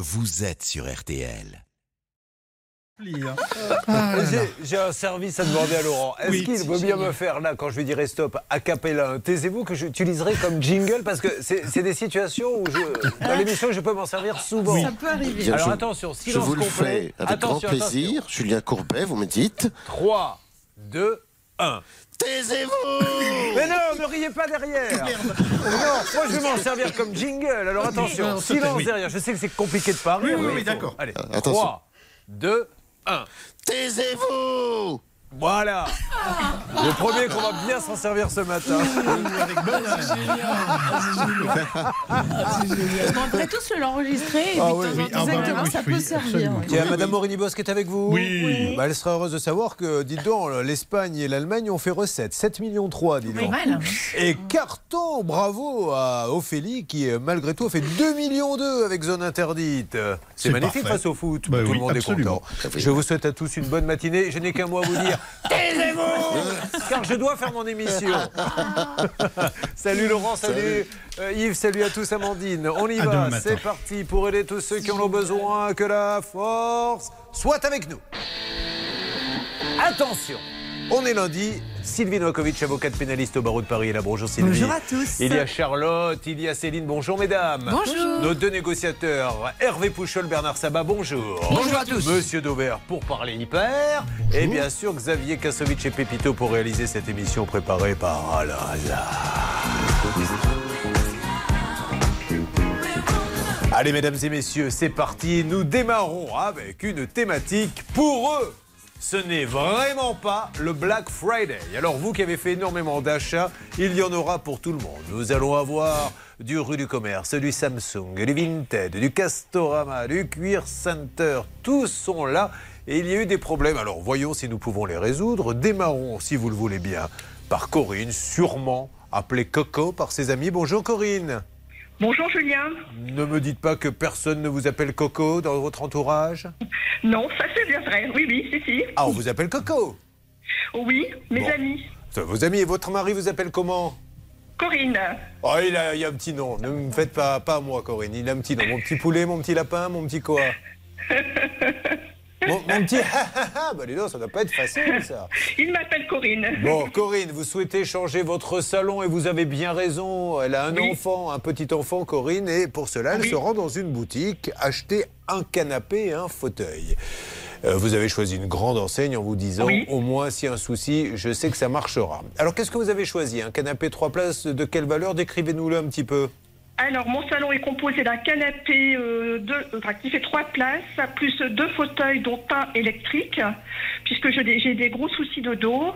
vous êtes sur RTL. J'ai un service à demander à Laurent. Est-ce qu'il veut bien me faire là, quand je lui dirai stop, a cappella, taisez-vous, que j'utiliserai comme jingle? Parce que c'est des situations où dans l'émission je peux m'en servir souvent. Ça peut arriver. Alors attention, silence je vous le complet. fais avec grand plaisir. Attention. Julien Courbet, vous me dites 3, 2, 1. Taisez-vous. Mais non, ne riez pas derrière. Non, moi je vais m'en servir comme jingle. Alors attention, silence derrière. Je sais que c'est compliqué de parler. Oui, d'accord. Allez, Attention. 3, 2, 1. Taisez-vous. Voilà. Le premier qu'on va bien s'en servir ce matin. Avec bonheur. On devrait tous l'enregistrer et puis exactement, ça peut servir. Il y a Madame Morini-Bosque qui est avec vous. Oui. Bah, elle sera heureuse de savoir que, dites donc, l'Espagne et l'Allemagne ont fait recette. 7,3 millions, dis donc. Mal. Et carton, bravo à Ophélie qui, malgré tout, a fait 2,2 millions avec Zone Interdite. C'est magnifique parfait. face au foot. Bah tout oui, le monde absolument. est content. Je vous souhaite à tous une bonne matinée. Je n'ai qu'un mot à vous dire. Taisez-vous, car je dois faire mon émission. Salut Laurent, salut Yves, salut à tous, Amandine. On y va, c'est parti pour aider tous ceux qui en ont besoin. Que la force soit avec nous. Attention, on est lundi. Sylvie Novakovic, avocate pénaliste au barreau de Paris, est là. Bonjour Sylvie. Bonjour à tous. Il y a Charlotte, il y a Céline. Bonjour mesdames. Bonjour. Nos deux négociateurs, Hervé Pouchol, Bernard Sabat. Bonjour. Bonjour à tous. Monsieur Dauvert pour parler hyper. Et bien sûr Xavier Kasovic et Pépito pour réaliser cette émission préparée par Alain Hazard. Allez mesdames et messieurs, c'est parti. Nous démarrons avec une thématique pour eux. Ce n'est vraiment pas le Black Friday. Alors vous qui avez fait énormément d'achats, il y en aura pour tout le monde. Nous allons avoir du Rue du Commerce, du Samsung, du Vinted, du Castorama, du Cuir Center. Tous sont là et il y a eu des problèmes. Alors voyons si nous pouvons les résoudre. Démarrons, si vous le voulez bien, par Corinne, sûrement appelée Coco par ses amis. Bonjour Corinne. Bonjour Julien. Ne me dites pas que personne ne vous appelle Coco dans votre entourage. Non, ça c'est bien vrai. Oui, si. Ah, on vous appelle Coco. Oui, mes Bon. amis. Vos amis et votre mari vous appellent comment? Corinne. Oh, il y a un petit nom. Ne me faites pas à moi, Corinne. Il a un petit nom. Mon petit poulet, mon petit lapin, mon petit quoi? mon petit bah dis donc, ça doit pas être facile, ça. Il m'appelle Corinne. Bon, Corinne, vous souhaitez changer votre salon et vous avez bien raison. Elle a un Oui. enfant, un petit enfant, Corinne, et pour cela, elle se rend dans une boutique acheter un canapé et un fauteuil. Vous avez choisi une grande enseigne en vous disant, au moins, s'il y a un souci, je sais que ça marchera. Alors, qu'est-ce que vous avez choisi? Un canapé 3 places de quelle valeur? Décrivez-nous-le un petit peu. Alors, mon salon est composé d'un canapé qui fait 3 places, plus 2 fauteuils, dont un électrique, puisque j'ai des gros soucis de dos.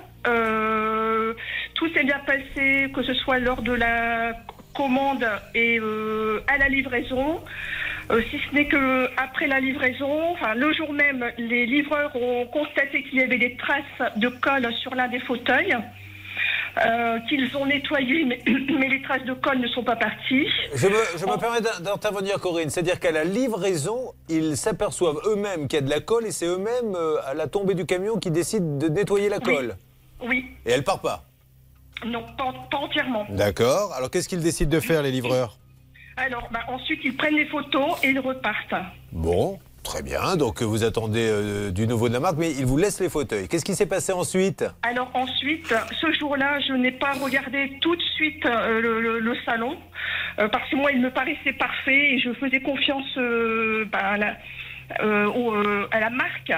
Tout s'est bien passé, que ce soit lors de la commande et à la livraison. Si ce n'est que après la livraison, enfin le jour même, les livreurs ont constaté qu'il y avait des traces de colle sur l'un des fauteuils. Qu'ils ont nettoyé, mais les traces de colle ne sont pas parties. Je me permets d'intervenir, Corinne. C'est-à-dire qu'à la livraison, ils s'aperçoivent eux-mêmes qu'il y a de la colle et c'est eux-mêmes, à la tombée du camion, qui décident de nettoyer la colle. Oui. Et elle part pas? Non, pas entièrement. D'accord. Alors, qu'est-ce qu'ils décident de faire, les livreurs? Alors, ensuite, ils prennent les photos et ils repartent. Bon, très bien. Donc, vous attendez du nouveau de la marque, mais ils vous laissent les fauteuils. Qu'est-ce qui s'est passé ensuite? Alors ensuite, ce jour-là, je n'ai pas regardé tout de suite le salon, parce que moi, il me paraissait parfait et je faisais confiance à la marque.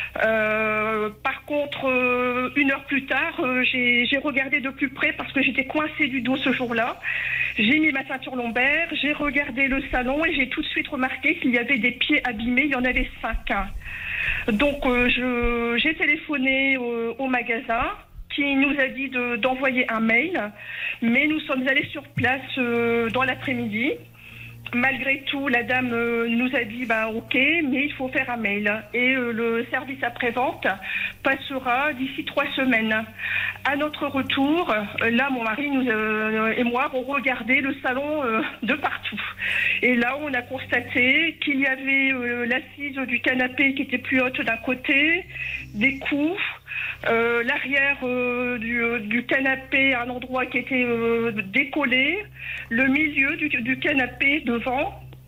Par contre, 1 heure plus tard, j'ai regardé de plus près parce que j'étais coincée du dos ce jour-là. J'ai mis ma ceinture lombaire, j'ai regardé le salon et j'ai tout de suite remarqué qu'il y avait des pieds abîmés. Il y en avait 5. Donc, j'ai téléphoné au magasin qui nous a dit d'envoyer un mail. Mais nous sommes allés sur place dans l'après-midi. Malgré tout, la dame nous a dit ok, mais il faut faire un mail. Et le service après-vente passera d'ici 3 semaines. À notre retour, là, mon mari et moi avons regardé le salon de partout. Et là, on a constaté qu'il y avait l'assise du canapé qui était plus haute d'un côté, des coups, l'arrière du canapé à un endroit qui était décollé, le milieu du canapé devant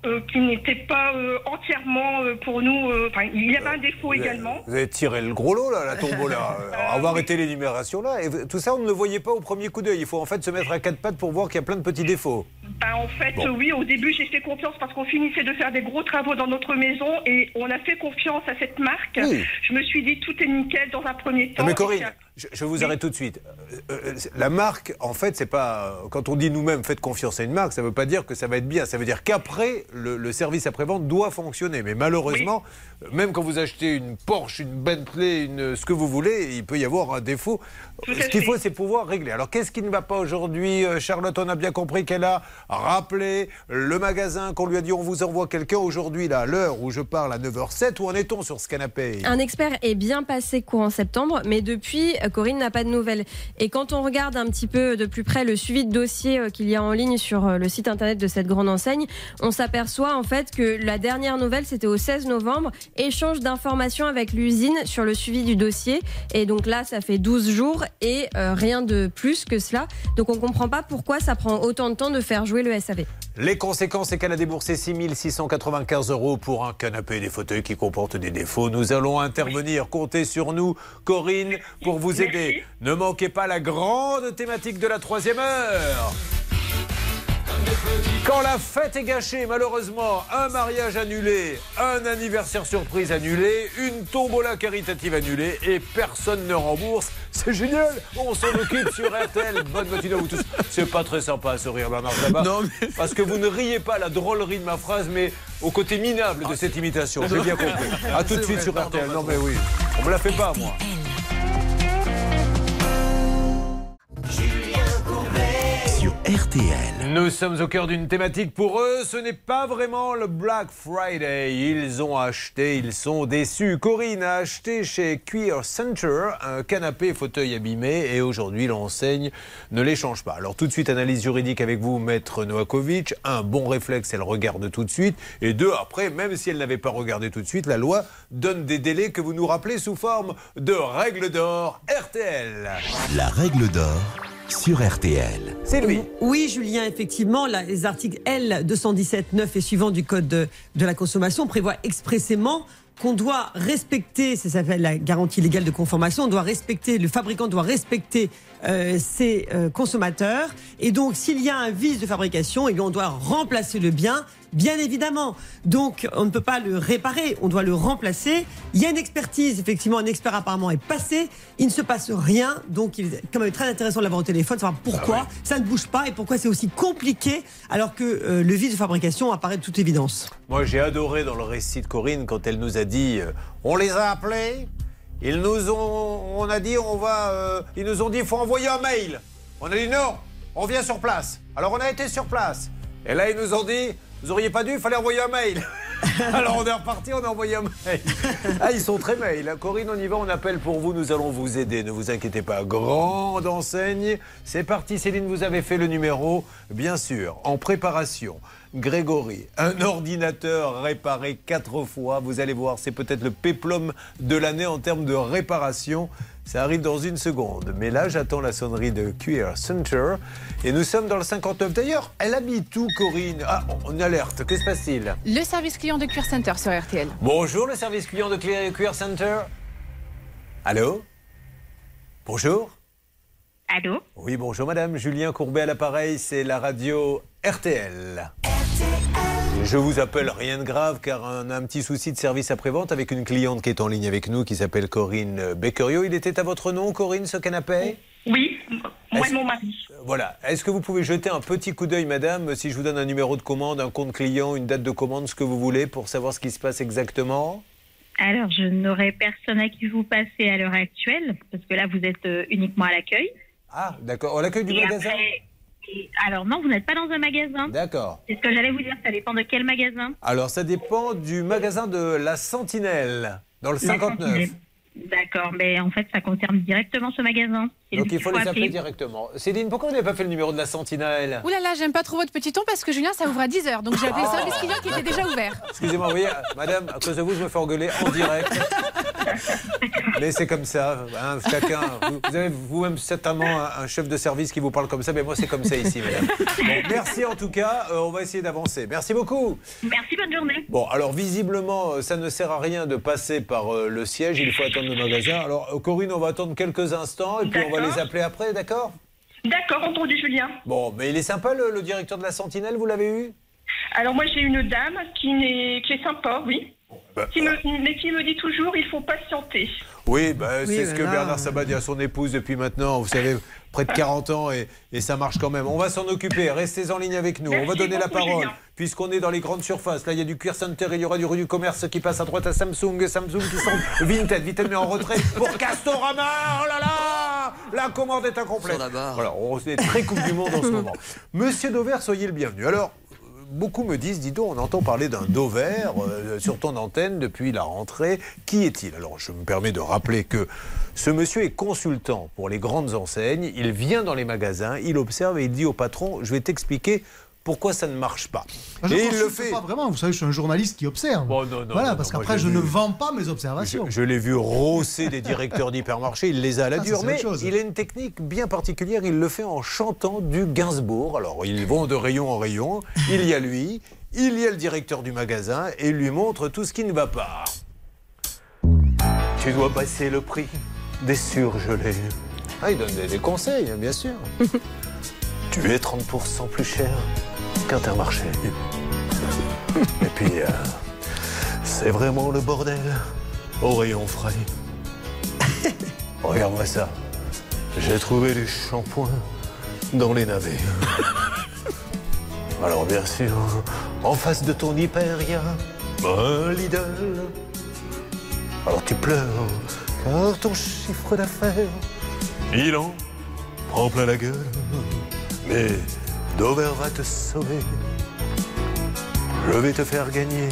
qui n'était pas entièrement pour nous. Enfin, il y avait un défaut également. Vous avez tiré le gros lot, là, la tombola. On va arrêter l'énumération, là. Et tout ça, on ne le voyait pas au premier coup d'œil. Il faut en fait se mettre à quatre pattes pour voir qu'il y a plein de petits défauts. En fait, oui, au début, j'ai fait confiance parce qu'on finissait de faire des gros travaux dans notre maison et on a fait confiance à cette marque. Oui. Je me suis dit, tout est nickel dans un premier temps. Non mais Corinne, je vous arrête tout de suite. La marque, en fait, c'est pas... Quand on dit nous-mêmes, faites confiance à une marque, ça ne veut pas dire que ça va être bien. Ça veut dire qu'après, le service après-vente doit fonctionner. Mais malheureusement, même quand vous achetez une Porsche, une Bentley, ce que vous voulez, il peut y avoir un défaut. Ce qu'il faut, c'est pouvoir régler. Alors, qu'est-ce qui ne va pas aujourd'hui? Charlotte, on a bien compris qu'elle a rappelé le magasin, qu'on lui a dit on vous envoie quelqu'un aujourd'hui, là, à l'heure où je parle, à 9h07. Où en est-on sur ce canapé? Un expert est bien passé courant septembre, mais depuis, Corinne n'a pas de nouvelles. Et quand on regarde un petit peu de plus près le suivi de dossier qu'il y a en ligne sur le site internet de cette grande enseigne, on s'aperçoit en fait que la dernière nouvelle, c'était au 16 novembre, échange d'informations avec l'usine sur le suivi du dossier. Et donc là, ça fait 12 jours et rien de plus que cela. Donc on ne comprend pas pourquoi ça prend autant de temps de faire jouer le SAV. Les conséquences, c'est qu'elle a déboursé 6 695 € pour un canapé et des fauteuils qui comportent des défauts. Nous allons intervenir. Comptez sur nous, Corinne, pour vous aider. Ne manquez pas la grande thématique de la 3e heure. Quand la fête est gâchée, malheureusement, un mariage annulé, un anniversaire surprise annulé, une tombola caritative annulée et personne ne rembourse. C'est génial, on s'en occupe sur RTL. Bonne matinée à vous tous. C'est pas très sympa ce rire, Bernard Sabat, parce que vous ne riez pas à la drôlerie de ma phrase, mais au côté minable de cette imitation. J'ai bien compris. A tout de suite sur RTL. Non mais oui, on me la fait pas, moi. RTL. Nous sommes au cœur d'une thématique pour eux. Ce n'est pas vraiment le Black Friday. Ils ont acheté, ils sont déçus. Corinne a acheté chez Queer Center un canapé et fauteuil abîmé et aujourd'hui l'enseigne ne les change pas. Alors tout de suite, analyse juridique avec vous, Maître Novakovic. Un, bon réflexe, elle regarde tout de suite. Et deux, après, même si elle n'avait pas regardé tout de suite, la loi donne des délais que vous nous rappelez sous forme de règle d'or RTL. La règle d'or sur RTL. C'est lui. Oui, Julien, effectivement, les articles L217-9 et suivants du Code de la consommation prévoient expressément qu'on doit respecter, ça s'appelle la garantie légale de conformation, le fabricant doit respecter ses consommateurs. Et donc, s'il y a un vice de fabrication, eh bien, on doit remplacer le bien, bien évidemment. Donc, on ne peut pas le réparer, on doit le remplacer. Il y a une expertise, effectivement, un expert apparemment est passé. Il ne se passe rien, donc il est quand même très intéressant de l'avoir au téléphone, de savoir pourquoi ça ne bouge pas et pourquoi c'est aussi compliqué alors que le vice de fabrication apparaît de toute évidence. Moi, j'ai adoré dans le récit de Corinne quand elle nous a dit on les a appelés. Ils nous ont dit il faut envoyer un mail. On a dit non, on vient sur place. Alors on a été sur place. Et là ils nous ont dit vous auriez pas dû, il fallait envoyer un mail. Alors on est reparti, on a envoyé un mail. Ah, ils sont très mail. Corinne, on y va, on appelle pour vous, nous allons vous aider. Ne vous inquiétez pas, grande enseigne. C'est parti, Céline, vous avez fait le numéro. Bien sûr, en préparation. Grégory, un ordinateur réparé 4 fois. Vous allez voir, c'est peut-être le péplum de l'année en termes de réparation. Ça arrive dans une seconde. Mais là, j'attends la sonnerie de Queer Center. Et nous sommes dans le 59. D'ailleurs, elle habite où, Corinne? Ah, on alerte. Que se passe-t-il? Le service client de Queer Center sur RTL. Bonjour, le service client de Queer Center. Allô? Bonjour? Allô? Oui, bonjour madame. Julien Courbet à l'appareil, c'est la radio RTL. Je vous appelle, rien de grave, car on a un petit souci de service après-vente avec une cliente qui est en ligne avec nous, qui s'appelle Corinne Becquerio. Il était à votre nom, Corinne, ce canapé? Oui, moi et mon mari. Voilà. Est-ce que vous pouvez jeter un petit coup d'œil, madame, si je vous donne un numéro de commande, un compte client, une date de commande, ce que vous voulez, pour savoir ce qui se passe exactement? Alors, je n'aurai personne à qui vous passer à l'heure actuelle, parce que là, vous êtes uniquement à l'accueil. Ah, d'accord. À l'accueil du magasin? Alors non, vous n'êtes pas dans un magasin. D'accord. C'est ce que j'allais vous dire, ça dépend de quel magasin. Alors, ça dépend du magasin de la Sentinelle, dans le 59. D'accord, mais en fait, ça concerne directement ce magasin. Donc il faut les appeler directement. Céline, pourquoi vous n'avez pas fait le numéro de la Sentinelle? Ouh là là, j'aime pas trop votre petit ton parce que Julien, ça ouvre à 10h. Donc j'ai appelé le service client qui était déjà ouvert. Excusez-moi, vous voyez, madame, à cause de vous, je me fais engueuler en direct. Mais c'est comme ça, hein, chacun. Vous avez vous-même certainement un chef de service qui vous parle comme ça, mais moi c'est comme ça ici, madame. Bon, merci en tout cas, on va essayer d'avancer. Merci beaucoup. Merci, bonne journée. Bon, alors visiblement, ça ne sert à rien de passer par le siège, il faut attendre le magasin. Alors Corinne, on va attendre quelques instants et puis on va les appeler après, d'accord ? D'accord, entendu, Julien. Bon, mais il est sympa le directeur de la Sentinelle, vous l'avez eu ? Alors moi j'ai une dame qui est sympa, oui. Mais qui me dit toujours il faut patienter. Oui, c'est ce que Bernard Sabat dit à son épouse depuis maintenant, vous savez, près de 40 ans et ça marche quand même. On va s'en occuper, restez en ligne avec nous. Merci, on va donner la parole, Julien. puisqu'on est dans les grandes surfaces. Là, il y a du Cuir Center, il y aura du rue du commerce qui passe à droite à Samsung qui sont Vinted met en retrait pour Castorama. Oh là là, la commande est incomplète. Voilà, on est très Coupe du Monde en ce moment. Monsieur Dauvert, soyez le bienvenu. Alors, beaucoup me disent, dis donc, on entend parler d'un Dauvert sur ton antenne depuis la rentrée. Qui est-il ? Alors, je me permets de rappeler que ce monsieur est consultant pour les grandes enseignes. Il vient dans les magasins, il observe et il dit au patron, je vais t'expliquer pourquoi ça ne marche pas. Et il le fait. Pas vraiment, vous savez, je suis un journaliste qui observe. Bon, non, voilà, parce qu'après, je ne vends pas mes observations. Je l'ai vu rosser des directeurs d'hypermarché, il les a à la dure. Mais il a une technique bien particulière, il le fait en chantant du Gainsbourg. Alors, ils vont de rayon en rayon. Il y a lui, il y a le directeur du magasin et il lui montre tout ce qui ne va pas. Tu dois baisser le prix des surgelés. Ah, il donne des conseils, bien sûr. Tu es 30% plus cher qu'Intermarché. Et puis, c'est vraiment le bordel au rayon frais. Regarde-moi ça. J'ai trouvé du shampoing dans les navets. Alors, bien sûr, en face de ton hyper, il y a un Lidl. Alors, tu pleures, car ton chiffre d'affaires, il en prend plein la gueule. Mais Dauvert va te sauver. Je vais te faire gagner.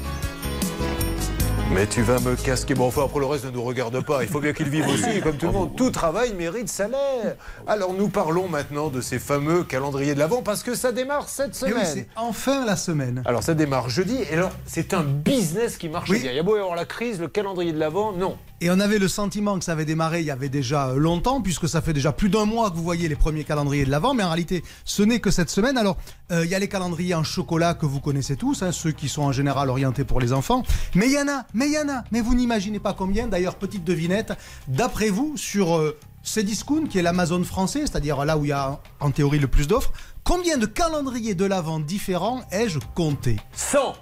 Mais tu vas me casquer. Bon, enfin, après le reste ne nous regarde pas. Il faut bien qu'il vive aussi, comme tout le monde. Tout travail mérite salaire. Alors nous parlons maintenant de ces fameux calendriers de l'Avent parce que ça démarre cette semaine. Et oui, c'est enfin la semaine. Alors ça démarre jeudi. Et alors, c'est un business qui marche bien. Il y a beau y avoir la crise, le calendrier de l'Avent, non. Et on avait le sentiment que ça avait démarré il y avait déjà longtemps, puisque ça fait déjà plus d'un mois que vous voyez les premiers calendriers de l'Avent, mais en réalité, ce n'est que cette semaine. Alors, il y a les calendriers en chocolat que vous connaissez tous, hein, ceux qui sont en général orientés pour les enfants. Mais il y en a, mais vous n'imaginez pas combien. D'ailleurs, petite devinette, d'après vous, sur Cdiscount, qui est l'Amazon français, c'est-à-dire là où il y a en théorie le plus d'offres, combien de calendriers de l'Avent différents ai-je compté ? 100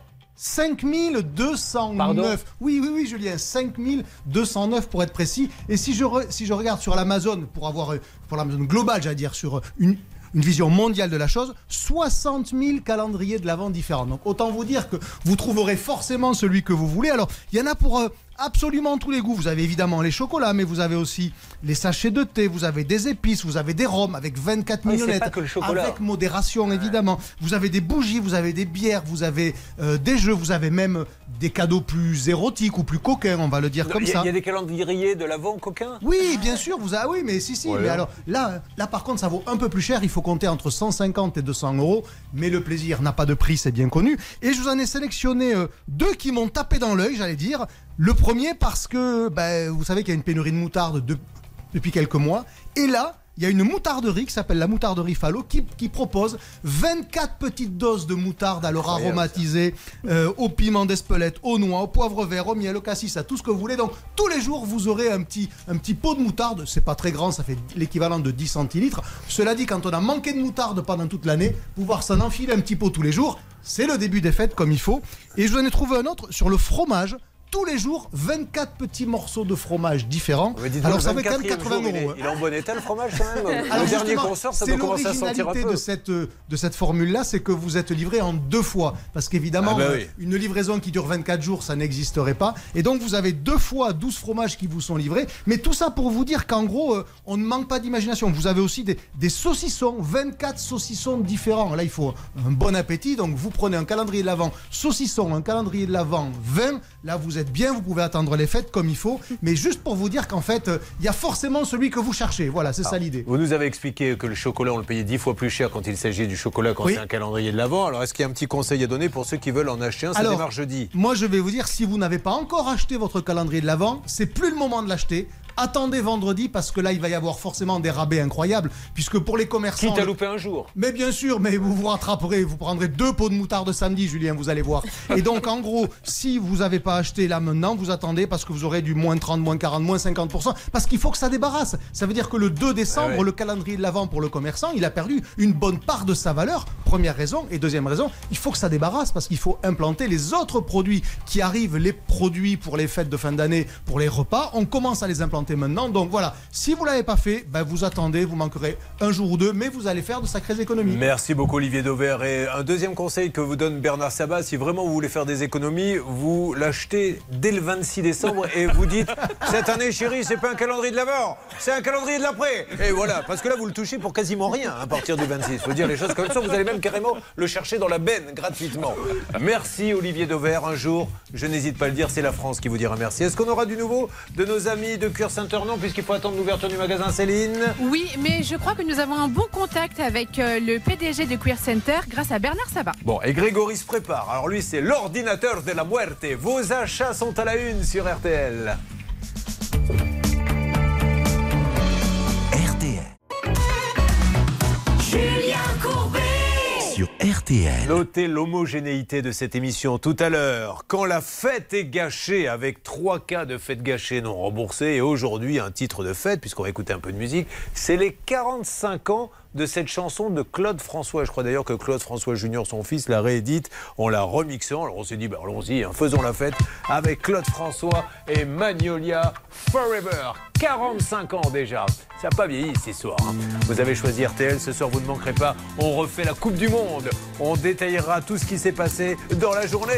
5209. Pardon ? Oui, Julien, 5209 pour être précis. Et si je regarde sur l'Amazon, pour l'Amazon global, j'allais dire, sur une vision mondiale de la chose, 60 000 calendriers de l'Avent différents. Donc autant vous dire que vous trouverez forcément celui que vous voulez. Alors, il y en a pour absolument tous les goûts. Vous avez évidemment les chocolats, mais vous avez aussi les sachets de thé, vous avez des épices, vous avez des rhums avec 24 millionnettes, avec modération évidemment. Vous avez des bougies, vous avez des bières, vous avez des jeux, vous avez même des cadeaux plus érotiques ou plus coquins, on va le dire comme ça. Il y a des calendriers de l'Avent coquins ? Oui, bien sûr, oui, mais si. Ouais. Mais alors là par contre, ça vaut un peu plus cher. Il faut compter entre 150 et 200 euros. Mais le plaisir n'a pas de prix, c'est bien connu. Et je vous en ai sélectionné deux qui m'ont tapé dans l'œil, j'allais dire. Le premier parce que, vous savez qu'il y a une pénurie de moutarde depuis quelques mois. Et là, il y a une moutarderie qui s'appelle la moutarderie Fallot qui propose 24 petites doses de moutarde à leur aromatisée, au piment d'Espelette, aux noix, au poivre vert, au miel, au cassis, à tout ce que vous voulez. Donc tous les jours, vous aurez un petit pot de moutarde. C'est pas très grand, ça fait l'équivalent de 10 centilitres. Cela dit, quand on a manqué de moutarde pendant toute l'année, pouvoir s'en enfiler un petit pot tous les jours, c'est le début des fêtes comme il faut. Et je vous en ai trouvé un autre sur le fromage. Tous les jours, 24 petits morceaux de fromage différents. Alors ça fait quand même 80 euros. Il est en bon état le fromage quand même. Alors, le dernier qu'on sort, ça doit commencer à sentir un peu. De cette formule-là, c'est que vous êtes livré en 2 fois. Parce qu'évidemment, une livraison qui dure 24 jours, ça n'existerait pas. Et donc vous avez 2 fois 12 fromages qui vous sont livrés. Mais tout ça pour vous dire qu'en gros, on ne manque pas d'imagination. Vous avez aussi des saucissons, 24 saucissons différents. Là, il faut un bon appétit. Donc vous prenez un calendrier de l'Avent saucisson, un calendrier de l'Avent vin. Là, vous êtes êtes bien, vous pouvez attendre les fêtes comme il faut. Mais juste pour vous dire qu'en fait, il y a forcément celui que vous cherchez. Voilà, c'est ça l'idée. Vous nous avez expliqué que le chocolat, on le payait 10 fois plus cher quand il s'agit du chocolat quand c'est un calendrier de l'Avent. Alors, est-ce qu'il y a un petit conseil à donner pour ceux qui veulent en acheter un? Ça démarre jeudi. Moi, je vais vous dire, si vous n'avez pas encore acheté votre calendrier de l'Avent, c'est plus le moment de l'acheter. Attendez vendredi parce que là il va y avoir forcément des rabais incroyables puisque pour les commerçants... Quitte à louper un jour. Mais bien sûr, mais vous vous rattraperez, vous prendrez 2 pots de moutarde samedi, Julien, vous allez voir. Et donc en gros, si vous n'avez pas acheté là maintenant, vous attendez parce que vous aurez du moins 30, moins 40, moins 50% parce qu'il faut que ça débarrasse. Ça veut dire que le 2 décembre, le calendrier de l'Avent pour le commerçant, il a perdu une bonne part de sa valeur. Première raison. Et deuxième raison, il faut que ça débarrasse parce qu'il faut implanter les autres produits qui arrivent, les produits pour les fêtes de fin d'année, pour les repas. On commence à les implanter maintenant. Donc voilà, si vous ne l'avez pas fait, vous attendez, vous manquerez un jour ou 2, mais vous allez faire de sacrées économies. Merci beaucoup Olivier Dauvert. Et un deuxième conseil que vous donne Bernard Sabat, si vraiment vous voulez faire des économies, vous l'achetez dès le 26 décembre et vous dites cette année chérie, c'est pas un calendrier de l'Avent, c'est un calendrier de l'après. Et voilà, parce que là vous le touchez pour quasiment rien à partir du 26. Il faut dire les choses comme ça, vous allez même carrément le chercher dans la benne gratuitement. Merci Olivier Dauvert. Un jour, je n'hésite pas à le dire, c'est la France qui vous dira merci. Est-ce qu'on aura du nouveau de nos amis de Cuir Saint-Ornan puisqu'il faut attendre l'ouverture du magasin, Céline? Oui, mais je crois que nous avons un bon contact avec le PDG de Queer Center grâce à Bernard Sabat. Bon, et Grégory se prépare. Alors lui, c'est l'ordinateur de la muerte. Vos achats sont à la une sur RTL. RTL. Julien Courbet Sur RTL. Notez l'homogénéité de cette émission tout à l'heure. Quand la fête est gâchée, avec 3 cas de fête gâchée non remboursés, et aujourd'hui un titre de fête, puisqu'on va écouter un peu de musique, c'est les 45 ans de cette chanson de Claude François. Je crois d'ailleurs que Claude François Junior, son fils, l'a réédite en la remixant. Alors on s'est dit, allons-y, faisons la fête avec Claude François et Magnolia Forever. 45 ans déjà. Ça n'a pas vieilli ce soir. Vous avez choisi RTL. Ce soir, vous ne manquerez pas. On refait la Coupe du Monde. On détaillera tout ce qui s'est passé dans la journée.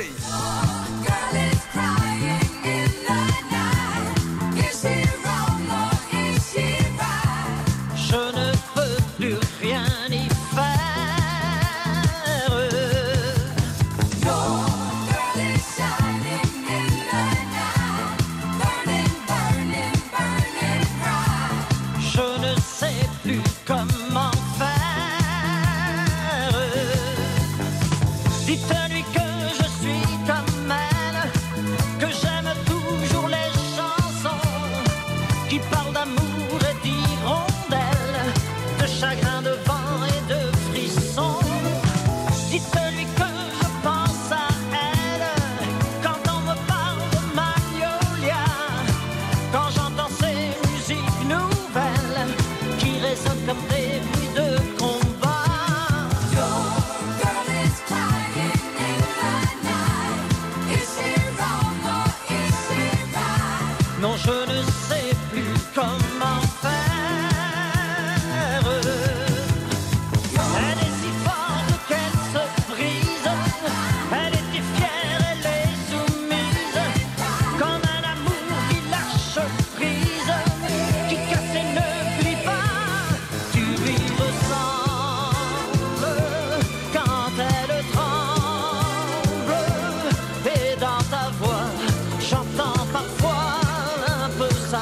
Dites-lui que je suis comme elle, que j'aime toujours les chansons qui parlent d'amour et d'hirondelles, de chagrin, de vent et de frissons. Dites-lui que je pense à elle quand on me parle de Magnolia, quand j'entends ces musiques nouvelles qui résonnent comme des bruits de combat. Non, je ne sais plus comment faire. Elle est si forte qu'elle se brise. Elle était fière, elle est soumise. Comme un amour qui lâche prise, qui casse et ne plie pas. Tu lui ressembles quand elle tremble. Et dans ta voix, j'entends parfois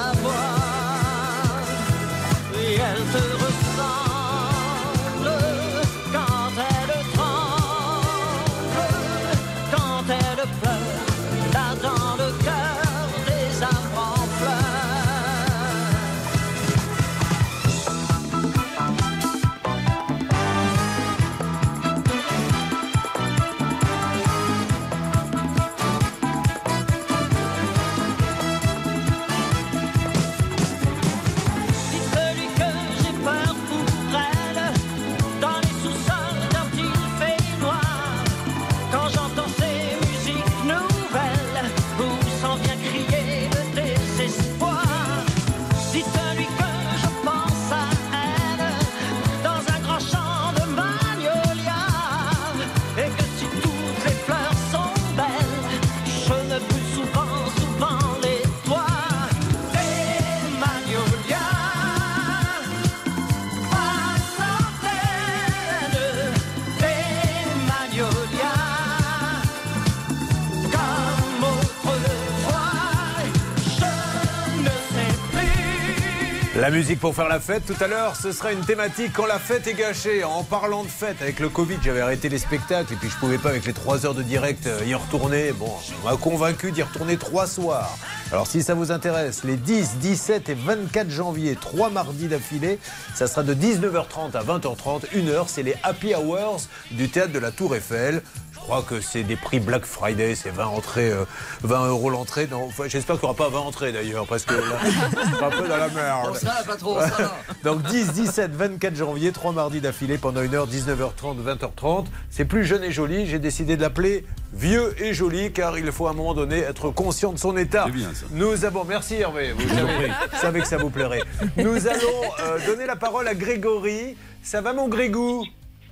La musique pour faire la fête. Tout à l'heure, ce sera une thématique quand la fête est gâchée. En parlant de fête, avec le Covid, j'avais arrêté les spectacles et puis je pouvais pas avec les 3 heures de direct y retourner. Bon, on m'a convaincu d'y retourner 3 soirs. Alors si ça vous intéresse, les 10, 17 et 24 janvier, 3 mardis d'affilée, ça sera de 19h30 à 20h30. 1 heure, c'est les Happy Hours du théâtre de la Tour Eiffel. Je crois que c'est des prix Black Friday, c'est 20 entrées, 20 € l'entrée. Enfin, j'espère qu'il n'y aura pas 20 entrées d'ailleurs, parce que là, c'est un peu dans la merde. Bon, ça, pas trop, ça va. Donc 10, 17, 24 janvier, 3 mardis d'affilée pendant 1 heure, 19h30, 20h30. C'est plus jeune et joli, j'ai décidé de l'appeler vieux et joli, car il faut à un moment donné être conscient de son état. C'est bien ça. Nous avons, merci Hervé, vous savez que ça vous plairait. Nous allons donner la parole à Grégory. Ça va mon Grégou ?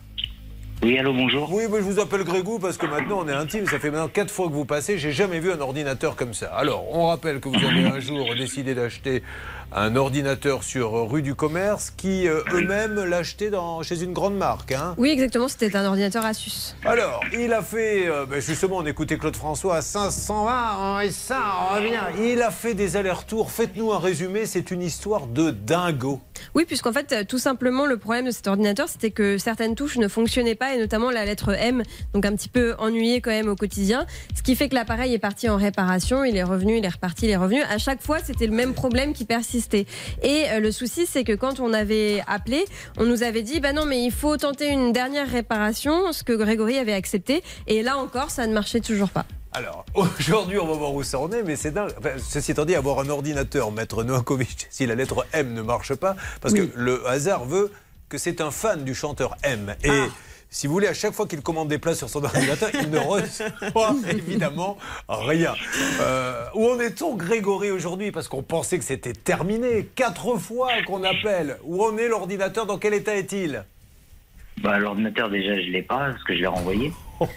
Oui, allô, bonjour. Oui, mais je vous appelle Grégou parce que maintenant on est intime. Ça fait maintenant 4 fois que vous passez. J'ai jamais vu un ordinateur comme ça. Alors, on rappelle que vous avez un jour décidé d'acheter un ordinateur sur rue du Commerce qui eux-mêmes l'achetaient chez une grande marque. Hein. Oui, exactement. C'était un ordinateur Asus. Alors, il a fait, justement, on écoutait Claude François à 520 et ça revient. Il a fait des allers-retours. Faites-nous un résumé. C'est une histoire de dingo. Oui, puisqu'en fait, tout simplement, le problème de cet ordinateur, c'était que certaines touches ne fonctionnaient pas, et notamment la lettre M, donc un petit peu ennuyé quand même au quotidien. Ce qui fait que l'appareil est parti en réparation, il est revenu, il est reparti, il est revenu. À chaque fois, c'était le même problème qui persistait. Et le souci, c'est que quand on avait appelé, on nous avait dit, bah non, mais il faut tenter une dernière réparation, ce que Grégory avait accepté. Et là encore, ça ne marchait toujours pas. Alors, aujourd'hui, on va voir où ça en est, mais c'est dingue. Enfin, ceci étant dit, avoir un ordinateur, Maître Novakovic, si la lettre M ne marche pas, parce que le hasard veut que c'est un fan du chanteur M. Et si vous voulez, à chaque fois qu'il commande des plats sur son ordinateur, il ne reçoit évidemment rien. Où en est-on, Grégory, aujourd'hui? Parce qu'on pensait que c'était terminé. 4 fois qu'on appelle. Où en est l'ordinateur? Dans quel état est-il? Bah, l'ordinateur, déjà, je ne l'ai pas, parce que je l'ai renvoyé.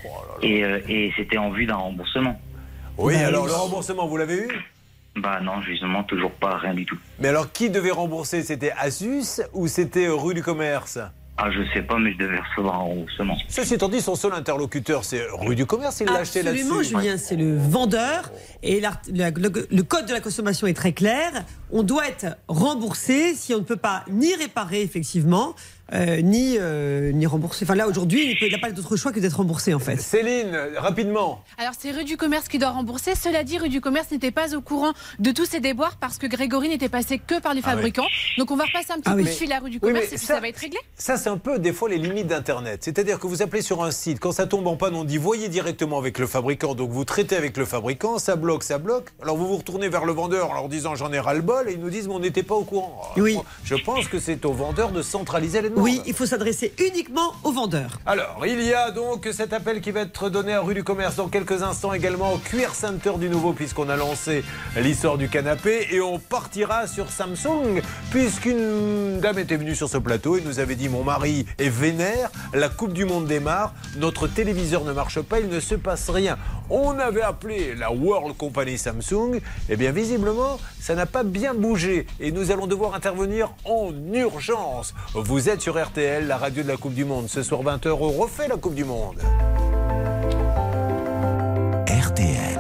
Et c'était en vue d'un remboursement. Oui, alors le remboursement, vous l'avez eu? Bah non, justement, toujours pas, rien du tout. Mais alors, qui devait rembourser? C'était Asus ou c'était rue du Commerce? Ah, je sais pas, mais je devais recevoir un remboursement. Ceci étant dit, son seul interlocuteur, c'est rue du Commerce, il l'a acheté là-dessus. Absolument, Julien, c'est le vendeur. Et le code de la consommation est très clair. On doit être remboursé si on ne peut pas ni réparer, effectivement, ni rembourser. Enfin là, aujourd'hui, il n'a pas d'autre choix que d'être remboursé, en fait. Céline, rapidement. Alors, c'est rue du Commerce qui doit rembourser. Cela dit, rue du Commerce n'était pas au courant de tous ces déboires parce que Grégory n'était passé que par les fabricants. Oui. Donc, on va repasser un petit coup de fil à rue du Commerce et puis ça va être réglé. Ça, c'est un peu, des fois, les limites d'Internet. C'est-à-dire que vous appelez sur un site, quand ça tombe en panne, on dit voyez directement avec le fabricant. Donc, vous traitez avec le fabricant, ça bloque, ça bloque. Alors, vous vous retournez vers le vendeur en leur disant j'en ai ras-le-bol et ils nous disent mais on n'était pas au courant. Alors, oui. Moi, je pense que c'est au vendeur de centraliser les demandes. Oui, il faut s'adresser uniquement aux vendeurs. Alors, il y a donc cet appel qui va être donné à rue du Commerce dans quelques instants, également au Cuir Center du Nouveau, puisqu'on a lancé l'histoire du canapé, et on partira sur Samsung, puisqu'une dame était venue sur ce plateau et nous avait dit mon mari est vénère, la Coupe du Monde démarre, notre téléviseur ne marche pas, il ne se passe rien. On avait appelé la World Company Samsung, et bien visiblement ça n'a pas bien bougé et nous allons devoir intervenir en urgence. Vous êtes sur RTL, la radio de la Coupe du Monde. Ce soir 20h, on refait la Coupe du Monde. RTL.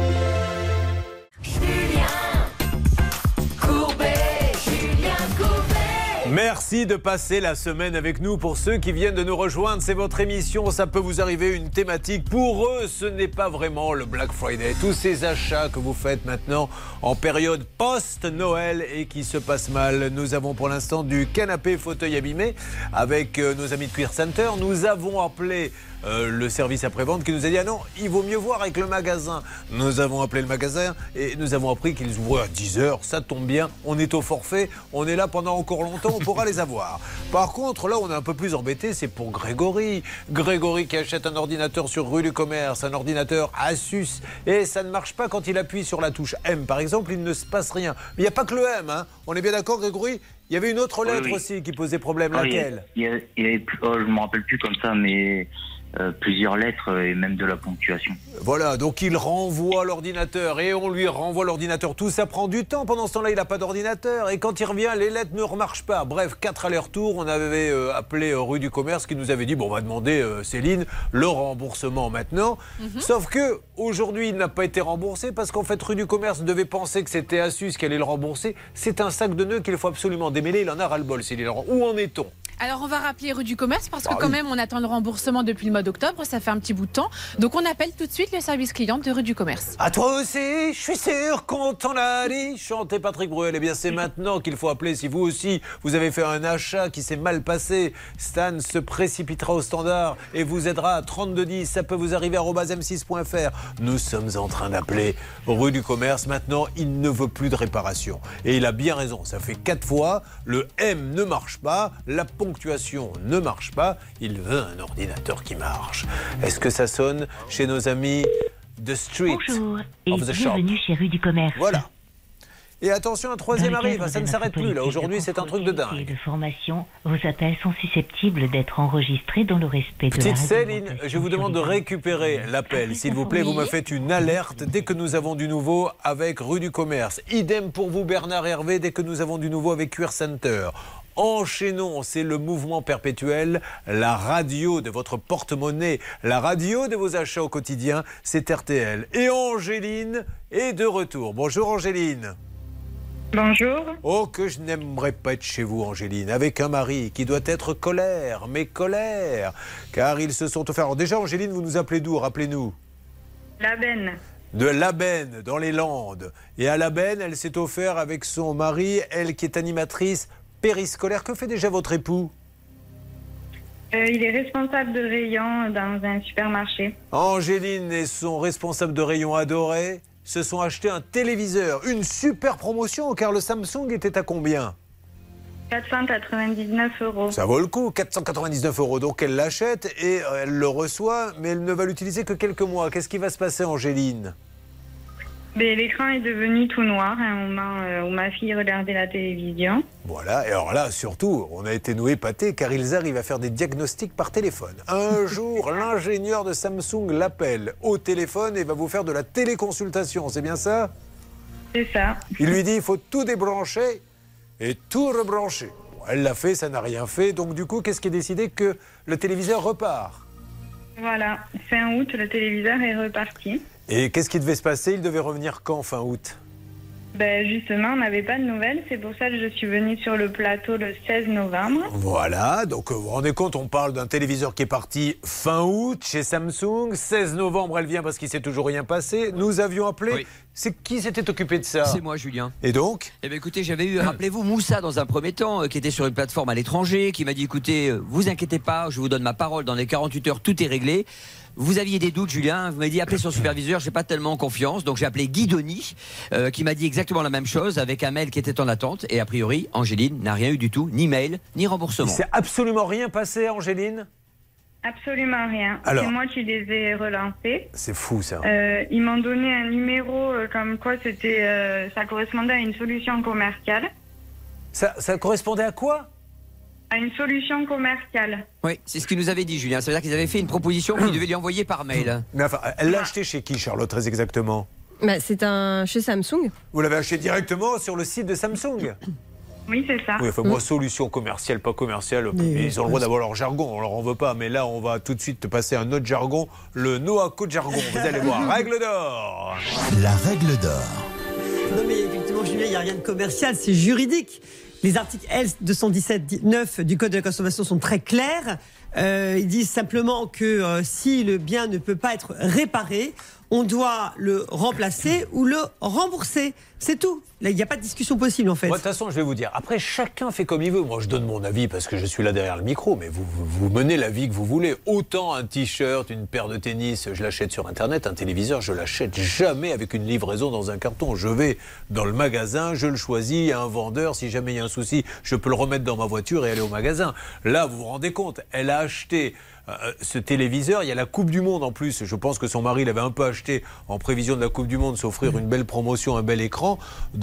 Merci de passer la semaine avec nous. Pour ceux qui viennent de nous rejoindre, c'est votre émission. Ça peut vous arriver, une thématique. Pour eux, ce n'est pas vraiment le Black Friday. Tous ces achats que vous faites maintenant en période post-Noël et qui se passent mal. Nous avons pour l'instant du canapé fauteuil abîmé avec nos amis de Cuir Center. Nous avons appelé le service après-vente qui nous a dit ah non, il vaut mieux voir avec le magasin. Nous avons appelé le magasin et nous avons appris qu'ils ouvraient à 10h. Ça tombe bien, on est au forfait, on est là pendant encore longtemps, on pourra les avoir. Par contre, là, on est un peu plus embêté, c'est pour Grégory. Grégory qui achète un ordinateur sur rue du Commerce, un ordinateur Asus, et ça ne marche pas quand il appuie sur la touche M. Par exemple, il ne se passe rien. Mais il n'y a pas que le M, hein. On est bien d'accord, Grégory? Il y avait une autre lettre aussi qui posait problème, laquelle? Je ne me rappelle plus comme ça, mais plusieurs lettres et même de la ponctuation. Voilà, donc il renvoie l'ordinateur et on lui renvoie l'ordinateur. Tout ça prend du temps. Pendant ce temps-là, il n'a pas d'ordinateur. Et quand il revient, les lettres ne remarchent pas. Bref, 4 allers-retours. On avait appelé rue du Commerce qui nous avait dit, bon, on va demander, Céline, le remboursement maintenant. Sauf que aujourd'hui, il n'a pas été remboursé parce qu'en fait, rue du Commerce devait penser que c'était Asus qui allait le rembourser. C'est un sac de nœuds qu'il faut absolument démêler. Il en a ras-le-bol, Céline. Où en est-on ? Alors on va rappeler rue du Commerce parce que quand même on attend le remboursement depuis le mois d'octobre, ça fait un petit bout de temps. Donc on appelle tout de suite le service client de rue du Commerce. À toi aussi, je suis sûr qu'on t'en a dit. Chantez Patrick Bruel. Eh bien c'est maintenant qu'il faut appeler si vous aussi vous avez fait un achat qui s'est mal passé. Stan se précipitera au standard et vous aidera à 3210. Ça peut vous arriver à @m6.fr. Nous sommes en train d'appeler rue du Commerce. Maintenant il ne veut plus de réparation. Et il a bien raison, ça fait 4 fois. Le M ne marche pas, la ponctuation ne marche pas, il veut un ordinateur qui marche. Est-ce que ça sonne chez nos amis de Street Bonjour et of the Shop? bienvenue chez Rue du Commerce. Voilà. Et attention, un troisième arrive, ça ne s'arrête plus là. Aujourd'hui, c'est un truc de dingue. De formation, vos appels sont susceptibles d'être enregistrés dans le respect de la Petite Céline, je vous demande de récupérer l'appel. S'il vous plaît, vous me faites une alerte dès que nous avons du nouveau avec Rue du Commerce. Idem pour vous, Bernard Hervé, dès que nous avons du nouveau avec Cuir Center. Enchaînons, c'est le mouvement perpétuel, la radio de votre porte-monnaie, la radio de vos achats au quotidien, c'est RTL. Et Angéline est de retour. Bonjour Angéline. Bonjour. Oh, que je n'aimerais pas être chez vous, Angéline, avec un mari qui doit être colère, car ils se sont offerts. Alors déjà, Angéline, vous nous appelez d'où? Rappelez-nous. Labenne. De Labenne, dans les Landes. Et à Labenne, elle s'est offert avec son mari, elle qui est animatrice périscolaire. Que fait déjà votre époux? Il est responsable de rayon dans un supermarché. Angéline et son responsable de rayon adoré se sont achetés un téléviseur. Une super promotion, car le Samsung était à combien? 499 €. Ça vaut le coup, 499 €. Donc elle l'achète et elle le reçoit, mais elle ne va l'utiliser que quelques mois. Qu'est-ce qui va se passer, Angéline? L'écran est devenu tout noir à un moment où ma fille regardait la télévision. Voilà, et alors là, surtout, on a été nous épatés car ils arrivent à faire des diagnostics par téléphone. Un jour, l'ingénieur de Samsung l'appelle au téléphone et va vous faire de la téléconsultation, c'est bien ça? C'est ça. Il lui dit, il faut tout débrancher et tout rebrancher. Bon, elle l'a fait, ça n'a rien fait, donc du coup, qu'est-ce qui est décidé? Que le téléviseur repart. Voilà, fin août, le téléviseur est reparti. Et qu'est-ce qui devait se passer? Il devait revenir quand, fin août? Justement, on n'avait pas de nouvelles. C'est pour ça que je suis venue sur le plateau le 16 novembre. Voilà, donc vous vous rendez compte, on parle d'un téléviseur qui est parti fin août chez Samsung. 16 novembre, elle vient parce qu'il ne s'est toujours rien passé. Nous avions appelé. Oui. C'est qui s'était occupé de ça? C'est moi, Julien. Et donc? Eh bien, écoutez, j'avais eu, rappelez-vous, Moussa dans un premier temps, qui était sur une plateforme à l'étranger, qui m'a dit, écoutez, vous inquiétez pas, je vous donne ma parole, dans les 48 heures, tout est réglé. Vous aviez des doutes, Julien, vous m'avez dit appelez son superviseur, j'ai pas tellement confiance, donc j'ai appelé Guy Denis, qui m'a dit exactement la même chose, avec un mail qui était en attente, et a priori, Angéline n'a rien eu du tout, ni mail, ni remboursement. Il s'est absolument rien passé, Angéline? Absolument rien. C'est moi qui les ai relancés. C'est fou, ça. Ils m'ont donné un numéro comme quoi c'était, ça correspondait à une solution commerciale. Ça correspondait à quoi? À une solution commerciale. Oui, c'est ce qu'ils nous avaient dit, Julien. Ça veut dire qu'ils avaient fait une proposition qu'ils devaient lui envoyer par mail. Mais enfin, elle l'a acheté chez qui, Charlotte, très exactement? C'est chez Samsung. Vous l'avez acheté directement sur le site de Samsung? Oui, c'est ça. Oui, enfin, moi, solution commerciale, pas commerciale, ils ont le droit d'avoir leur jargon, on leur en veut pas. Mais là, on va tout de suite passer à un autre jargon, le Noaco de jargon. Vous allez voir, règle d'or. La règle d'or. Non, mais effectivement, Julien, il n'y a rien de commercial, c'est juridique. Les articles L217-9 du Code de la consommation sont très clairs. Ils disent simplement que si le bien ne peut pas être réparé, on doit le remplacer ou le rembourser. C'est tout. Là, il n'y a pas de discussion possible, en fait. Moi, de toute façon, je vais vous dire. Après, chacun fait comme il veut. Moi, je donne mon avis parce que je suis là derrière le micro. Mais vous menez la vie que vous voulez. Autant un t-shirt, une paire de tennis, je l'achète sur Internet. Un téléviseur, je l'achète jamais avec une livraison dans un carton. Je vais dans le magasin, je le choisis. Il y a un vendeur. Si jamais il y a un souci, je peux le remettre dans ma voiture et aller au magasin. Là, vous vous rendez compte, elle a acheté ce téléviseur. Il y a la Coupe du Monde en plus. Je pense que son mari l'avait un peu acheté en prévision de la Coupe du Monde, s'offrir une belle promotion, un bel écran. Donc,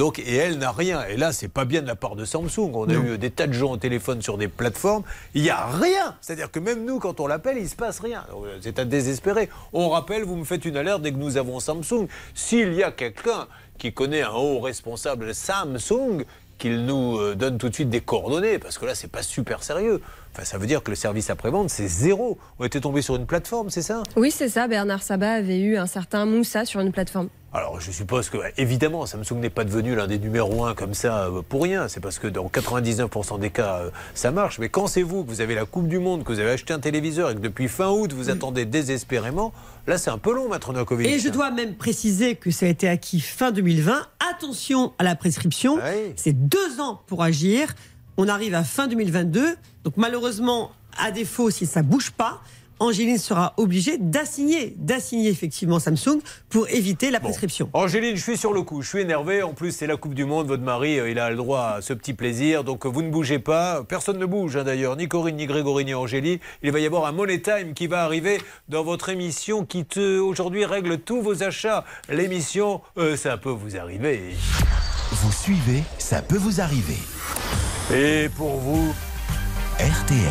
Donc, et elle n'a rien. Et là, c'est pas bien de la part de Samsung. On a eu des tas de gens au téléphone sur des plateformes. Il n'y a rien. C'est-à-dire que même nous, quand on l'appelle, il ne se passe rien. C'est à désespérer. On rappelle, vous me faites une alerte dès que nous avons Samsung. S'il y a quelqu'un qui connaît un haut responsable Samsung, qu'il nous donne tout de suite des coordonnées, parce que là, c'est pas super sérieux. Enfin, ça veut dire que le service après-vente, c'est zéro. On était tombé sur une plateforme, c'est ça? Oui, c'est ça. Bernard Sabat avait eu un certain Moussa sur une plateforme. Alors, je suppose que, évidemment, Samsung n'est pas devenu l'un des numéros 1 comme ça pour rien. C'est parce que dans 99% des cas, ça marche. Mais quand c'est vous, que vous avez la Coupe du Monde, que vous avez acheté un téléviseur et que depuis fin août, vous attendez désespérément, là, c'est un peu long, Maître Novakovic. Et je dois même préciser que ça a été acquis fin 2020. Attention à la prescription. Oui. C'est 2 ans pour agir. On arrive à fin 2022. Donc, malheureusement, à défaut, si ça ne bouge pas, Angéline sera obligée d'assigner effectivement Samsung pour éviter la prescription. Angéline, je suis sur le coup, je suis énervé. En plus, c'est la Coupe du Monde. Votre mari, il a le droit à ce petit plaisir. Donc, vous ne bougez pas. Personne ne bouge, d'ailleurs. Ni Corinne, ni Grégory, ni Angéline. Il va y avoir un Money Time qui va arriver dans votre émission qui, aujourd'hui, règle tous vos achats. L'émission, ça peut vous arriver. Vous suivez, ça peut vous arriver. Et pour vous, RTL.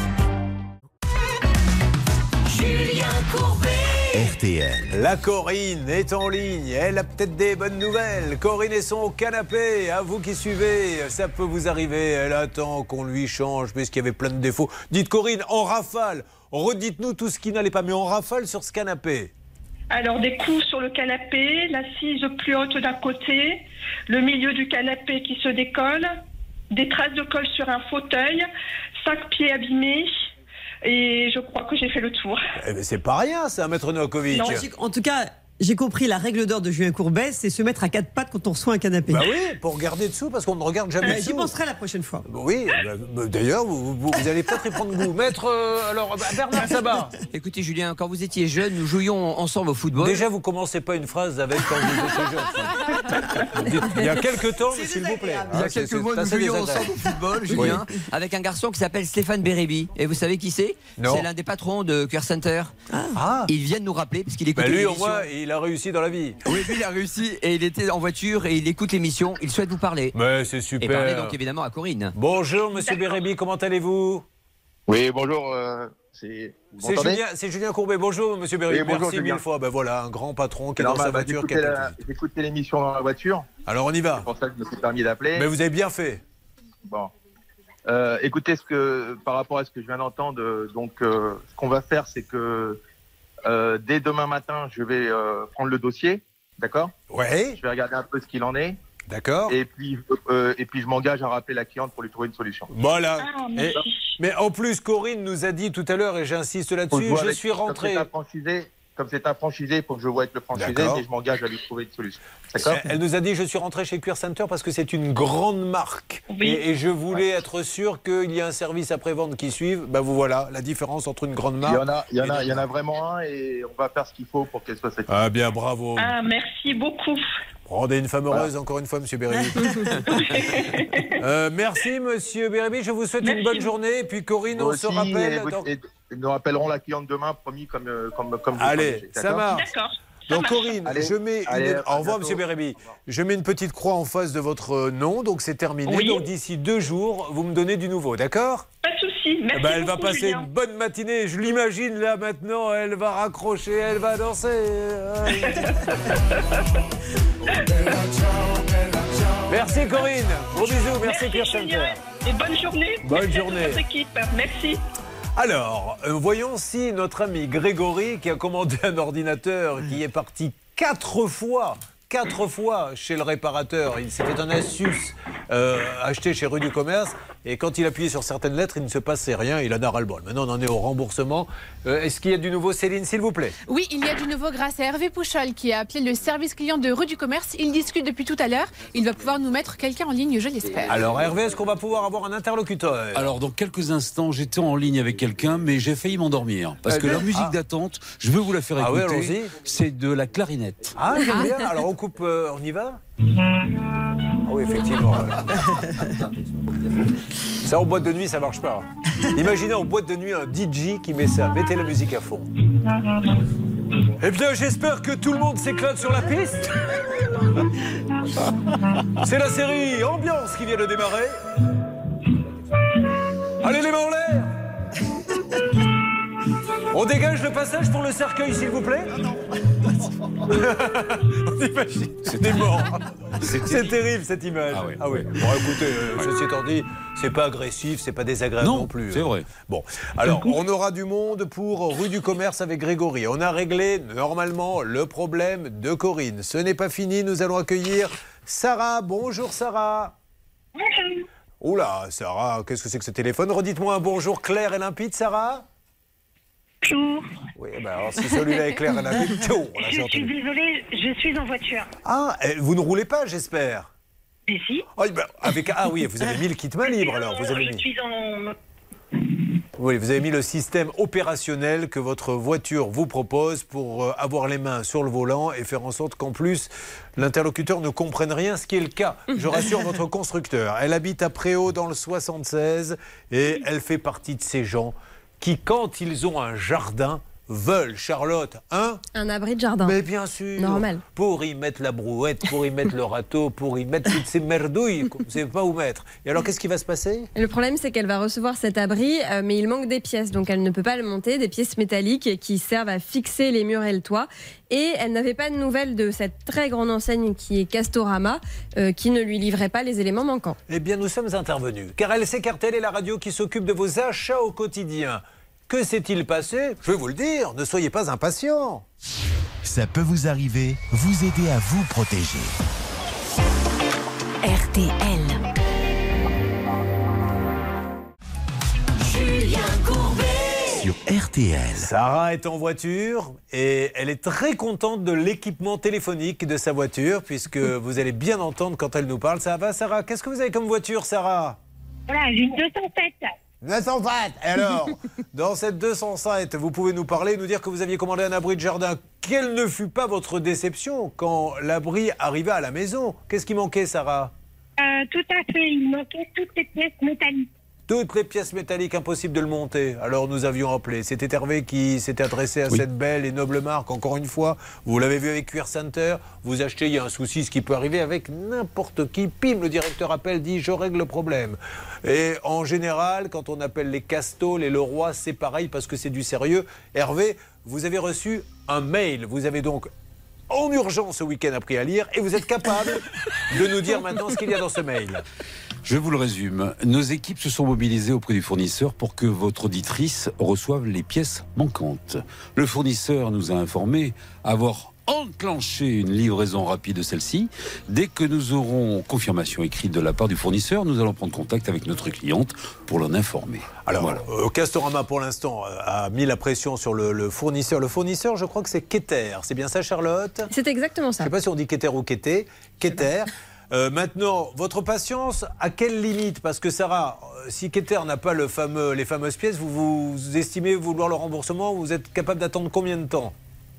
Julien Courbet. RTL. La Corinne est en ligne. Elle a peut-être des bonnes nouvelles. Corinne est son canapé. À vous qui suivez, ça peut vous arriver. Elle attend qu'on lui change puisqu'il y avait plein de défauts. Dites Corinne, en rafale, redites-nous tout ce qui n'allait pas, mais en rafale sur ce canapé. Alors, des coups sur le canapé, l'assise plus haute d'un côté, le milieu du canapé qui se décolle, des traces de colle sur un fauteuil, 5 pieds abîmés. Et je crois que j'ai fait le tour. Eh ben c'est pas rien, ça, Maître Novakovic. En tout cas, j'ai compris la règle d'or de Julien Courbet, c'est se mettre à 4 pattes quand on reçoit un canapé. Bah oui, pour regarder dessous, parce qu'on ne regarde jamais dessous. J'y penserai la prochaine fois. Oui, d'ailleurs, vous allez peut-être y prendre goût. Maître, alors, Bernard Sabat. Écoutez, Julien, quand vous étiez jeune, nous jouions ensemble au football. Déjà, vous commencez pas une phrase avec quand vous étiez jeune. Il y a quelques temps, s'il vous plaît. Il y a quelques mois, nous jouions ensemble au football, Julien, avec un garçon qui s'appelle Stéphane Bérébi. Et vous savez qui c'est? C'est l'un des patrons de Care Center. Ah. Il vient de nous rappeler, parce qu'il écoute lui, l'émission. au moins, il a réussi dans la vie. Oui, lui, il a réussi et il était en voiture et il écoute l'émission. Il souhaite vous parler. Mais c'est super. Et parler donc évidemment à Corinne. Bonjour, monsieur Bérébi, comment allez-vous? Oui, bonjour. C'est Julien Courbet. Bonjour, monsieur Bérébi. Oui, bonjour, merci Julien. mille fois. Ben voilà, un grand patron qui est dans sa voiture. J'écoutais l'émission dans la voiture. Alors on y va. C'est pour ça que je me suis permis d'appeler. Mais vous avez bien fait. Bon. Écoutez, par rapport à ce que je viens d'entendre, ce qu'on va faire, c'est que dès demain matin, je vais prendre le dossier, d'accord? Ouais. Je vais regarder un peu ce qu'il en est. D'accord. Et puis je m'engage à rappeler la cliente pour lui trouver une solution. Voilà. Mais en plus, Corinne nous a dit tout à l'heure, et j'insiste là-dessus, je suis rentré. Comme c'est un franchisé, il faut que je voie avec le franchisé, mais je m'engage à lui trouver une solution. D'accord ? Elle nous a dit, je suis rentré chez Care Center parce que c'est une grande marque. Oui. Et je voulais être sûr qu'il y a un service après-vente qui suive. Ben vous voilà, la différence entre une grande marque. Il y en a vraiment un et on va faire ce qu'il faut pour qu'elle soit satisfaite. Ah bien, bravo. Ah, merci beaucoup. Rendez une femme heureuse, encore une fois, monsieur Bérébi. Merci, monsieur Bérébi. Je vous souhaite une bonne journée. Et puis, Corinne, on se rappelle. Nous rappellerons la cliente demain, promis, comme allez, ça marche. D'accord. Donc, Corinne, je mets au revoir, monsieur Bérébi. Je mets une petite croix en face de votre nom, donc c'est terminé. Oui. Donc, d'ici 2 jours, vous me donnez du nouveau, d'accord? Pas de souci. Merci. Elle va passer Julien. une bonne matinée. Je l'imagine là maintenant. Elle va raccrocher, elle va danser. Merci Corinne. Gros bisous. Merci Care Center. Et bonne journée. Bonne journée. À toute votre équipe. Merci. Alors, voyons si notre ami Grégory, qui a commandé un ordinateur, qui est parti 4 fois chez le réparateur. C'était un Asus acheté chez Rue du Commerce. Et quand il appuyait sur certaines lettres, il ne se passait rien. Il en a ras-le-bol. Maintenant, on en est au remboursement. Est-ce qu'il y a du nouveau, Céline, s'il vous plaît? Oui, il y a du nouveau grâce à Hervé Pouchol qui a appelé le service client de Rue du Commerce. Il discute depuis tout à l'heure. Il va pouvoir nous mettre quelqu'un en ligne, je l'espère. Alors, Hervé, est-ce qu'on va pouvoir avoir un interlocuteur? Alors, dans quelques instants, j'étais en ligne avec quelqu'un, mais j'ai faili m'endormir. Parce que la musique d'attente, je veux vous la faire écouter. Oui, allons-y. C'est de la clarinette. Ah, j'aime bien. Alors, on coupe, on y va? Ah oui, effectivement. Ça, en boîte de nuit, ça marche pas. Imaginez en boîte de nuit un DJ qui met ça. Mettez la musique à fond. Eh bien, j'espère que tout le monde s'éclate sur la piste. C'est la série Ambiance qui vient de démarrer. Allez les mains en l'air. On dégage le passage pour le cercueil, s'il vous plaît. On imagine, c'est des morts. C'est terrible cette image. Ah oui. Bon, écoutez, ceci étant dit, c'est pas agressif, c'est pas désagréable non plus. C'est vrai. Bon, alors on aura du monde pour rue du Commerce avec Grégory. On a réglé normalement le problème de Corinne. Ce n'est pas fini, nous allons accueillir Sarah. Bonjour Sarah. Bonjour. Oula, Sarah, qu'est-ce que c'est que ce téléphone? Redites-moi un bonjour clair et limpide, Sarah. Bonjour. Oui, ben alors si celui-là est clair et limpide, je suis désolée, je suis en voiture. Ah, vous ne roulez pas, j'espère? Mais si. Oh, ben, oui, vous avez mis le kit main libre alors. Vous avez je suis en... Oui, vous avez mis le système opérationnel que votre voiture vous propose pour avoir les mains sur le volant et faire en sorte qu'en plus, l'interlocuteur ne comprenne rien, ce qui est le cas. Je rassure votre constructeur. Elle habite à Préau dans le 76 et elle fait partie de ces gens qui, quand ils ont un jardin, veulent, Charlotte, un abri de jardin. Mais bien sûr. Normal. Pour y mettre la brouette, pour y mettre le râteau, pour y mettre toutes ces merdouilles qu'on ne sait pas où mettre. Et alors, qu'est-ce qui va se passer? Le problème, c'est qu'elle va recevoir cet abri, mais il manque des pièces, donc elle ne peut pas le monter, des pièces métalliques qui servent à fixer les murs et le toit. Et elle n'avait pas de nouvelles de cette très grande enseigne qui est Castorama, qui ne lui livrait pas les éléments manquants. Eh bien, nous sommes intervenus, car LC Cartel est la radio qui s'occupe de vos achats au quotidien. Que s'est-il passé? Je vais vous le dire, ne soyez pas impatients. Ça peut vous arriver, vous aider à vous protéger. RTL. Julien Courbet. Sur RTL. Sarah est en voiture et elle est très contente de l'équipement téléphonique de sa voiture, puisque vous allez bien entendre quand elle nous parle. Ça va, Sarah? Qu'est-ce que vous avez comme voiture, Sarah? Voilà, j'ai une 207. 207. Et alors, dans cette 207, vous pouvez nous parler, nous dire que vous aviez commandé un abri de jardin. Quelle ne fut pas votre déception quand l'abri arriva à la maison? Qu'est-ce qui manquait, Sarah? Tout à fait, il manquait toutes les pièces métalliques. Toutes les pièces métalliques, impossible de le monter. Alors nous avions appelé. C'était Hervé qui s'était adressé à cette belle et noble marque. Encore une fois, vous l'avez vu avec Cuir Center. Vous achetez, il y a un souci, ce qui peut arriver avec n'importe qui. Pim, le directeur appelle, dit je règle le problème. Et en général, quand on appelle les Casto, les Leroy, c'est pareil parce que c'est du sérieux. Hervé, vous avez reçu un mail. Vous avez donc en urgence ce week-end appris à lire et vous êtes capable de nous dire maintenant ce qu'il y a dans ce mail. Je vous le résume. Nos équipes se sont mobilisées auprès du fournisseur pour que votre auditrice reçoive les pièces manquantes. Le fournisseur nous a informé avoir enclenché une livraison rapide de celle-ci. Dès que nous aurons confirmation écrite de la part du fournisseur, nous allons prendre contact avec notre cliente pour l'en informer. Alors, voilà. Castorama, pour l'instant, a mis la pression sur le fournisseur. Le fournisseur, je crois que c'est Keter. C'est bien ça, Charlotte? C'est exactement ça. Je ne sais pas si on dit Keter ou Keter. Keter. Maintenant, votre patience, à quelle limite? Parce que Sarah, si Keter n'a pas les fameuses pièces, vous estimez vouloir le remboursement, vous êtes capable d'attendre combien de temps?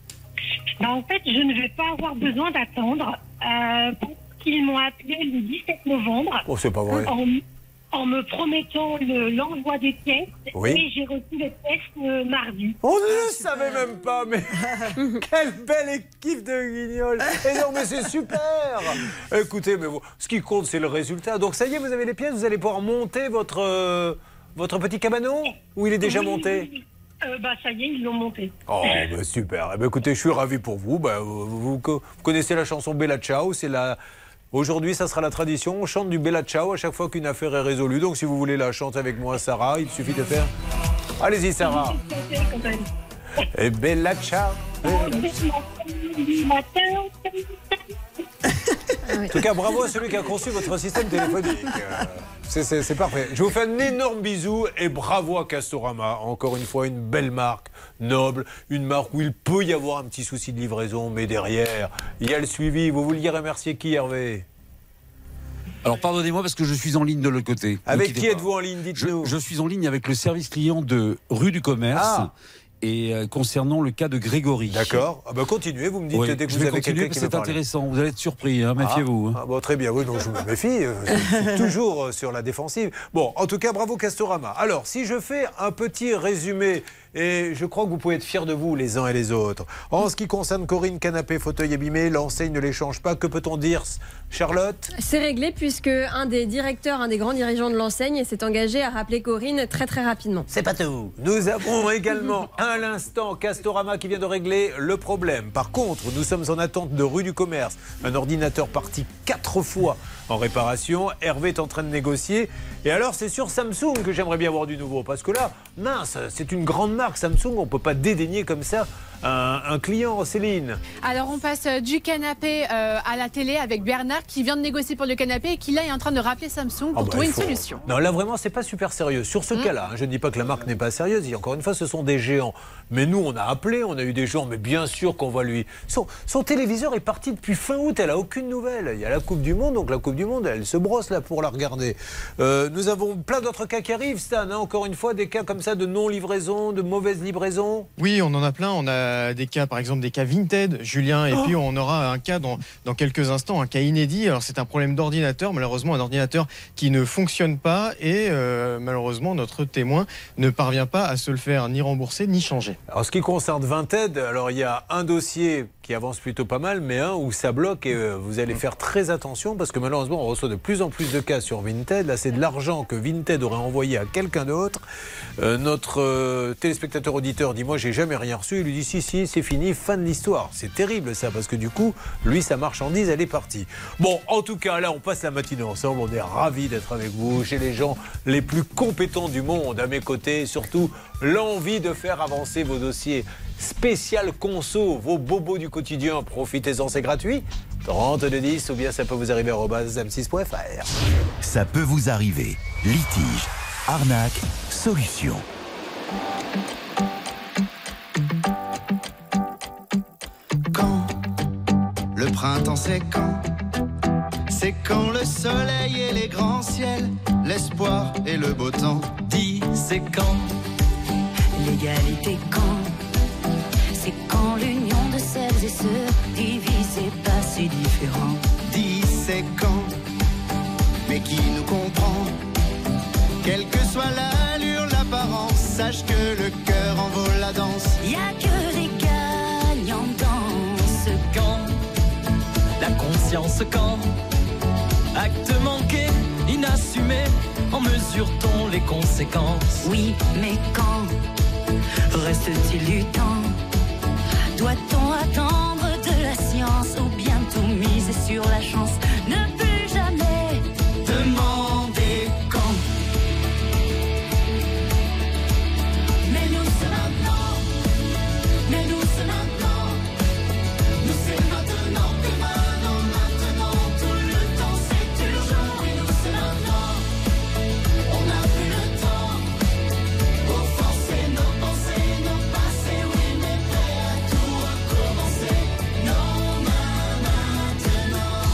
En fait, je ne vais pas avoir besoin d'attendre. Ils m'ont appelé le 17 novembre. Oh, c'est pas vrai. En me promettant l'envoi des pièces. Oui. Et j'ai reçu les pièces mardi. On ne le savait même pas, mais quelle belle équipe de guignols. Et non, mais c'est super. Écoutez, mais ce qui compte, c'est le résultat. Donc ça y est, vous avez les pièces, vous allez pouvoir monter votre petit cabanon? Ou il est déjà monté? Ça y est, ils l'ont monté. Oh, bah, super. Eh ben, écoutez, je suis ravi pour vous. Vous connaissez la chanson Bella Ciao, c'est la... Aujourd'hui, ça sera la tradition. On chante du Bella Ciao à chaque fois qu'une affaire est résolue. Donc, si vous voulez la chanter avec moi, Sarah, il suffit de faire... Allez-y, Sarah. Et Bella Ciao. En tout cas, bravo à celui qui a conçu votre système téléphonique. C'est parfait. Je vous fais un énorme bisou et bravo à Castorama. Encore une fois, une belle marque, noble, une marque où il peut y avoir un petit souci de livraison, mais derrière, il y a le suivi. Vous vouliez remercier qui, Hervé? Alors pardonnez-moi parce que je suis en ligne de l'autre côté. Avec qui êtes-vous en ligne, dites-nous? Je suis en ligne avec le service client de rue du Commerce. Et concernant le cas de Grégory. D'accord. Continuez, vous me dites dès que vous avez quelqu'un qui veut parler. C'est intéressant, vous allez être surpris, méfiez-vous. Très bien, oui, donc je me méfie, je suis toujours sur la défensive. Bon, en tout cas, bravo Castorama. Alors, si je fais un petit résumé et je crois que vous pouvez être fiers de vous les uns et les autres. En ce qui concerne Corinne, canapé, fauteuil abîmé, l'enseigne ne les change pas. Que peut-on dire, Charlotte? C'est réglé puisque un des grands dirigeants de l'enseigne s'est engagé à rappeler Corinne très très rapidement. C'est pas tout. Nous avons également à l'instant Castorama qui vient de régler le problème. Par contre, nous sommes en attente de rue du Commerce. Un ordinateur parti 4 fois en réparation. Hervé est en train de négocier. Et alors, c'est sur Samsung que j'aimerais bien avoir du nouveau. Parce que là, mince, c'est une grande marque Samsung. On ne peut pas dédaigner comme ça un client, Céline. Alors, on passe du canapé à la télé avec Bernard qui vient de négocier pour le canapé et qui là est en train de rappeler Samsung pour trouver une solution. Non, là vraiment, c'est pas super sérieux. Sur ce cas-là, je ne dis pas que la marque n'est pas sérieuse. Encore une fois, ce sont des géants. Mais nous, on a appelé, on a eu des gens, mais bien sûr qu'on va lui... Son téléviseur est parti depuis fin août, elle n'a aucune nouvelle. Il y a la Coupe du Monde, donc la Coupe du Monde, elle se brosse là pour la regarder. Nous avons plein d'autres cas qui arrivent, Stan. Encore une fois, des cas comme ça de non-livraison, de mauvaise livraison. Oui, on en a plein. On a des cas, par exemple, des cas Vinted, Julien, et puis on aura un cas dans quelques instants, un cas inédit. Alors c'est un problème d'ordinateur, malheureusement un ordinateur qui ne fonctionne pas et malheureusement notre témoin ne parvient pas à se le faire ni rembourser ni changer. En ce qui concerne Vinted, alors il y a un dossier qui avance plutôt pas mal, mais un où ça bloque et vous allez faire très attention parce que malheureusement on reçoit de plus en plus de cas sur Vinted. Là c'est de l'argent que Vinted aurait envoyé à quelqu'un d'autre. Notre téléspectateur auditeur dit moi j'ai jamais rien reçu. Il lui dit si c'est fini, fin de l'histoire. C'est terrible ça parce que du coup lui sa marchandise elle est partie. Bon en tout cas là on passe la matinée ensemble, on est ravis d'être avec vous chez les gens les plus compétents du monde à mes côtés, surtout l'envie de faire avancer vos dossiers. Spécial conso, vos bobos du quotidien, profitez-en, c'est gratuit. 3210 ou bien ça peut vous arriver @m6.fr. Ça peut vous arriver. Litige, arnaque, solution. Quand le printemps c'est quand? C'est quand le soleil et les grands ciels, l'espoir et le beau temps. Dis c'est quand? L'égalité quand? C'est quand l'union de celles et ceux divisés pas si différents. Dis c'est quand? Mais qui nous comprend? Quelle que soit l'allure, l'apparence, sache que le cœur en vaut la danse. Y a que des gagnants dans ce quand? La conscience quand? Acte manqué, inassumé, en mesure-t-on les conséquences? Oui, mais quand? Reste-t-il du temps? Doit-on attendre de la science ou bien tout miser sur la chance? Ne plus jamais demander quand. Mais nous c'est maintenant. Mais nous c'est maintenant. Nous c'est maintenant, maintenant, maintenant. Tout le temps c'est urgent. Et nous c'est maintenant. On n'a plus le temps pour forcer nos pensées, nos passés. Oui, mais prêt à tout recommencer. Non, maintenant.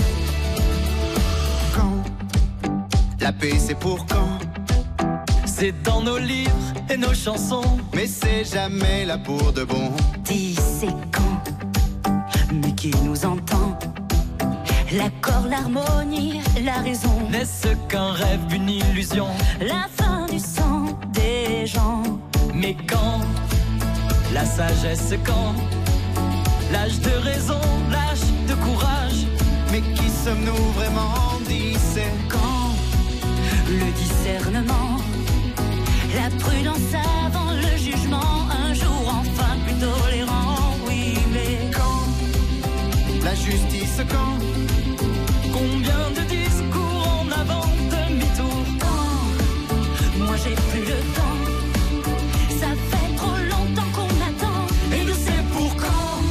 Quand la paix c'est pour quand? C'est dans nos livres et nos chansons. Mais c'est jamais là pour de bon. Dis c'est quand? Mais qui nous entend? L'accord, l'harmonie, la raison. N'est-ce qu'un rêve, une illusion? La fin du sang des gens. Mais quand? La sagesse quand? L'âge de raison, l'âge de courage. Mais qui sommes-nous vraiment? Dis c'est quand? Le discernement, la prudence avant le jugement. Un jour enfin plus tolérant. Oui, mais quand? La justice quand? Combien de discours en avant, demi-tour? Quand? Moi j'ai plus le temps. Ça fait trop longtemps qu'on attend. Et nous c'est pour quand?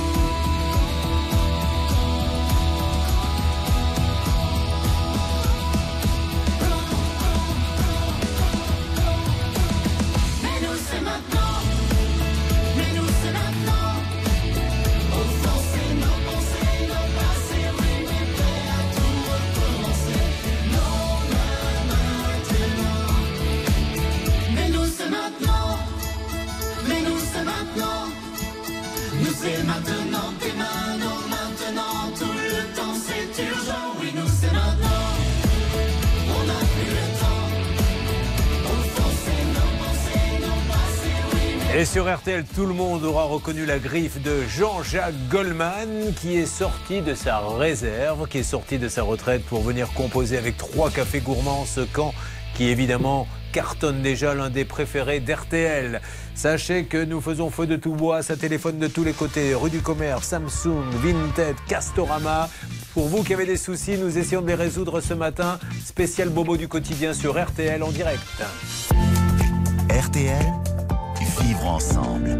Mais nous c'est maintenant. Mais nous c'est maintenant. Au fond c'est nos pensées, nos passés. Oui, mais Et sur RTL, tout le monde aura reconnu la griffe de Jean-Jacques Goldman qui est sorti de sa réserve, qui est sorti de sa retraite pour venir composer avec 3 cafés gourmands ce camp qui évidemment cartonne déjà, l'un des préférés d'RTL. Sachez que nous faisons feu de tout bois, ça téléphone de tous les côtés, rue du Commerce, Samsung, Vinted, Castorama. Pour vous qui avez des soucis, nous essayons de les résoudre ce matin. Spécial Bobo du quotidien sur RTL en direct. RTL, vivre ensemble.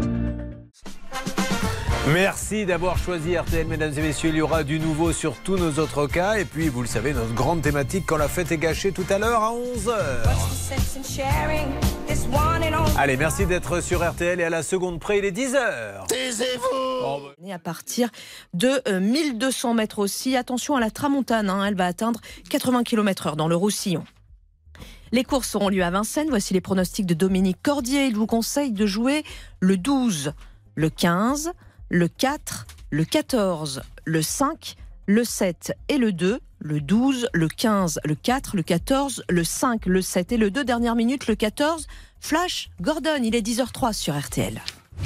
Merci d'avoir choisi RTL, mesdames et messieurs. Il y aura du nouveau sur tous nos autres cas. Et puis, vous le savez, notre grande thématique quand la fête est gâchée tout à l'heure à 11h. Allez, merci d'être sur RTL et à la seconde près, il est 10h. Taisez-vous. À partir de 1200 mètres aussi. Attention à la tramontane, elle va atteindre 80 km/h dans le Roussillon. Les courses auront lieu à Vincennes. Voici les pronostics de Dominique Cordier. Il vous conseille de jouer le 12, le 15, le 4, le 14, le 5, le 7 et le 2, le 12, le 15, le 4, le 14, le 5, le 7 et le 2. Dernière minute, le 14, Flash Gordon. Il est 10h03 sur RTL.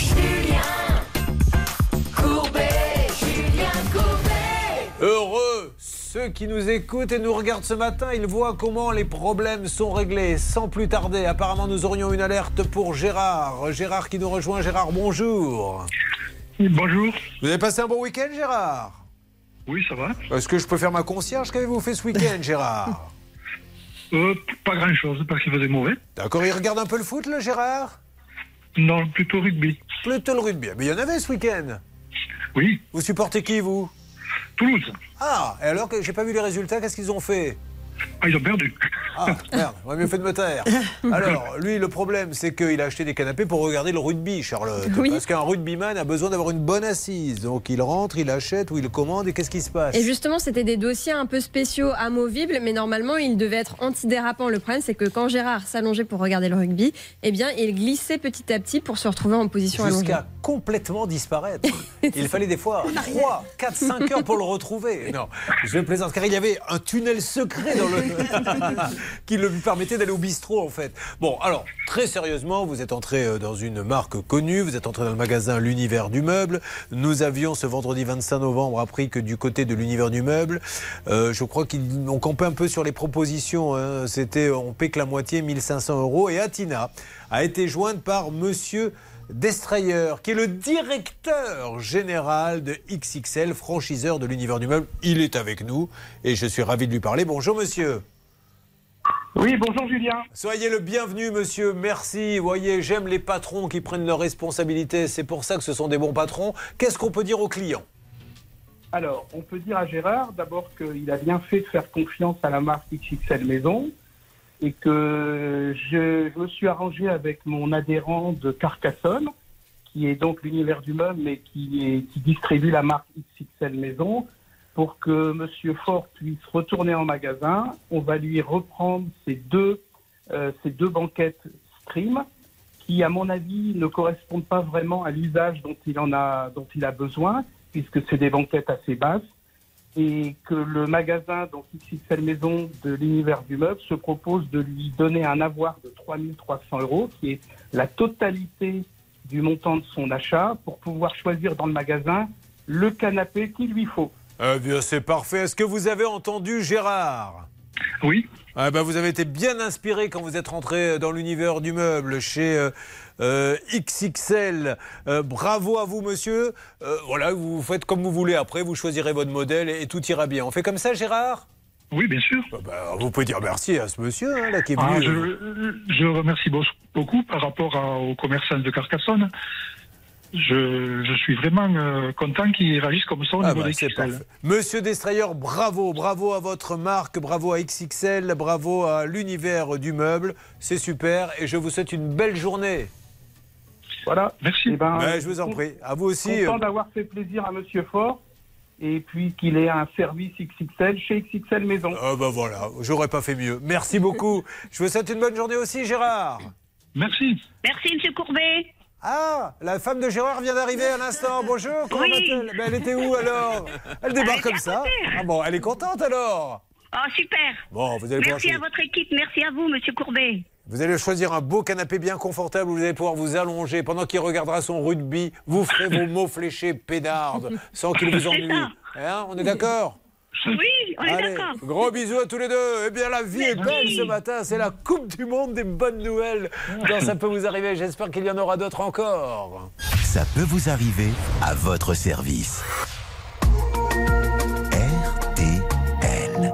Heureux ceux qui nous écoutent et nous regardent ce matin, ils voient comment les problèmes sont réglés. Sans plus tarder, apparemment nous aurions une alerte pour Gérard. Gérard qui nous rejoint. Gérard, bonjour. Bonjour. Vous avez passé un bon week-end, Gérard? Oui, ça va. Est-ce que je peux faire ma concierge? Qu'avez-vous fait ce week-end, Gérard? Pas grand-chose, parce qu'il faisait mauvais. D'accord, il regarde un peu le foot, le Gérard? Non, plutôt rugby. Plutôt le rugby. Mais il y en avait ce week-end? Oui. Vous supportez qui, vous? Toulouse. Ah, et alors que j'ai pas vu les résultats, qu'est-ce qu'ils ont fait? Ah, ils ont perdu. Ah, merde, on aurait mieux fait de me taire. Alors, lui, le problème, c'est qu'il a acheté des canapés pour regarder le rugby, Charlotte. Oui. Parce qu'un rugbyman a besoin d'avoir une bonne assise. Donc, il rentre, il achète ou il commande, et qu'est-ce qui se passe? Et justement, c'était des dossiers un peu spéciaux, amovibles, mais normalement, ils devaient être antidérapants. Le problème, c'est que quand Gérard s'allongeait pour regarder le rugby, eh bien, il glissait petit à petit pour se retrouver en position allongée. Jusqu'à complètement disparaître. Il fallait des fois 3, 4, 5 heures pour le retrouver. Non, je plaisante, car il y avait un tunnel secret dans le... qui lui permettait d'aller au bistrot, en fait. Bon, alors, très sérieusement, vous êtes entré dans une marque connue, vous êtes entré dans le magasin L'Univers du Meuble. Nous avions, ce vendredi 25 novembre, appris que du côté de l'Univers du Meuble, je crois qu'on campait un peu sur les propositions. Hein. C'était, on paie que la moitié, 1500 €. Et Atina a été jointe par monsieur Destrayer, qui est le directeur général de XXL, franchiseur de l'Univers du Meuble. Il est avec nous et je suis ravi de lui parler. Bonjour monsieur. Oui, bonjour Julien. Soyez le bienvenu monsieur, merci. Vous voyez, j'aime les patrons qui prennent leurs responsabilités, c'est pour ça que ce sont des bons patrons. Qu'est-ce qu'on peut dire aux clients? Alors, on peut dire à Gérard d'abord qu'il a bien fait de faire confiance à la marque XXL Maison et que je me suis arrangé avec mon adhérent de Carcassonne, qui est donc l'Univers du Meuble, mais qui distribue la marque XXL Maison, pour que M. Fort puisse retourner en magasin. On va lui reprendre ces deux banquettes Stream, qui, à mon avis, ne correspondent pas vraiment à l'usage dont il a besoin, puisque c'est des banquettes assez basses, et que le magasin, donc XXL Maison de l'Univers du Meuble, se propose de lui donner un avoir de 3 300 €, qui est la totalité du montant de son achat, pour pouvoir choisir dans le magasin le canapé qu'il lui faut. Eh bien, c'est parfait. Est-ce que vous avez entendu Gérard? Oui. Ah ben, vous avez été bien inspiré quand vous êtes rentré dans l'Univers du Meuble chez XXL. Bravo à vous, monsieur. Voilà, vous faites comme vous voulez. Après, vous choisirez votre modèle et tout ira bien. On fait comme ça, Gérard? Oui, bien sûr. Vous pouvez dire merci à ce monsieur là, qui est venu. Je remercie beaucoup par rapport aux commerçants de Carcassonne. Je suis vraiment content qu'ils réagissent comme ça au niveau des XXL. Monsieur Destrayer, bravo à votre marque, bravo à XXL, bravo à l'Univers du Meuble, c'est super et je vous souhaite une belle journée. Voilà, merci. Je vous en prie, à vous aussi. Content d'avoir fait plaisir à Monsieur Fort et puis qu'il ait un service XXL chez XXL Maison. Voilà, j'aurais pas fait mieux. Merci beaucoup. Je vous souhaite une bonne journée aussi, Gérard. Merci. Merci, Monsieur Courbet. Ah, la femme de Gérard vient d'arriver à l'instant. Bonjour, comment va-t-elle? Elle était où alors? Elle débarque comme ça. Ah bon, elle est contente alors? Oh, super. Bon, vous allez Merci à votre équipe, merci à vous, Monsieur Courbet. Vous allez choisir un beau canapé bien confortable où vous allez pouvoir vous allonger. Pendant qu'il regardera son rugby, vous ferez vos mots fléchés pédardes sans qu'il vous ennuie. Hein, on est d'accord ? Oui, on est Allez, d'accord. gros bisous à tous les deux. Eh bien, la vie est belle ce matin. C'est la Coupe du Monde des bonnes nouvelles. Donc, ça peut vous arriver. J'espère qu'il y en aura d'autres encore. Ça peut vous arriver à votre service. RTL.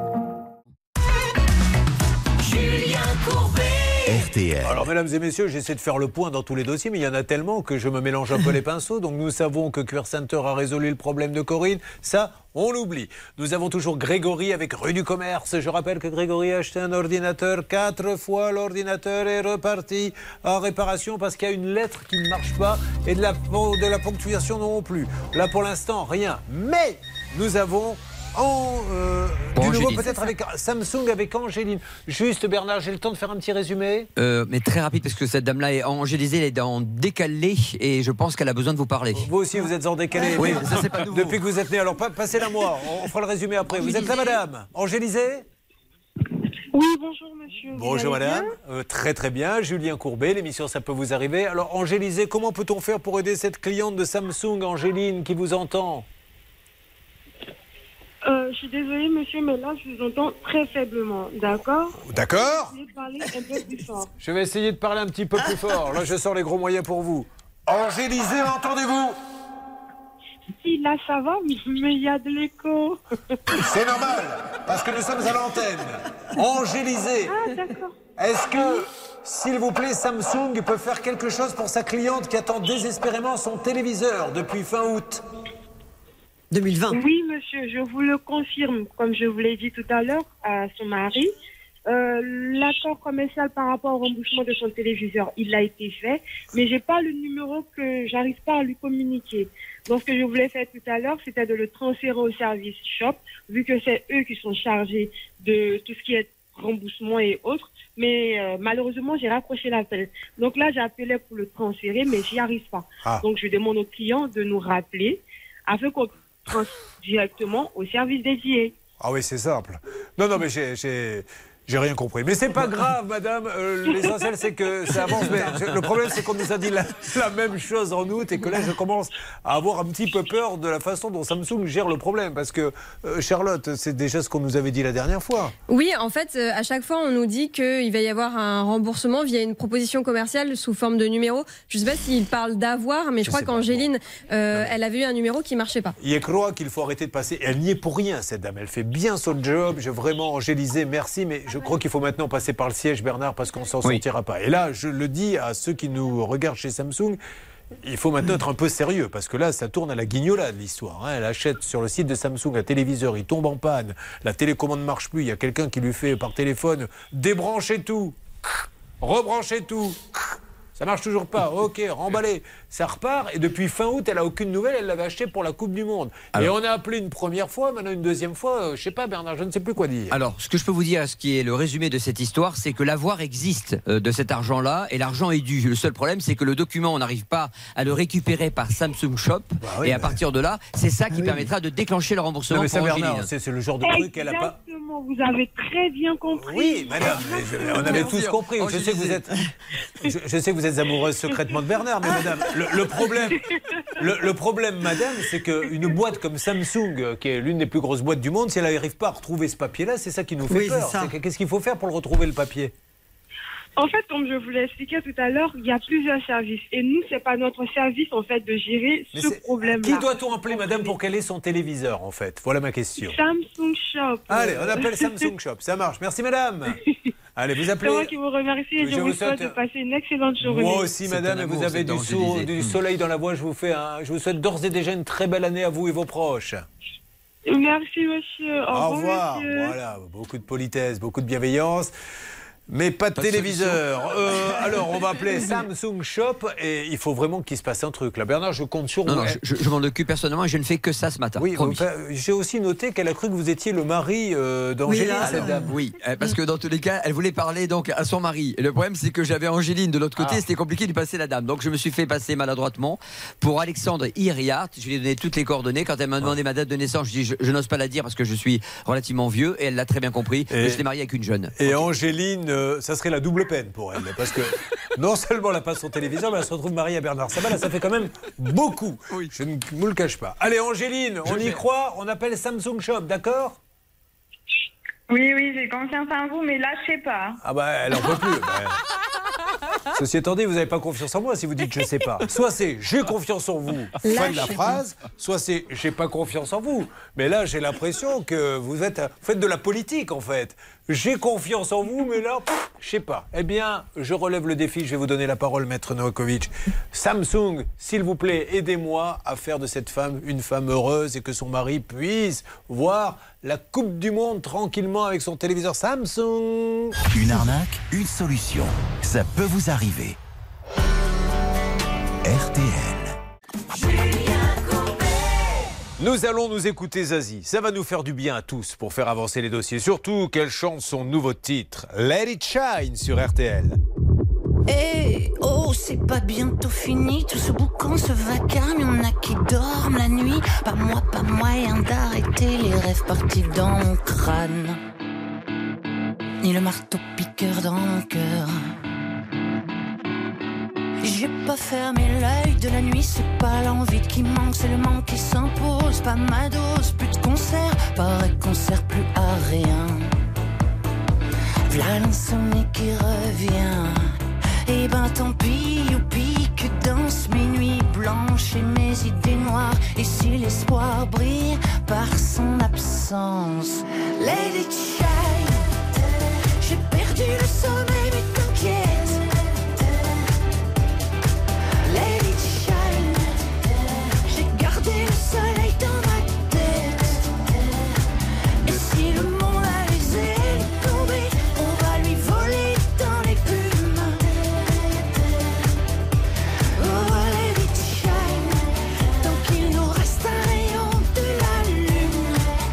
Julien Courbet. RTL. Alors, mesdames et messieurs, j'essaie de faire le point dans tous les dossiers, mais il y en a tellement que je me mélange un peu les pinceaux. Donc, nous savons que Queer Center a résolu le problème de Corinne. Ça, on l'oublie. Nous avons toujours Grégory avec rue du Commerce. Je rappelle que Grégory a acheté un ordinateur. 4 fois l'ordinateur est reparti en réparation parce qu'il y a une lettre qui ne marche pas et de la ponctuation non plus. Là, pour l'instant, rien. Mais nous avons du nouveau peut-être avec Samsung, avec Angéline. Juste Bernard, j'ai le temps de faire un petit résumé. Mais très rapide parce que cette dame-là est angélisée, elle est en décalé et je pense qu'elle a besoin de vous parler. Vous aussi vous êtes en décalé. Oui, ça c'est pas nouveau. Depuis que vous êtes né, alors passez-la moi, on fera le résumé après. Vous êtes là madame, angélisée? Oui, bonjour monsieur. Bonjour madame, très très bien, Julien Courbet, l'émission Ça peut vous arriver. Alors angélisée, comment peut-on faire pour aider cette cliente de Samsung, Angéline, qui vous entend? Je suis désolée, monsieur, mais là, je vous entends très faiblement, d'accord? D'accord. Je vais parler un peu plus fort. Je vais essayer de parler un petit peu plus fort. Là, je sors les gros moyens pour vous. Angélisée, entendez-vous? Si, là, ça va, mais il y a de l'écho. C'est normal, parce que nous sommes à l'antenne. Angélisée. Ah, d'accord. Est-ce que, s'il vous plaît, Samsung peut faire quelque chose pour sa cliente qui attend désespérément son téléviseur depuis fin août 2020. Oui, monsieur, je vous le confirme. Comme je vous l'ai dit tout à l'heure à son mari, l'accord commercial par rapport au remboursement de son téléviseur, il a été fait, mais j'ai pas le numéro que j'arrive pas à lui communiquer. Donc, ce que je voulais faire tout à l'heure, c'était de le transférer au service shop, vu que c'est eux qui sont chargés de tout ce qui est remboursement et autres. Mais malheureusement, j'ai raccroché l'appel. Donc là, j'ai appelé pour le transférer, mais j'y arrive pas. Ah. Donc, je demande au client de nous rappeler afin qu'on directement au service dédié. Ah oui, c'est simple. Non, mais j'ai rien compris. Mais c'est pas grave, madame. L'essentiel, c'est que ça avance. Mais le problème, c'est qu'on nous a dit la même chose en août et que là, je commence à avoir un petit peu peur de la façon dont Samsung gère le problème. Parce que, Charlotte, c'est déjà ce qu'on nous avait dit la dernière fois. Oui, en fait, à chaque fois, on nous dit qu'il va y avoir un remboursement via une proposition commerciale sous forme de numéro. Je ne sais pas s'il parle d'avoir, mais je crois qu'Angéline, elle avait eu un numéro qui ne marchait pas. Il croit qu'il faut arrêter de passer. Elle n'y est pour rien, cette dame. Elle fait bien son job. J'ai vraiment angélisé, merci. Mais je crois qu'il faut maintenant passer par le siège, Bernard, parce qu'on ne s'en sortira pas. Et là, je le dis à ceux qui nous regardent chez Samsung, il faut maintenant être un peu sérieux, parce que là, ça tourne à la guignolade, l'histoire. Hein. Elle achète sur le site de Samsung un téléviseur, il tombe en panne, la télécommande ne marche plus, il y a quelqu'un qui lui fait par téléphone débranchez tout, rebranchez tout. Ça marche toujours pas. Ok, remballé. Ça repart. Et depuis fin août, elle a aucune nouvelle. Elle l'avait acheté pour la Coupe du Monde. Alors, et on a appelé une première fois, maintenant une deuxième fois. Je sais pas, Bernard, je ne sais plus quoi dire. Alors, ce que je peux vous dire, ce qui est le résumé de cette histoire, c'est que l'avoir existe de cet argent-là et l'argent est dû. Le seul problème, c'est que le document, on n'arrive pas à le récupérer par Samsung Shop. Et à partir de là, c'est ça qui permettra de déclencher le remboursement pour Angéline. C'est le genre de truc qu'elle a pas. Exactement, vous avez très bien compris. Oui, madame, on avait tous compris. Je sais que vous êtes amoureuse secrètement de Bernard, mais madame, le problème, madame, c'est qu'une boîte comme Samsung, qui est l'une des plus grosses boîtes du monde, si elle n'arrive pas à retrouver ce papier-là, c'est ça qui nous fait peur. Qu'est-ce qu'il faut faire pour le retrouver, le papier? En fait, comme je vous l'ai expliqué tout à l'heure, il y a plusieurs services. Et nous, c'est pas notre service, en fait, de gérer ce problème-là. Qui doit-on appeler, madame, pour qu'elle ait son téléviseur, en fait? Voilà ma question. Samsung Shop. Allez, on appelle Samsung Shop. Ça marche. Merci, madame. Allez, vous appelez. C'est moi qui vous remercie et je vous souhaite de passer une excellente journée. Moi aussi, madame, et vous avez du soleil dans la voix. Je vous souhaite d'ores et déjà une très belle année à vous et vos proches. Merci, monsieur. Au revoir. Monsieur. Voilà, beaucoup de politesse, beaucoup de bienveillance. Mais pas de téléviseur. Alors, on va appeler Samsung Shop et il faut vraiment qu'il se passe un truc. Là, Bernard, je compte sur vous. Non, je m'en occupe personnellement et je ne fais que ça ce matin. Oui, j'ai aussi noté qu'elle a cru que vous étiez le mari d'Angéline, cette dame. Oui, parce que dans tous les cas, elle voulait parler donc à son mari. Et le problème, c'est que j'avais Angéline de l'autre côté, c'était compliqué de passer la dame. Donc, je me suis fait passer maladroitement pour Alexandre Iriart. Je lui ai donné toutes les coordonnées. Quand elle m'a demandé ma date de naissance, je dis je n'ose pas la dire parce que je suis relativement vieux et elle l'a très bien compris. Et je l'ai marié avec une jeune. Et Angéline ça serait la double peine pour elle. Parce que non seulement elle n'a pas son téléviseur, mais elle se retrouve mariée à Bernard Sabat. Là, ça fait quand même beaucoup. Je ne vous le cache pas. Allez, Angéline, on y croit. On appelle Samsung Shop, d'accord? Oui, j'ai confiance en vous, mais lâchez pas. Ah bah, elle en peut plus. Ceci étant dit, vous n'avez pas confiance en moi si vous dites je sais pas. Soit c'est j'ai confiance en vous, fin de la phrase, soit c'est j'ai pas confiance en vous. Mais là, j'ai l'impression que vous faites de la politique en fait. J'ai confiance en vous, mais là, je sais pas. Eh bien, je relève le défi, je vais vous donner la parole, Maître Novakovic. Samsung, s'il vous plaît, aidez-moi à faire de cette femme une femme heureuse et que son mari puisse voir la Coupe du Monde tranquillement avec son téléviseur Samsung. Une arnaque, une solution. Ça peut vous arriver. RTL. Nous allons nous écouter Zazie. Ça va nous faire du bien à tous pour faire avancer les dossiers. Surtout qu'elle chante son nouveau titre, Let It Shine, sur RTL. Eh oh, c'est pas bientôt fini, tout ce boucan, ce vacarme, y'en a qui dorment la nuit. Pas moyen d'arrêter les rêves partis dans mon crâne, ni le marteau piqueur dans mon cœur. J'ai pas fermé l'œil de la nuit, c'est pas l'envie qui manque, c'est le manque qui s'impose. Pas ma dose, plus de concert, paraît qu'on sert plus à rien. V'là l'insomnie qui revient. Et ben tant pis, youpi, que dansent mes nuits blanches et mes idées noires. Et si l'espoir brille par son absence, let it shine. J'ai perdu le sommeil, mais t'inquiète. Let it shine. J'ai gardé le soleil dans ma tête. Et si le monde a les ailes tombées, on va lui voler dans les plumes. Oh, let it shine. Tant qu'il nous reste un rayon de la lune.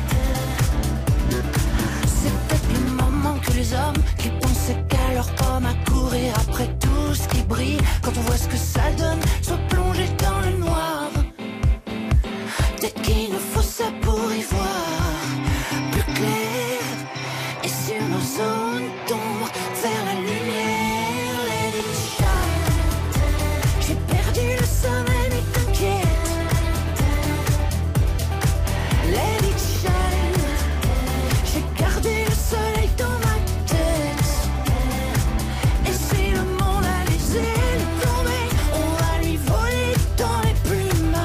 C'est peut-être le moment que les hommes qui pensaient qu'à leur homme à courir après tout ce qui brille, quand on voit ce que ça donne, soit plongé dans le noir. Peut-être qu'il nous faut ça pour y voir plus clair. Et sur nos zones d'ombre, vers la lumière, let it shine. J'ai perdu le sommeil, mais t'inquiète. Let it shine. J'ai gardé le soleil dans ma tête. Et si le monde a les ailes tombées, on va lui voler dans les plumes.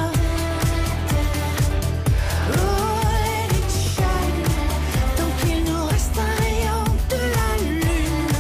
Oh, let it shine. Tant qu'il nous reste un rayon de la lune.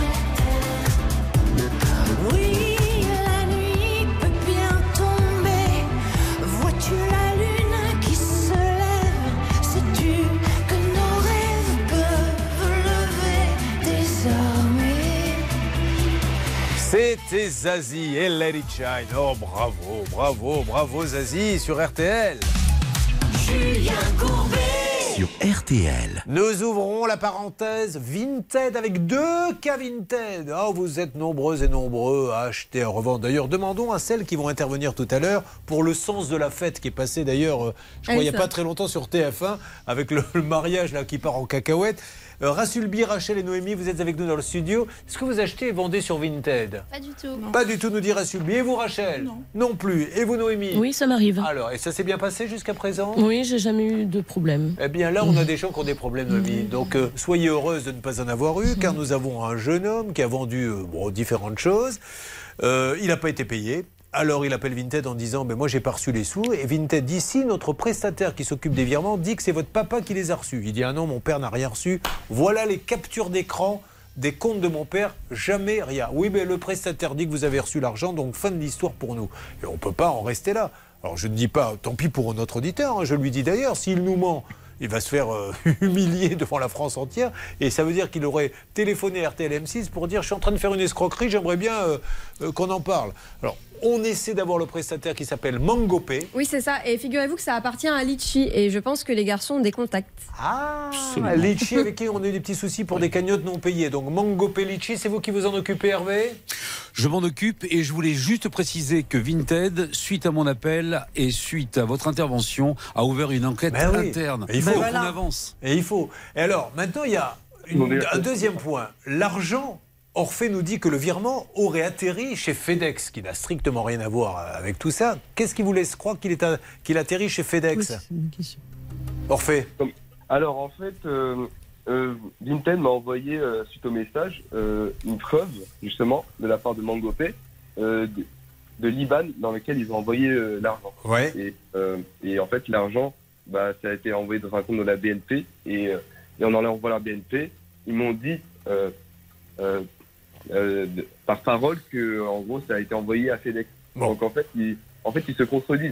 Oui, la nuit peut bien tomber. Vois-tu la lune qui se lève? Sais-tu que nos rêves peuvent lever désormais? C'était Zazie et Let It Shine. Oh, bravo Zazie sur RTL. Julien Courbet. Sur RTL. Nous ouvrons la parenthèse Vinted avec 2 cas Vinted. Oh, vous êtes nombreuses et nombreux à acheter, à revendre. D'ailleurs, demandons à celles qui vont intervenir tout à l'heure pour le sens de la fête qui est passé d'ailleurs, je crois, il n'y a pas très longtemps sur TF1 avec le mariage là, qui part en cacahuète. Rassulbi, Rachel et Noémie, vous êtes avec nous dans le studio. Est-ce que vous achetez et vendez sur Vinted? Pas du tout. Pas du tout, nous dit Rassulbi. Et vous, Rachel? Non plus. Et vous, Noémie? Oui, ça m'arrive. Alors, et ça s'est bien passé jusqu'à présent? Oui, j'ai jamais eu de problème. Eh bien, là, on a des gens qui ont des problèmes, Noémie. Donc, soyez heureuse de ne pas en avoir eu, car nous avons un jeune homme qui a vendu différentes choses. Il n'a pas été payé. Alors il appelle Vinted en disant moi j'ai pas reçu les sous, et Vinted dit si notre prestataire qui s'occupe des virements dit que c'est votre papa qui les a reçus. Il dit ah non, mon père n'a rien reçu, voilà les captures d'écran des comptes de mon père, jamais rien. Oui, mais le prestataire dit que vous avez reçu l'argent, donc fin de l'histoire pour nous. Et on peut pas en rester là. Alors je ne dis pas tant pis pour notre auditeur, je lui dis d'ailleurs s'il nous ment, il va se faire humilier devant la France entière, et ça veut dire qu'il aurait téléphoné à RTL M6 pour dire je suis en train de faire une escroquerie, j'aimerais bien qu'on en parle. Alors on essaie d'avoir le prestataire qui s'appelle Mangopé. Oui, c'est ça. Et figurez-vous que ça appartient à Litchi. Et je pense que les garçons ont des contacts. Ah, Litchi avec qui on a eu des petits soucis pour des cagnottes non payées. Donc Mangopé, Litchi, c'est vous qui vous en occupez, Hervé? Je m'en occupe, et je voulais juste préciser que Vinted, suite à mon appel et suite à votre intervention, a ouvert une enquête interne. Et il faut qu'on avance. Et il faut. Et alors, maintenant, il y a un deuxième point. L'argent Orphée nous dit que le virement aurait atterri chez FedEx, qui n'a strictement rien à voir avec tout ça. Qu'est-ce qui vous laisse croire qu'il atterrit chez FedEx? Orphée. Alors en fait, Vinted m'a envoyé, suite au message, une preuve justement de la part de MangoPay de l'IBAN dans lequel ils ont envoyé l'argent. Ouais. Et en fait, l'argent, ça a été envoyé dans un compte de la BNP et on en a envoyé à la BNP. Ils m'ont dit par parole que en gros ça a été envoyé à FedEx. Donc en fait ils se contredisent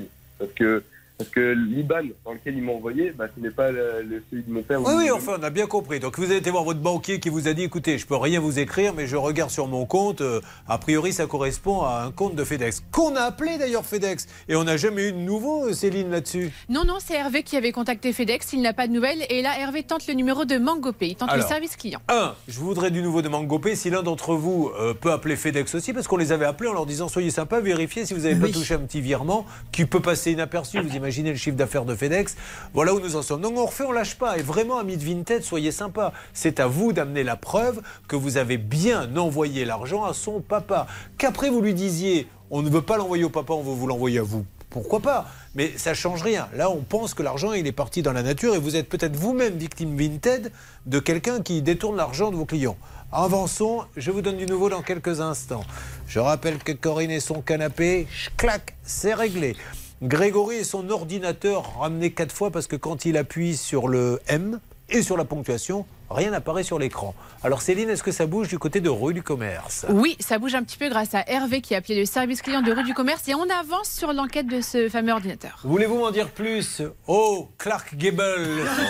parce que l'IBAN dans lequel ils m'ont envoyé, ce n'est pas celui de mon père. Oui, enfin, on a bien compris. Donc vous avez été voir votre banquier qui vous a dit, écoutez, je peux rien vous écrire, mais je regarde sur mon compte, a priori ça correspond à un compte de FedEx. Qu'on a appelé d'ailleurs FedEx. Et on n'a jamais eu de nouveau, Céline, là-dessus. Non, c'est Hervé qui avait contacté FedEx, il n'a pas de nouvelles. Et là, Hervé tente le numéro de MangoPay, il tente le service client. Je voudrais du nouveau de MangoPay. Si l'un d'entre vous peut appeler FedEx aussi, parce qu'on les avait appelés en leur disant, soyez sympa, vérifiez si vous n'avez pas touché un petit virement qui peut passer inaperçu. Vous imaginez le chiffre d'affaires de FedEx. Voilà où nous en sommes. Donc on lâche pas. Et vraiment, amis de Vinted, soyez sympas. C'est à vous d'amener la preuve que vous avez bien envoyé l'argent à son papa. Qu'après vous lui disiez, on ne veut pas l'envoyer au papa, on veut vous l'envoyer à vous. Pourquoi pas? Mais ça change rien. Là, on pense que l'argent, il est parti dans la nature et vous êtes peut-être vous-même victime Vinted de quelqu'un qui détourne l'argent de vos clients. Avançons, je vous donne du nouveau dans quelques instants. Je rappelle que Corinne et son canapé, clac, c'est réglé. Grégory et son ordinateur ramené 4 fois parce que quand il appuie sur le M et sur la ponctuation, rien n'apparaît sur l'écran. Alors Céline, est-ce que ça bouge du côté de rue du Commerce? Oui, ça bouge un petit peu grâce à Hervé qui a appelé le service client de rue du Commerce et on avance sur l'enquête de ce fameux ordinateur. Voulez-vous m'en dire plus? Oh, Clark Gable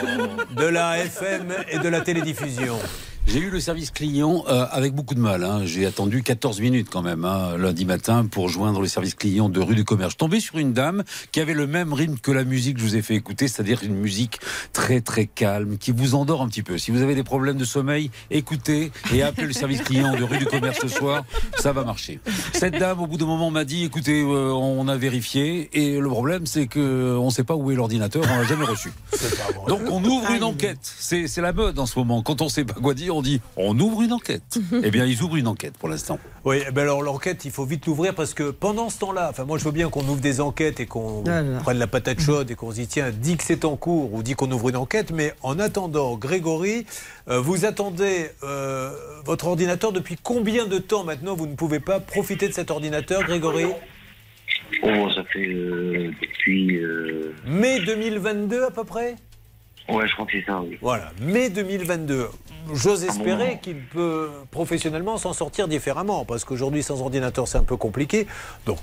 de la FM et de la télédiffusion. J'ai eu le service client avec beaucoup de mal. J'ai attendu 14 minutes quand même, lundi matin, pour joindre le service client de rue du Commerce. Je suis tombé sur une dame qui avait le même rythme que la musique que je vous ai fait écouter, c'est-à-dire une musique très très calme, qui vous endort un petit peu. Si vous avez des problèmes de sommeil, écoutez et appelez le service client de rue du Commerce ce soir, ça va marcher. Cette dame, au bout d'un moment, m'a dit, écoutez, on a vérifié, et le problème, c'est qu'on ne sait pas où est l'ordinateur, on ne l'a jamais reçu. Donc on ouvre une enquête. C'est la mode en ce moment. Quand on ne sait pas quoi dire, on dit on ouvre une enquête. Eh bien, ils ouvrent une enquête pour l'instant. Oui, alors l'enquête, il faut vite l'ouvrir parce que pendant ce temps-là, moi je veux bien qu'on ouvre des enquêtes et qu'on prenne la patate chaude et qu'on se dit tiens, dit que c'est en cours ou dit qu'on ouvre une enquête, mais en attendant, Grégory, vous attendez votre ordinateur depuis combien de temps maintenant? Vous ne pouvez pas profiter de cet ordinateur, Grégory? Oh, ça fait depuis... mai 2022 à peu près? Ouais, je crois que c'est ça, oui. Voilà, mai 2022. J'ose espérer qu'il peut professionnellement s'en sortir différemment, parce qu'aujourd'hui, sans ordinateur, c'est un peu compliqué. Donc,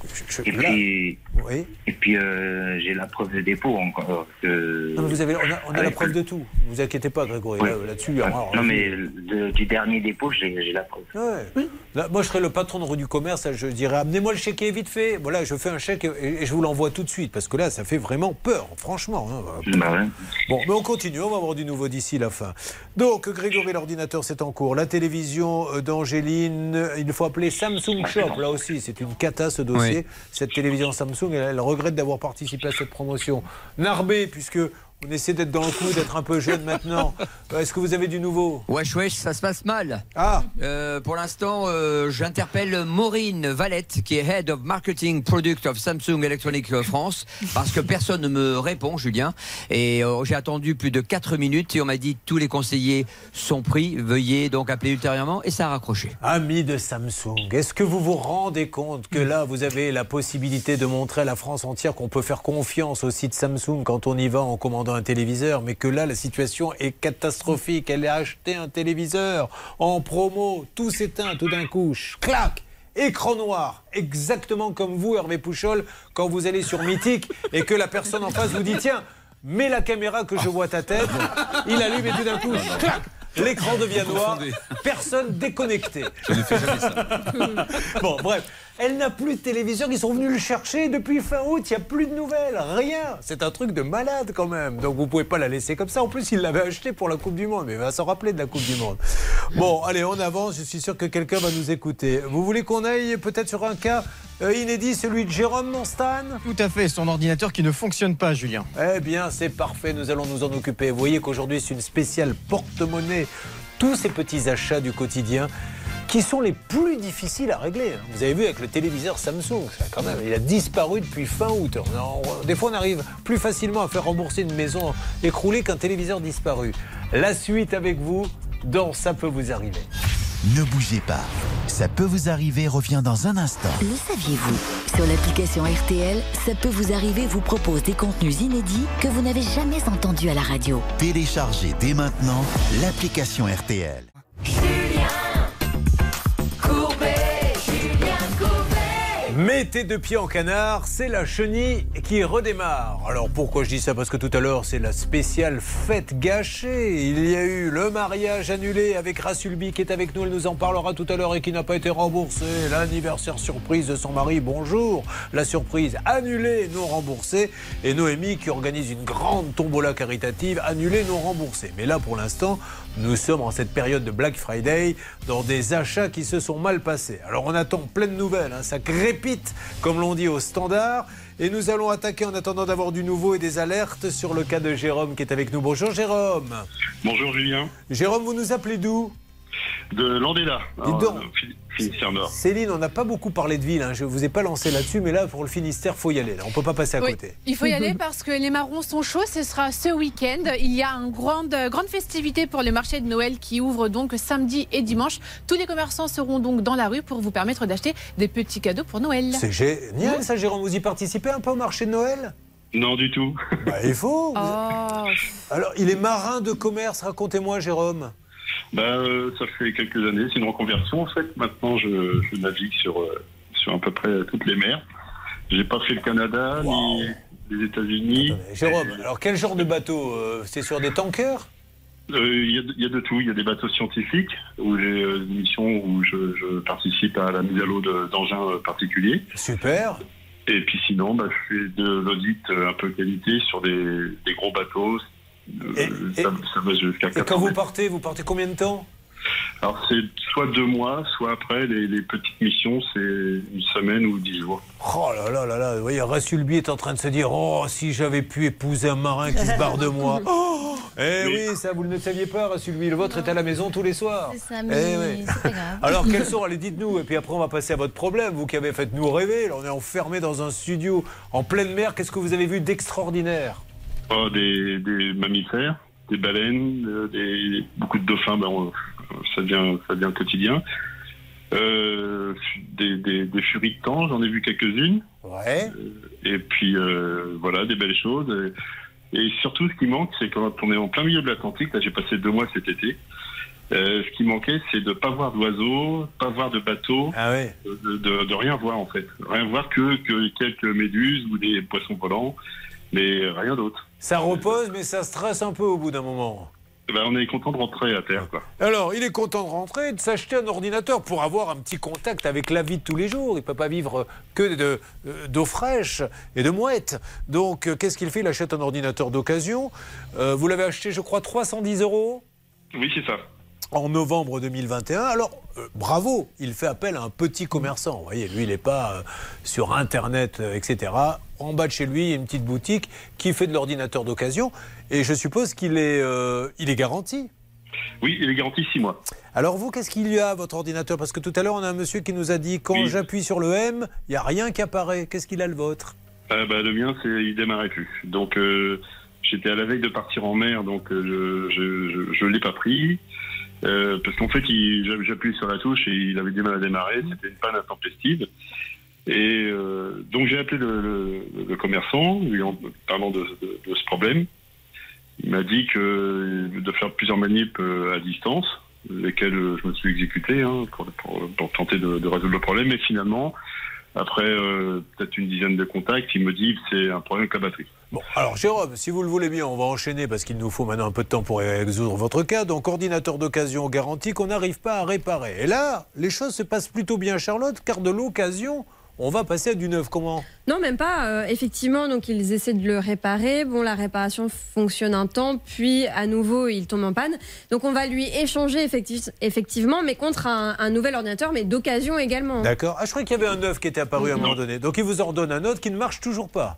et puis j'ai la preuve de dépôt encore. Non, mais on a la preuve de tout. Ne vous inquiétez pas, Grégory, là-dessus. Ouais. Non, mais du dernier dépôt, j'ai la preuve. Ouais. Là, moi, je serais le patron de rue du Commerce. Je dirais, amenez-moi le chéquier vite fait. Voilà, je fais un chèque et je vous l'envoie tout de suite, parce que là, ça fait vraiment peur, franchement. Ouais. Bon, mais on continue, on va avoir du nouveau d'ici la fin. Donc, Grégory, l'ordinateur, c'est en cours. La télévision d'Angéline, il faut appeler Samsung Shop. Là aussi, c'est une cata, ce dossier. Oui. Cette télévision Samsung, elle regrette d'avoir participé à cette promotion. Narbé, puisque on essaie d'être dans le coup, d'être un peu jeune maintenant. Est-ce que vous avez du nouveau? Wesh, ça se passe mal. Pour l'instant, j'interpelle Maureen Valette, qui est Head of Marketing Product of Samsung Electronics France, parce que personne ne me répond, Julien. Et j'ai attendu plus de 4 minutes et on m'a dit tous les conseillers sont pris. Veuillez donc appeler ultérieurement et ça a raccroché. Amis de Samsung, est-ce que vous vous rendez compte que là, vous avez la possibilité de montrer à la France entière qu'on peut faire confiance au site Samsung quand on y va en commandant un téléviseur, mais que là la situation est catastrophique. Elle a acheté un téléviseur en promo, tout s'éteint tout d'un coup, clac, écran noir, exactement comme vous, Hervé Pouchol, quand vous allez sur Mythique et que la personne en face vous dit tiens, mets la caméra que je vois ta tête, il allume et tout d'un coup, clac, l'écran devient noir, personne déconnecté. Je ne fais jamais ça. Bon, bref. Elle n'a plus de téléviseur, ils sont venus le chercher depuis fin août, il n'y a plus de nouvelles, rien. C'est un truc de malade quand même. Donc vous ne pouvez pas la laisser comme ça. En plus, il l'avait acheté pour la Coupe du Monde, mais il va s'en rappeler de la Coupe du Monde. Bon, allez, on avance, je suis sûr que quelqu'un va nous écouter. Vous voulez qu'on aille peut-être sur un cas inédit, celui de Jérôme, mon Stan? Tout à fait, son ordinateur qui ne fonctionne pas, Julien. Eh bien, c'est parfait, nous allons nous en occuper. Vous voyez qu'aujourd'hui, c'est une spéciale porte-monnaie. Tous ces petits achats du quotidien qui sont les plus difficiles à régler. Vous avez vu avec le téléviseur Samsung, ça, quand même, il a disparu depuis fin août. Des fois, on arrive plus facilement à faire rembourser une maison écroulée qu'un téléviseur disparu. La suite avec vous dans Ça peut vous arriver. Ne bougez pas. Ça peut vous arriver revient dans un instant. Le saviez-vous? Sur l'application RTL, Ça peut vous arriver vous propose des contenus inédits que vous n'avez jamais entendus à la radio. Téléchargez dès maintenant l'application RTL. Mettez deux pieds en canard, c'est la chenille qui redémarre. Alors pourquoi je dis ça? Parce que tout à l'heure c'est la spéciale fête gâchée. Il y a eu le mariage annulé avec Rassulbi qui est avec nous, elle nous en parlera tout à l'heure et qui n'a pas été remboursé. L'anniversaire surprise de son mari, bonjour. La surprise annulée, non remboursée. Et Noémie qui organise une grande tombola caritative, annulée, non remboursée. Mais là pour l'instant, nous sommes en cette période de Black Friday dans des achats qui se sont mal passés. Alors on attend plein de nouvelles, ça crépite comme l'on dit au standard. Et nous allons attaquer en attendant d'avoir du nouveau et des alertes sur le cas de Jérôme qui est avec nous. Bonjour Jérôme. Bonjour Julien. Jérôme, vous nous appelez d'où? De Landella. Dites donc, Finistère Nord. Céline, on n'a pas beaucoup parlé de ville, je ne vous ai pas lancé là-dessus, mais là pour le Finistère, il faut y aller. Là. On ne peut pas passer à côté. Il faut y aller parce que les marrons sont chauds, ce sera ce week-end. Il y a une grande festivité pour le marché de Noël qui ouvre donc samedi et dimanche. Tous les commerçants seront donc dans la rue pour vous permettre d'acheter des petits cadeaux pour Noël. C'est génial ça Jérôme, vous y participez un peu au marché de Noël? Non du tout. Il faut. Alors il est marin de commerce, racontez-moi Jérôme. Ça fait quelques années, c'est une reconversion en fait. Maintenant, je navigue sur à peu près toutes les mers. J'ai pas fait le Canada ni les États-Unis. Attendez, Jérôme, alors quel genre de bateau? C'est sur des tankers? Il y a de tout. Il y a des bateaux scientifiques où j'ai une mission où je participe à la mise à l'eau d'engins particuliers. Super. Et puis sinon, je fais de l'audit un peu qualité sur des gros bateaux. Ça va jusqu'à 4 Et quand vous partez combien de temps? Alors c'est soit 2 mois, soit après les petites missions, c'est une semaine ou 10 jours. Oh là là là là, vous voyez, Rassulbi est en train de se dire oh si j'avais pu épouser un marin qui se barre de moi. Oui, ça vous ne le saviez pas, Rassulbi, le vôtre est à la maison tous les soirs. C'est ça, mais c'est pas grave. Alors quels sont, allez dites-nous, et puis après on va passer à votre problème, vous qui avez fait nous rêver, là, on est enfermé dans un studio en pleine mer, qu'est-ce que vous avez vu d'extraordinaire? Des mammifères, des baleines, beaucoup de dauphins, ça devient quotidien. Des furies de temps, j'en ai vu quelques-unes. Ouais. Et puis voilà, des belles choses. Et surtout, ce qui manque, c'est quand on est en plein milieu de l'Atlantique. Là, j'ai passé 2 mois cet été. Ce qui manquait, c'est de pas voir d'oiseaux, pas voir de bateaux, de rien voir en fait, rien voir que quelques méduses ou des poissons volants. Mais rien d'autre. Ça repose, mais ça stresse un peu au bout d'un moment. On est content de rentrer à terre, quoi. Alors, il est content de rentrer et de s'acheter un ordinateur pour avoir un petit contact avec la vie de tous les jours. Il ne peut pas vivre que d'eau fraîche et de mouettes. Donc, qu'est-ce qu'il fait? Il achète un ordinateur d'occasion. Vous l'avez acheté, je crois, 310 €? Oui, c'est ça. En novembre 2021. Alors, bravo, il fait appel à un petit commerçant. Vous voyez, lui, il n'est pas sur Internet, etc. En bas de chez lui, il y a une petite boutique qui fait de l'ordinateur d'occasion. Et je suppose qu'il est garanti. Oui, il est garanti 6 mois. Alors vous, qu'est-ce qu'il y a à votre ordinateur? Parce que tout à l'heure, on a un monsieur qui nous a dit, quand j'appuie sur le M, il n'y a rien qui apparaît. Qu'est-ce qu'il a le vôtre? Le mien, il démarrait plus. Donc, j'étais à la veille de partir en mer, donc je ne l'ai pas pris. Parce qu'en fait, j'appuyais sur la touche et il avait du mal à démarrer. C'était une panne intempestive. Et donc j'ai appelé le commerçant, lui en parlant de ce problème. Il m'a dit de faire plusieurs manips à distance, lesquelles je me suis exécuté pour tenter de résoudre le problème. Et finalement, après peut-être une dizaine de contacts, il me dit que c'est un problème avec la batterie. Bon, alors Jérôme, si vous le voulez bien, on va enchaîner parce qu'il nous faut maintenant un peu de temps pour résoudre votre cas. Donc ordinateur d'occasion garanti qu'on n'arrive pas à réparer. Et là, les choses se passent plutôt bien, Charlotte, car de l'occasion, on va passer à du neuf. Comment? Non, même pas. Effectivement, donc ils essaient de le réparer. Bon, la réparation fonctionne un temps, puis à nouveau, il tombe en panne. Donc on va lui échanger effectivement, mais contre un nouvel ordinateur, mais d'occasion également. D'accord. Ah, je croyais qu'il y avait un neuf qui était apparu à un moment donné. Donc il vous en redonne un autre qui ne marche toujours pas. Oui.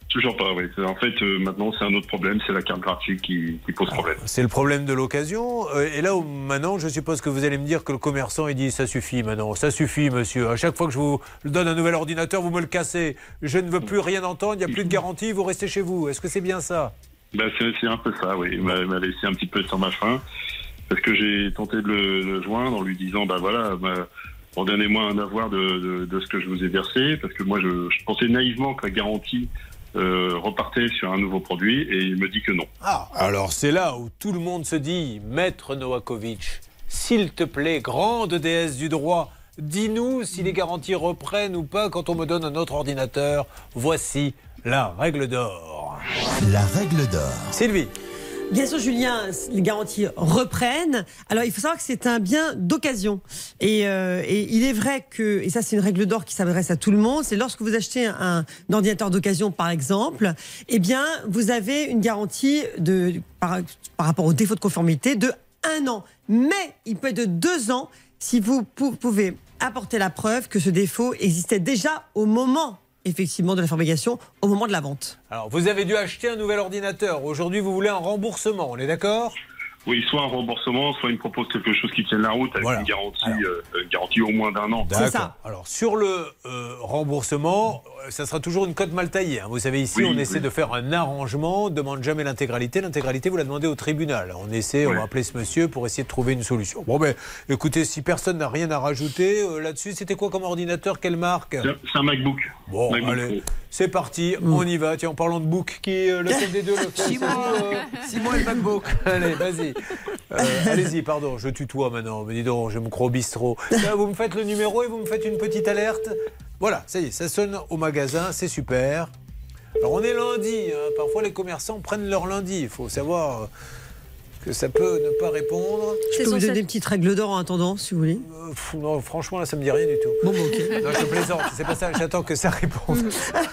Toujours pas, oui. En fait, maintenant, c'est un autre problème, c'est la carte graphique qui pose problème. C'est le problème de l'occasion. Et là, maintenant, je suppose que vous allez me dire que le commerçant, il dit ça suffit maintenant, ça suffit, monsieur. À chaque fois que je vous donne un nouvel ordinateur, vous me le cassez. Je ne veux plus rien entendre, il n'y a plus de garantie, vous restez chez vous. Est-ce que c'est bien ça? Ben, c'est un peu ça, oui. Il m'a laissé un petit peu sur ma faim, parce que j'ai tenté de le joindre en lui disant, ben voilà, donnez-moi un avoir de ce que je vous ai versé, parce que moi, je pensais naïvement que la garantie repartait sur un nouveau produit, et il me dit que non. Ah, alors c'est là où tout le monde se dit, Maître Novakovic, s'il te plaît, grande déesse du droit, dis-nous si les garanties reprennent ou pas quand on me donne un autre ordinateur. Voici la règle d'or. La règle d'or. Sylvie. Bien sûr, Julien, les garanties reprennent. Alors, il faut savoir que c'est un bien d'occasion. Et il est vrai que, et ça c'est une règle d'or qui s'adresse à tout le monde, c'est lorsque vous achetez un ordinateur d'occasion, par exemple, eh bien, vous avez une garantie par rapport au défaut de conformité de 1 an. Mais il peut être de 2 ans si vous pouvez apporter la preuve que ce défaut existait déjà au moment effectivement de la fabrication, au moment de la vente. Alors, vous avez dû acheter un nouvel ordinateur. Aujourd'hui, vous voulez un remboursement, on est d'accord ? Oui, soit un remboursement, soit il me propose quelque chose qui tienne la route avec une garantie au moins d'1 an. D'accord. C'est ça. Alors, sur le remboursement, ça sera toujours une cote mal taillée. Hein. Vous savez, ici, on essaie de faire un arrangement, on ne demande jamais l'intégralité. L'intégralité, vous la demandez au tribunal. On va appeler ce monsieur pour essayer de trouver une solution. Bon, ben, écoutez, si personne n'a rien à rajouter là-dessus, c'était quoi comme ordinateur ? Quelle marque ? C'est un MacBook. Bon, MacBook allez, c'est parti, on y va. Tiens, en parlant de book, lequel des deux le fait ? Simon et le MacBook. Allez, vas-y. Allez-y, pardon, je tutoie maintenant. Mais dis donc, je me crois au bistrot. Là, vous me faites le numéro et vous me faites une petite alerte. Voilà, ça y est, ça sonne au magasin, c'est super. Alors, on est lundi. Hein. Parfois, les commerçants prennent leur lundi. Il faut savoir que ça peut ne pas répondre. Je peux vous donner une petite règle d'or en attendant, si vous voulez. Non, franchement, là, ça me dit rien du tout. Bon, ok. Non, je plaisante, c'est pas ça, j'attends que ça réponde.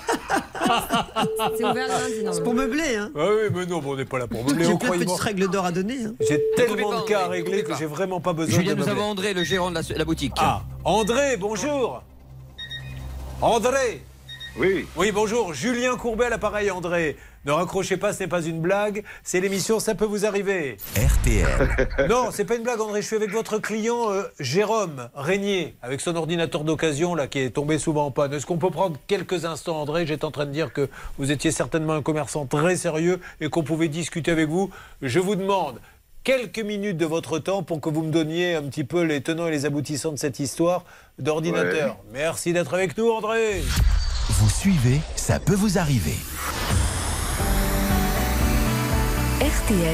C'est ouvert lundi, non. C'est pour meubler, hein. Ah oui, mais non, on n'est pas là pour meubler. J'ai plein de petites règles d'or à donner. Hein. J'ai tellement de cas à régler que j'ai vraiment pas besoin Julien, de nous meubler. avons André, le gérant de la boutique. Ah, André, bonjour. André. Oui. Oui, bonjour. Julien Courbet à l'appareil, André. Ne raccrochez pas, ce n'est pas une blague. C'est l'émission Ça peut vous arriver. RTL. Non, c'est pas une blague, André. Je suis avec votre client Jérôme Régnier, avec son ordinateur d'occasion là qui est tombé souvent en panne. Est-ce qu'on peut prendre quelques instants, André ? J'étais en train de dire que vous étiez certainement un commerçant très sérieux et qu'on pouvait discuter avec vous. Je vous demande quelques minutes de votre temps pour que vous me donniez un petit peu les tenants et les aboutissants de cette histoire d'ordinateur. Ouais. Merci d'être avec nous, André. Vous suivez, ça peut vous arriver. RTL.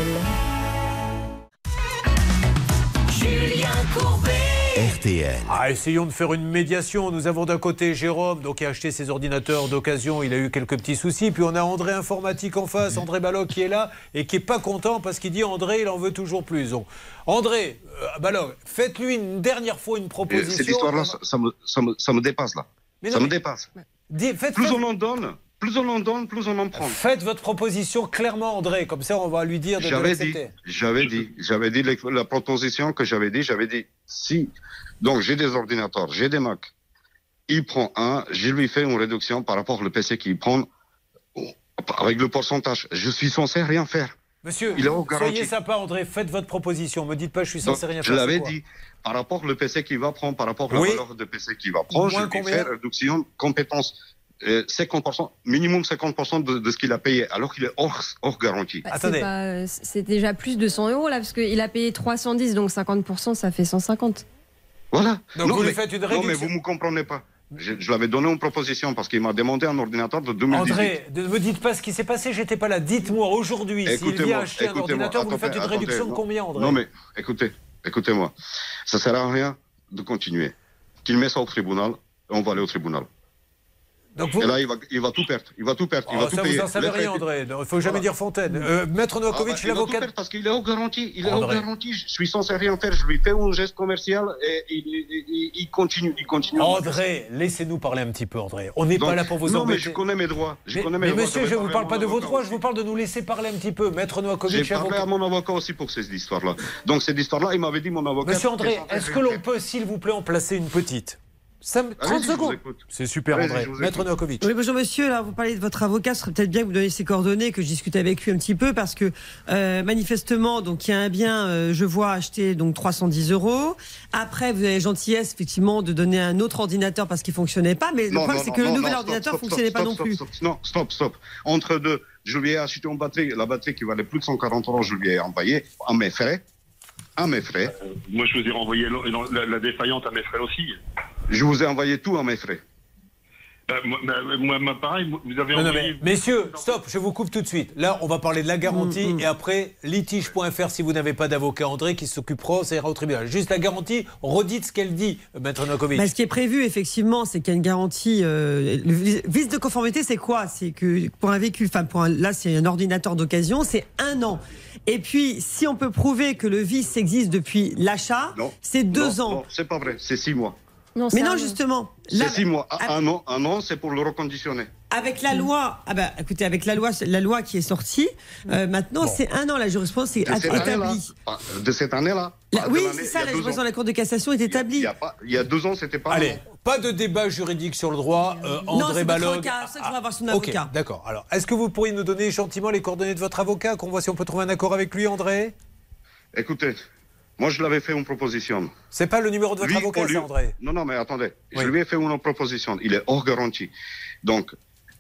Julien Courbet. RTL. Ah, essayons de faire une médiation. Nous avons d'un côté Jérôme, donc qui a acheté ses ordinateurs d'occasion. Il a eu quelques petits soucis. Puis on a André Informatique en face, André Balog qui est là et qui est pas content parce qu'il dit André, il en veut toujours plus. Donc, André Balog, faites-lui une dernière fois une proposition. Cette histoire-là, ça me dépasse là. Ça me dépasse. Plus on en donne, plus on en donne, plus on en prend. Faites votre proposition clairement, André. Comme ça, on va lui dire de l'accepter. J'avais dit la proposition que j'avais dit, si. Donc, j'ai des ordinateurs, j'ai des Mac. Il prend un, je lui fais une réduction par rapport au PC qu'il prend avec le pourcentage. Je suis censé rien faire. Monsieur, soyez sympa, André. Faites votre proposition. Me dites pas, je suis censé rien faire. Je l'avais dit. Par rapport au PC qu'il va prendre, par rapport à la valeur de PC qu'il va prendre, je lui fais réduction compétence. 50%, minimum 50% de ce qu'il a payé, alors qu'il est hors garantie. Attendez. C'est déjà plus de 100 € là, parce qu'il a payé 310, donc 50%, ça fait 150. Voilà. Donc vous lui faites une réduction. Non, mais vous ne me comprenez pas. Je lui avais donné une proposition parce qu'il m'a demandé un ordinateur de 2018. André, ne me dites pas ce qui s'est passé, j'étais pas là. Dites-moi aujourd'hui, s'il vient acheter un ordinateur, vous lui faites une réduction de combien, André ? Non, mais écoutez-moi. Ça ne sert à rien de continuer. Qu'il met ça au tribunal, on va aller au tribunal. Donc vous... Et là, il va tout perdre. Il va tout perdre. Il va tout payer. Vous en savez rien, André. Il ne faut jamais dire Fontaine. Maître Novakovic, l'avocat. Il va tout perdre parce qu'il est hors garantie. Il est hors garantie. Je suis censé rien faire. Je lui fais un geste commercial et il continue. André, laissez-nous parler un petit peu, André. On n'est pas là pour vous embêter. Non, mais je connais mes droits. Mais monsieur, je ne vous parle pas de vos droits. Je vous parle de nous laisser parler un petit peu. Maître Novakovic, j'ai parlé à mon avocat aussi pour cette histoire-là. Donc cette histoire-là, il m'avait dit mon avocat. Monsieur André, est-ce que l'on peut, s'il vous plaît, en placer une petite ? 30 Allez-y, je vous secondes. écoute. C'est super, Allez-y, André. je vous Maître écoute. Novakovic. Oui, bonjour monsieur. Là, vous parlez de votre avocat. Ce serait peut-être bien que vous donniez ses coordonnées, que je discute avec lui un petit peu, parce que manifestement, donc il y a un bien, je vois acheter donc 310 €. Après, vous avez la gentillesse effectivement de donner un autre ordinateur parce qu'il fonctionnait pas, mais le problème c'est que le nouvel ordinateur ne fonctionnait pas non plus. Stop. Entre deux, je lui ai acheté une batterie, la batterie qui valait plus de 140 €, je lui ai envoyé à mes frais. Moi, je vous ai renvoyé la défaillante à mes frais aussi. Je vous ai envoyé tout à mes frais. Moi, pareil, vous avez Non, envoyé... mais messieurs, stop, je vous coupe tout de suite. Là, on va parler de la garantie et après, litige.fr, si vous n'avez pas d'avocat, André, qui s'occupera, ça ira au tribunal. Juste la garantie, redites ce qu'elle dit, Maître Novakovic. Ce qui est prévu, effectivement, c'est qu'il y a une garantie. Le vice de conformité, c'est quoi? C'est que pour un véhicule, là, c'est un ordinateur d'occasion, c'est 1 an. Et puis, si on peut prouver que le vice existe depuis l'achat, c'est 2 ans. Non, c'est pas vrai, c'est 6 mois. Mais non, justement. C'est 6 mois. Un an, c'est pour le reconditionner. Avec la loi, écoutez, avec la loi qui est sortie, maintenant c'est 1 an, la jurisprudence est établie. De cette année-là. Oui, c'est ça, la jurisprudence de la Cour de cassation est établie. Il y a 2 ans, c'était pas. Allez, pas de débat juridique sur le droit. André Balog. C'est ça que je vais avoir son avocat. Ok, d'accord. Alors, est-ce que vous pourriez nous donner gentiment les coordonnées de votre avocat, qu'on voit si on peut trouver un accord avec lui, André? Écoutez. Moi, je l'avais fait une proposition. C'est pas le numéro de votre avocat, ça, André? Non, mais attendez. Oui. Je lui ai fait une proposition. Il est hors garantie. Donc,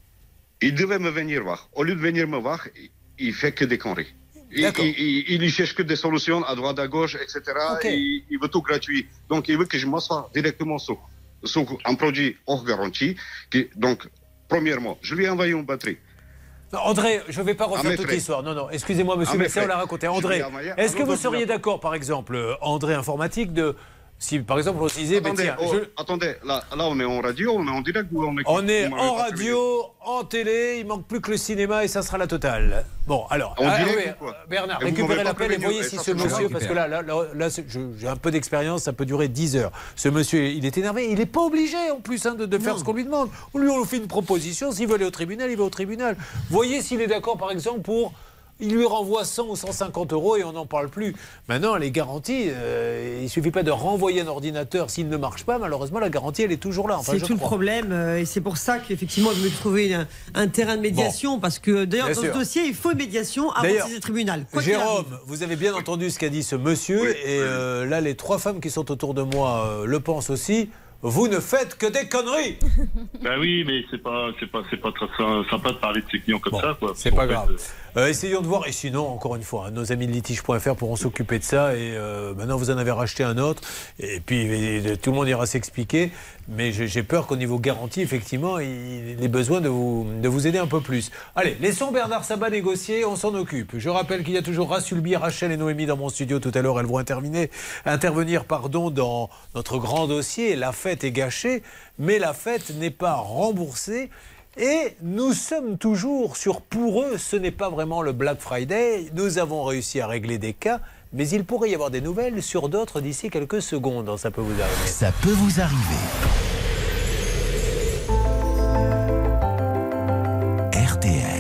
il devait me venir voir. Au lieu de venir me voir, il fait que des conneries. Il y cherche que des solutions à droite, à gauche, etc. Okay. Il veut tout gratuit. Donc, il veut que je m'assoie directement sur un produit hors garantie. Donc, premièrement, je lui ai envoyé une batterie. Non, André, je ne vais pas refaire toute l'histoire. Non, excusez-moi, monsieur Messia, on l'a raconté. André, est-ce que vous seriez d'accord, par exemple, André Informatique, si par exemple on se disait... Attendez, là on est en radio, on est en direct ou on est en radio, en télé, il manque plus que le cinéma et ça sera la totale. Bon, alors, Bernard, récupérez l'appel et voyez si ce monsieur, parce que là j'ai un peu d'expérience, ça peut durer 10 heures. Ce monsieur, il est énervé, il n'est pas obligé en plus de faire ce qu'on lui demande. On lui fait une proposition, s'il veut aller au tribunal, il va au tribunal. Voyez s'il est d'accord, par exemple, pour... Il lui renvoie 100 ou 150 € et on n'en parle plus. Maintenant, les garanties, il ne suffit pas de renvoyer un ordinateur. S'il ne marche pas, malheureusement, la garantie, elle est toujours là. C'est tout le problème. Et c'est pour ça qu'effectivement, il veut trouver un terrain de médiation. Parce que d'ailleurs, dans ce dossier, il faut une médiation avant de saisir le tribunal. Jérôme, vous avez bien entendu ce qu'a dit ce monsieur. Oui, et là, les 3 femmes qui sont autour de moi le pensent aussi. Vous ne faites que des conneries. Ben oui, mais c'est pas très sympa de parler de ses clients comme ça, quoi. C'est pas grave. Essayons de voir. Et sinon, encore une fois, nos amis de litige.fr pourront s'occuper de ça. Et maintenant, vous en avez racheté un autre. Et puis, tout le monde ira s'expliquer. Mais j'ai peur qu'au niveau garantie, effectivement, il ait besoin de vous aider un peu plus. Allez, laissons Bernard Sabat négocier. On s'en occupe. Je rappelle qu'il y a toujours Rassulbi, Rachel et Noémie dans mon studio. Tout à l'heure, elles vont intervenir dans notre grand dossier. La fête est gâchée, mais la fête n'est pas remboursée. Et nous sommes toujours sur pour eux, ce n'est pas vraiment le Black Friday. Nous avons réussi à régler des cas, mais il pourrait y avoir des nouvelles sur d'autres d'ici quelques secondes. Ça peut vous arriver. Ça peut vous arriver. RTL.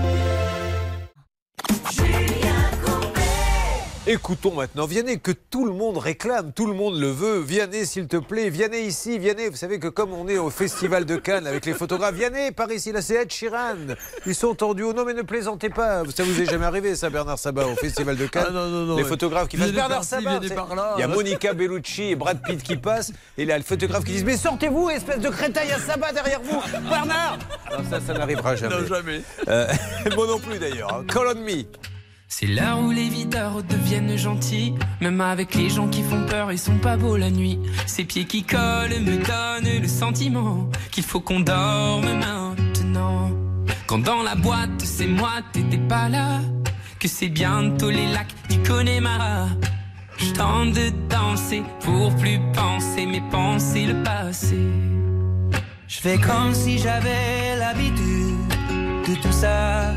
Écoutons maintenant Vianney, que tout le monde réclame, tout le monde le veut. Vianney, s'il te plaît, Vianney ici, Vianney. Vous savez que comme on est au Festival de Cannes avec les photographes, Vianney, par ici, là c'est Ed Sheeran. Ils sont en duo. Non mais ne plaisantez pas. Ça vous est jamais arrivé ça, Bernard Sabat, au Festival de Cannes? Non, les photographes qui passent. Bernard Sabat, il y a là. Monica Bellucci et Brad Pitt qui passent. Et là, le photographe qui dit mais sortez-vous, espèce de crétin, il y a Sabat derrière vous. Bernard. Alors ça n'arrivera jamais. Non, jamais. Moi non plus d'ailleurs. Call on me. C'est l'heure où les videurs deviennent gentils. Même avec les gens qui font peur, ils sont pas beaux la nuit. Ces pieds qui collent me donnent le sentiment qu'il faut qu'on dorme maintenant. Quand dans la boîte, c'est moi, t'étais pas là. Que c'est bientôt les lacs du Connemara. Je tente de danser pour plus penser, mais penser le passé. Je fais comme si j'avais l'habitude de tout ça.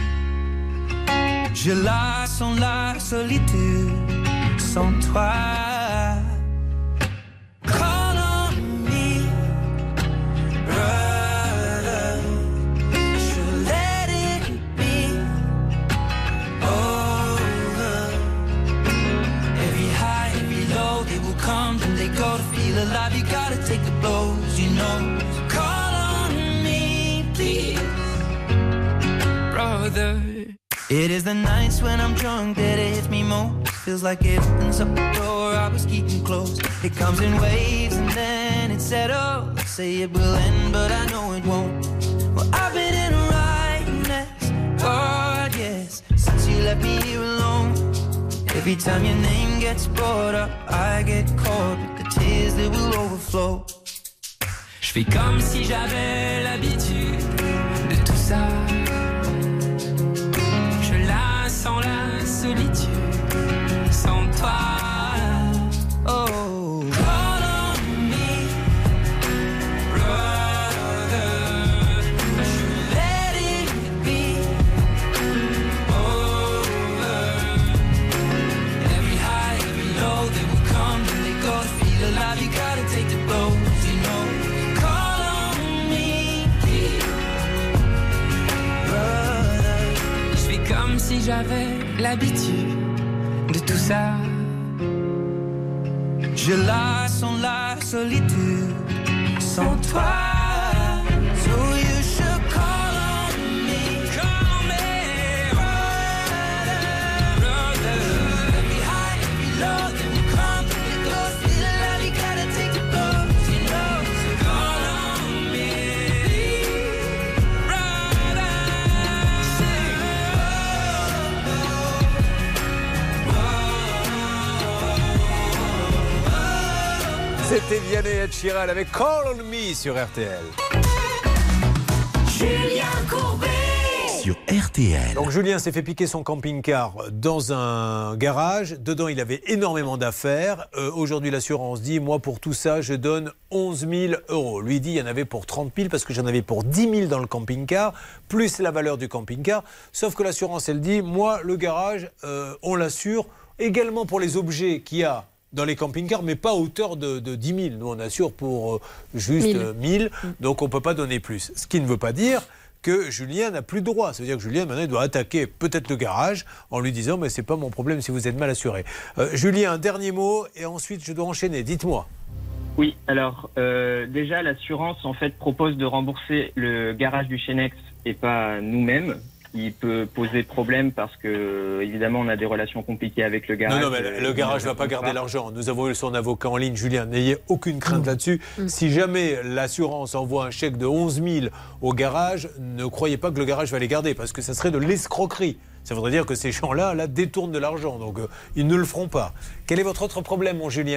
Je la sens la solitude sans toi. Call on me, brother. Je let it be over. Every high, every low, they will will come, then they go to feel alive. You gotta take the blows, you know. Call on me, please, brother. It is the nights when I'm drunk that it hits me most. Feels like it opens up the door I was keeping closed. It comes in waves and then it settles. Say it will end, but I know it won't. Well, I've been in a right mess, God, yes, since you left me here alone. Every time your name gets brought up, I get caught with the tears that will overflow. Je fais comme si j'avais l'habitude de tout ça. Je la sens la solitude sans toi. Oh, call on me, brother. Let it be over. Every high, every low, they will come and they go. To feel alive, you gotta take the blows, you know. Call on me, brother. Je fais comme si j'avais l'habitude de tout ça. Je la sens la solitude sans toi. So you should call on me, brother. Every high, every low, then we come, then we go. Feel alive, you gotta take the blows, you know. So call on me, brother. C'était Vianney et Ed Sheeran avec Call on Me sur RTL. Julien Courbet Sur RTL. Donc Julien s'est fait piquer son camping-car dans un garage. Dedans, il avait énormément d'affaires. Aujourd'hui, l'assurance dit, moi, pour tout ça, je donne 11 000 €. Lui dit, il y en avait pour 30 000 parce que j'en avais pour 10 000 dans le camping-car, plus la valeur du camping-car. Sauf que l'assurance, elle dit, moi, le garage, on l'assure également pour les objets qu'il y a dans les camping-cars, mais pas à hauteur de 10 000. Nous, on assure pour juste 1000, donc on ne peut pas donner plus. Ce qui ne veut pas dire que Julien n'a plus de droit. Ça veut dire que Julien, maintenant, il doit attaquer peut-être le garage en lui disant « mais c'est pas mon problème si vous êtes mal assuré ». Julien, un dernier mot, et ensuite je dois enchaîner. Dites-moi. Oui, alors déjà, l'assurance, en fait, propose de rembourser le garage du Chenex et pas nous-mêmes. Il peut poser problème parce que, évidemment, on a des relations compliquées avec le garage. Non, mais le garage ne va pas garder l'argent. Nous avons eu son avocat en ligne, Julien. N'ayez aucune crainte là-dessus. Si jamais l'assurance envoie un chèque de 11 000 au garage, ne croyez pas que le garage va les garder parce que ça serait de l'escroquerie. Ça voudrait dire que ces gens-là détournent de l'argent. Donc, ils ne le feront pas. Quel est votre autre problème, mon Julien ?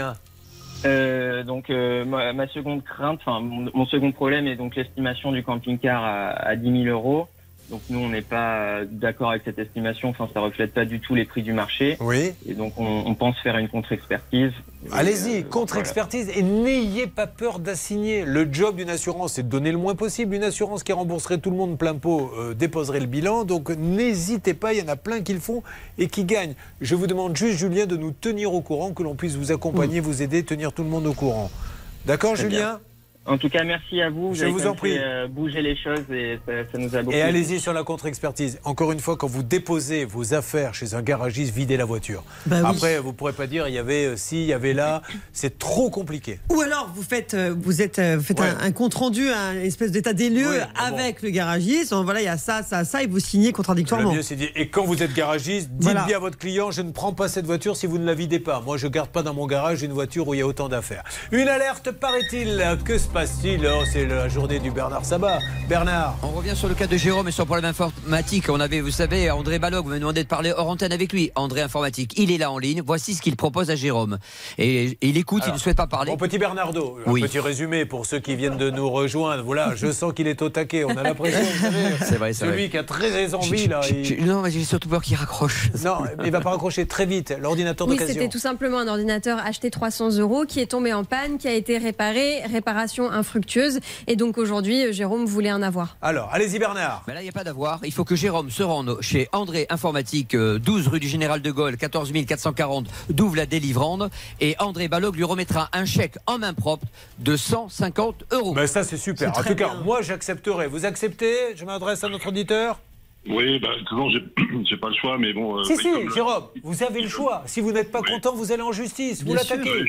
Ma seconde crainte, enfin, mon second problème est donc l'estimation du camping-car à 10 000 €. Donc nous, on n'est pas d'accord avec cette estimation. Enfin, ça reflète pas du tout les prix du marché. Oui. Et donc, on pense faire une contre-expertise. Allez-y, contre-expertise, et n'ayez pas peur d'assigner. Le job d'une assurance, c'est de donner le moins possible. Une assurance qui rembourserait tout le monde plein pot déposerait le bilan. Donc n'hésitez pas, il y en a plein qui le font et qui gagnent. Je vous demande juste, Julien, de nous tenir au courant, que l'on puisse vous accompagner, vous aider, tenir tout le monde au courant. D'accord, Très Julien bien. En tout cas, merci à vous. Je vous en prie. Bouger les choses et ça nous a beaucoup. Et allez-y sur la contre-expertise. Encore une fois, quand vous déposez vos affaires chez un garagiste, videz la voiture. Après, vous ne pourrez pas dire il y avait ci, il y avait là. C'est trop compliqué. Ou alors, vous faites un compte-rendu, un espèce d'état des lieux avec le garagiste. Voilà, il y a ça, et vous signez contradictoirement. Le mieux, c'est dire, et quand vous êtes garagiste, dites bien à votre client, je ne prends pas cette voiture si vous ne la videz pas. Moi, je ne garde pas dans mon garage une voiture où il y a autant d'affaires. Une alerte, paraît-il. Que se passe-t-il ? Oh, c'est la journée du Bernard Sabat. Bernard. On revient sur le cas de Jérôme et son problème informatique. On avait, vous savez, André Balog, vous me demandez de parler hors antenne avec lui. André Informatique, il est là en ligne. Voici ce qu'il propose à Jérôme. Et il écoute, il ne souhaite pas parler. Mon petit Bernardo, Oui. un petit résumé pour ceux qui viennent de nous rejoindre. Voilà, je sens qu'il est au taquet. On a l'impression, vous savez, c'est vrai, c'est celui vrai. qui a très envie là. Non, mais j'ai surtout peur qu'il raccroche. Non, il va pas raccrocher très vite. L'ordinateur Oui, d'occasion. c'était tout simplement un ordinateur acheté 300 € qui est tombé en panne, qui a été réparé, réparation infructueuse. Et donc aujourd'hui, Jérôme voulait en avoir. Alors, allez-y Bernard. Mais là, il n'y a pas d'avoir. Il faut que Jérôme se rende chez André Informatique, 12 rue du Général de Gaulle, 14 440, Douve la Délivrande. Et André Balog lui remettra un chèque en main propre de 150 €. Ben ça, c'est super. En tout cas, moi, j'accepterai. Vous acceptez ? Je m'adresse à notre auditeur. Oui, toujours, j'ai pas le choix, mais bon. Si, Jérôme, vous avez le choix. Si vous n'êtes pas content, vous allez en justice. Vous Bien sûr, l'attaquez.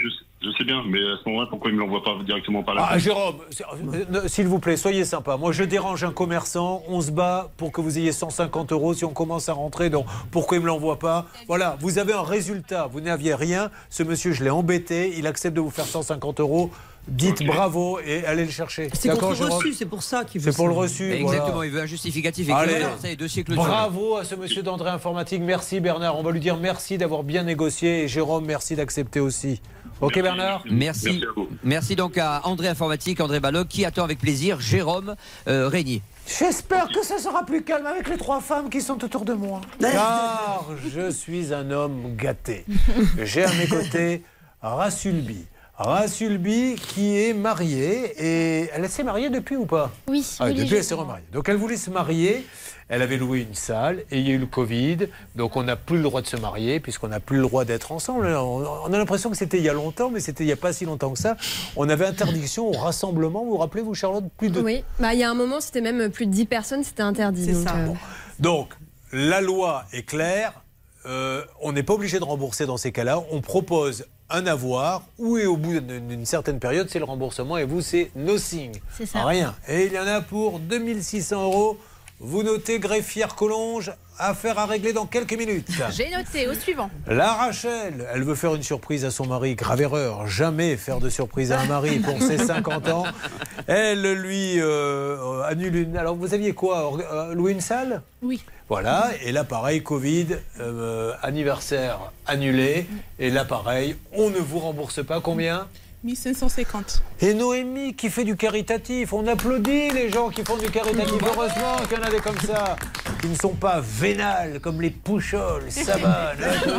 Je sais bien, mais à ce moment-là, pourquoi il me l'envoie pas directement par la poste? Jérôme, s'il vous plaît, soyez sympa. Moi, je dérange un commerçant, on se bat pour que vous ayez 150 € si on commence à rentrer. Donc, pourquoi il me l'envoie pas? Voilà, vous avez un résultat. Vous n'aviez rien. Ce monsieur, je l'ai embêté. Il accepte de vous faire 150 €. Dites bravo et allez le chercher. C'est contre le reçu, c'est pour ça qu'il veut. C'est pour le reçu. Exactement, voilà. il veut un justificatif. Allez, ça est 2 siècles. bravo à ce monsieur d'André Informatique. Merci Bernard. On va lui dire merci d'avoir bien négocié. Et Jérôme, merci d'accepter aussi. Ok Bernard? Merci. Merci donc à André Informatique, André Balog, qui attend avec plaisir Jérôme Régnier. J'espère que ça sera plus calme avec les 3 femmes qui sont autour de moi. Car je suis un homme gâté. J'ai à mes côtés Rassulbi. Rassulbi qui est mariée et elle s'est mariée depuis ou pas? Oui, depuis elle s'est remariée. Donc elle voulait se marier, elle avait loué une salle et il y a eu le Covid, donc on n'a plus le droit de se marier puisqu'on n'a plus le droit d'être ensemble. On a l'impression que c'était il y a longtemps, mais c'était il n'y a pas si longtemps que ça. On avait interdiction au rassemblement, vous vous rappelez vous Charlotte? Plus de... Oui, il y a un moment c'était même plus de 10 personnes, c'était interdit. C'est ça. Donc la loi est claire, on n'est pas obligé de rembourser dans ces cas-là, on propose un avoir, ou et au bout d'une certaine période, c'est le remboursement, et vous, c'est nothing. C'est ça. Rien. Et il y en a pour 2600 €. Vous notez greffière Collonges, affaire à régler dans quelques minutes. J'ai noté, au suivant. La Rachel, elle veut faire une surprise à son mari. Grave erreur, jamais faire de surprise à un mari pour ses 50 ans. Elle lui annule une... Alors vous aviez quoi? Louer une salle? Oui. Voilà, et là pareil, Covid, anniversaire annulé, et là pareil, on ne vous rembourse pas combien? 1550. Et Noémie qui fait du caritatif, on applaudit les gens qui font du caritatif, heureusement qu'il y en a des comme ça, qui ne sont pas vénales comme les Pouchols, Saban,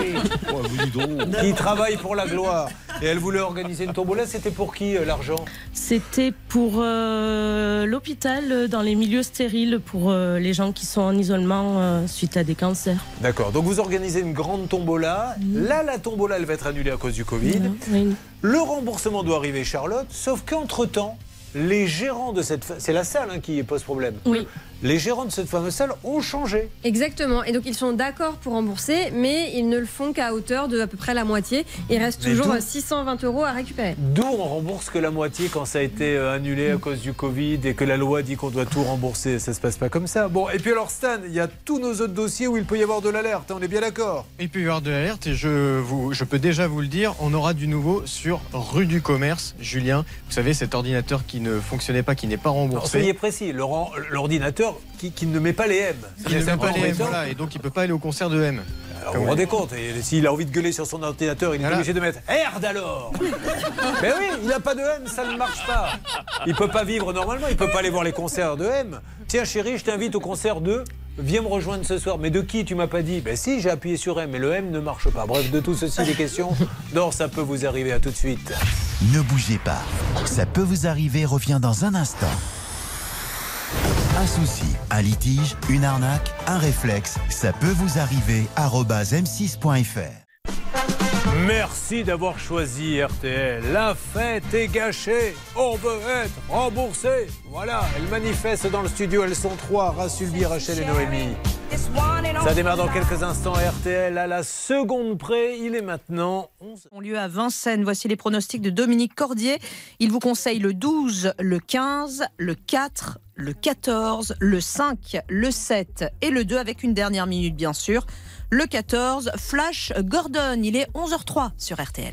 qui travaillent pour la gloire. Et elle voulait organiser une tombola, c'était pour qui l'argent? C'était pour l'hôpital dans les milieux stériles, pour les gens qui sont en isolement suite à des cancers. D'accord, donc vous organisez une grande tombola. Là, la tombola, elle va être annulée à cause du Covid. Oui. Le remboursement doit arriver, Charlotte, sauf qu'entre-temps, les gérants de cette... C'est la salle qui pose problème. Oui. Les gérants de cette fameuse salle ont changé. Exactement. Et donc ils sont d'accord pour rembourser, mais ils ne le font qu'à hauteur de à peu près la moitié. Il reste toujours 620 € à récupérer. D'où on rembourse que la moitié quand ça a été annulé à cause du Covid et que la loi dit qu'on doit tout rembourser. Ça se passe pas comme ça. Bon, et puis alors Stan, il y a tous nos autres dossiers où il peut y avoir de l'alerte. On est bien d'accord? Il peut y avoir de l'alerte et je peux déjà vous le dire, on aura du nouveau sur rue du Commerce. Julien, vous savez, cet ordinateur qui ne fonctionnait pas, qui n'est pas remboursé. Alors, soyez précis, l'ordinateur qui ne met pas les M. Qui ne met pas les M, voilà, et donc il ne peut pas aller au concert de M. Alors vous vous rendez compte, s'il a envie de gueuler sur son ordinateur, il est obligé de mettre Herd alors. Mais oui, il n'a pas de M, ça ne marche pas. Il ne peut pas vivre normalement, il ne peut pas aller voir les concerts de M. Tiens chérie, je t'invite au concert de... Viens me rejoindre ce soir. Mais de qui tu m'as pas dit? Ben si, j'ai appuyé sur M, mais le M ne marche pas. Bref, de tout ceci, des questions. Non, ça peut vous arriver. À tout de suite. Ne bougez pas. Ça peut vous arriver. Revient dans un instant. Un souci, un litige, une arnaque, un réflexe. Ça peut vous arriver. @m6.fr. Merci d'avoir choisi RTL. La fête est gâchée. On veut être remboursé. Voilà, elles manifestent dans le studio. Elles sont 3, Rassulbi, Rachel et Noémie. Ça démarre dans quelques instants. RTL à la seconde près. Il est maintenant 11. On lieu à Vincennes. Voici les pronostics de Dominique Cordier. Il vous conseille le 12, le 15, le 4, le 14, le 5, le 7 et le 2 avec une dernière minute bien sûr. Le 14, Flash Gordon. Il est 11h03 sur RTL.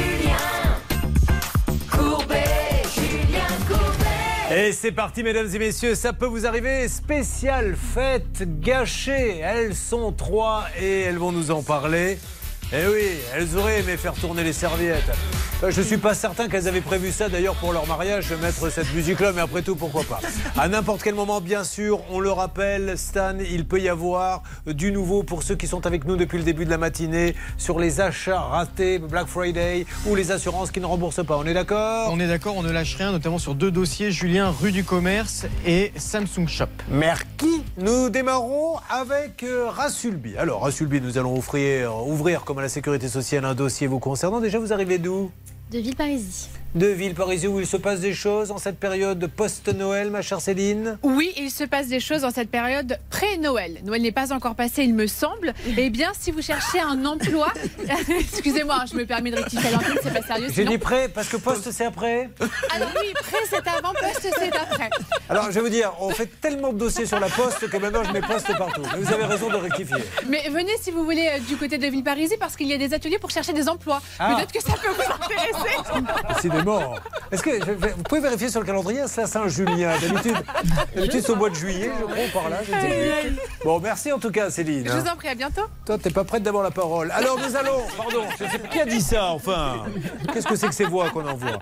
Et c'est parti mesdames et messieurs, ça peut vous arriver, spéciale fête gâchée. Elles sont 3 et elles vont nous en parler. Eh oui, elles auraient aimé faire tourner les serviettes. Je ne suis pas certain qu'elles avaient prévu ça d'ailleurs pour leur mariage, mettre cette musique-là, mais après tout, pourquoi pas. À n'importe quel moment, bien sûr, on le rappelle, Stan, il peut y avoir du nouveau pour ceux qui sont avec nous depuis le début de la matinée sur les achats ratés, Black Friday, ou les assurances qui ne remboursent pas. On est d'accord? On est d'accord, on ne lâche rien, notamment sur 2 dossiers, Julien, rue du Commerce et Samsung Shop. Merci. Nous démarrons avec Rassulbi. Alors, Rassulbi, nous allons ouvrir comme à la Sécurité sociale un dossier vous concernant. Déjà, vous arrivez d'où? De Villeparisis. de Villeparisis où il se passe des choses en cette période post-Noël, ma chère Céline? Oui, il se passe des choses en cette période pré-Noël. Noël n'est pas encore passé, il me semble. Eh bien, si vous cherchez un emploi... Excusez-moi, je me permets de rectifier l'antenne, c'est pas sérieux. J'ai dit pré, parce que post, c'est après. Alors oui, pré, c'est avant, poste, c'est après. Alors, je vais vous dire, on fait tellement de dossiers sur la poste que maintenant, je mets poste partout. Mais vous avez raison de rectifier. Mais venez, si vous voulez, du côté de Villeparisis, parce qu'il y a des ateliers pour chercher des emplois. Ah. Peut-être que ça peut vous intéresser. Décidément. Est-ce que vous pouvez vérifier sur le calendrier, c'est à Saint-Julien. D'habitude c'est au mois de juillet, je crois, par là. Je ne sais plus. Bon, merci en tout cas, Céline. Je vous en prie, à bientôt. Toi, t'es pas prête d'avoir la parole. Alors nous allons, pardon, je sais pas qui a dit ça, enfin. Qu'est-ce que c'est que ces voix qu'on envoie?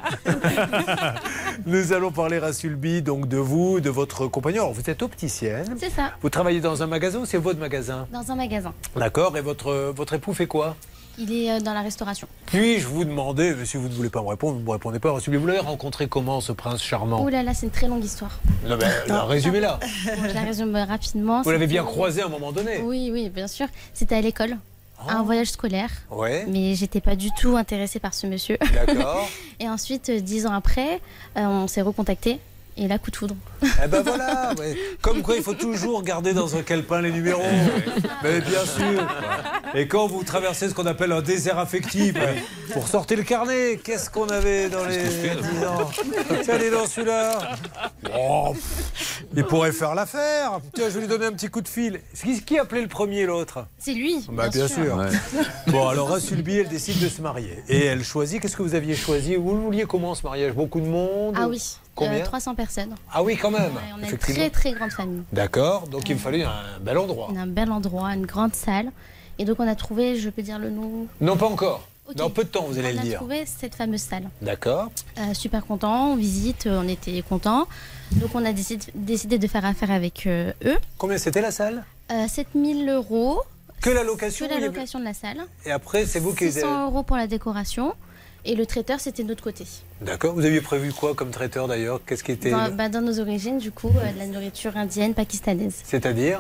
Nous allons parler à Sulby, donc de vous, de votre compagnon. Alors, vous êtes opticienne. C'est ça. Vous travaillez dans un magasin ou c'est votre magasin? Dans un magasin. D'accord. Et votre époux fait quoi? Il est dans la restauration. Puis-je vous demander, mais si vous ne voulez pas me répondre, vous ne me répondez pas. Sulby, vous l'avez rencontré comment, ce prince charmant? Ouh là là, c'est une très longue histoire. Non, mais résumez-la. Bon, je la résume rapidement. Vous l'avez bien C'était- croisé à un moment donné? Oui, oui, bien sûr. C'était à l'école. Un voyage scolaire. Ouais. Mais j'étais pas du tout intéressée par ce monsieur. D'accord. Et ensuite, 10 ans après, on s'est recontactés. Et là, coup de foudre. Eh ben voilà, ouais. Comme quoi il faut toujours garder dans un calepin les numéros. Mais bien sûr. Et quand vous traversez ce qu'on appelle un désert affectif, vous ressortez le carnet. Qu'est-ce qu'on avait dans les 10 ans? Tiens, allez dans celui-là. Oh, il pourrait faire l'affaire. Tiens, je vais lui donner un petit coup de fil. Qui a appelé le premier, l'autre? C'est lui. Bah, bien sûr. Ouais. Bon, alors, à Sulby, elle décide de se marier. Et elle choisit. Qu'est-ce que vous aviez choisi? Vous vouliez comment ce mariage? Beaucoup de monde? Ah oui. Combien? 300 personnes. Ah oui, quand même. Ouais, on a une très très grande famille. D'accord, donc il me fallait un bel endroit. On a un bel endroit, une grande salle. Et donc on a trouvé, je peux dire le nom? Non, pas encore. Ok. Dans peu de temps, vous allez le On a dire. trouvé cette fameuse salle. D'accord. Super content, on visite, on était content. Donc on a décidé de faire affaire avec eux. Combien c'était la salle? 7 000 €. Que la location? Que la location de la salle. Et après, c'est vous qui... 600 € pour la décoration. Et le traiteur, c'était de notre côté. D'accord. Vous aviez prévu quoi comme traiteur d'ailleurs? Qu'est-ce qui était... Dans nos origines, du coup, de la nourriture indienne, pakistanaise. C'est-à-dire?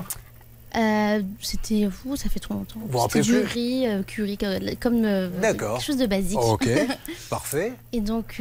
C'était fou, ça fait trop longtemps. Vous vous C'était rappelez du riz, curry, comme D'accord. quelque chose de basique. Ok, parfait. Et donc,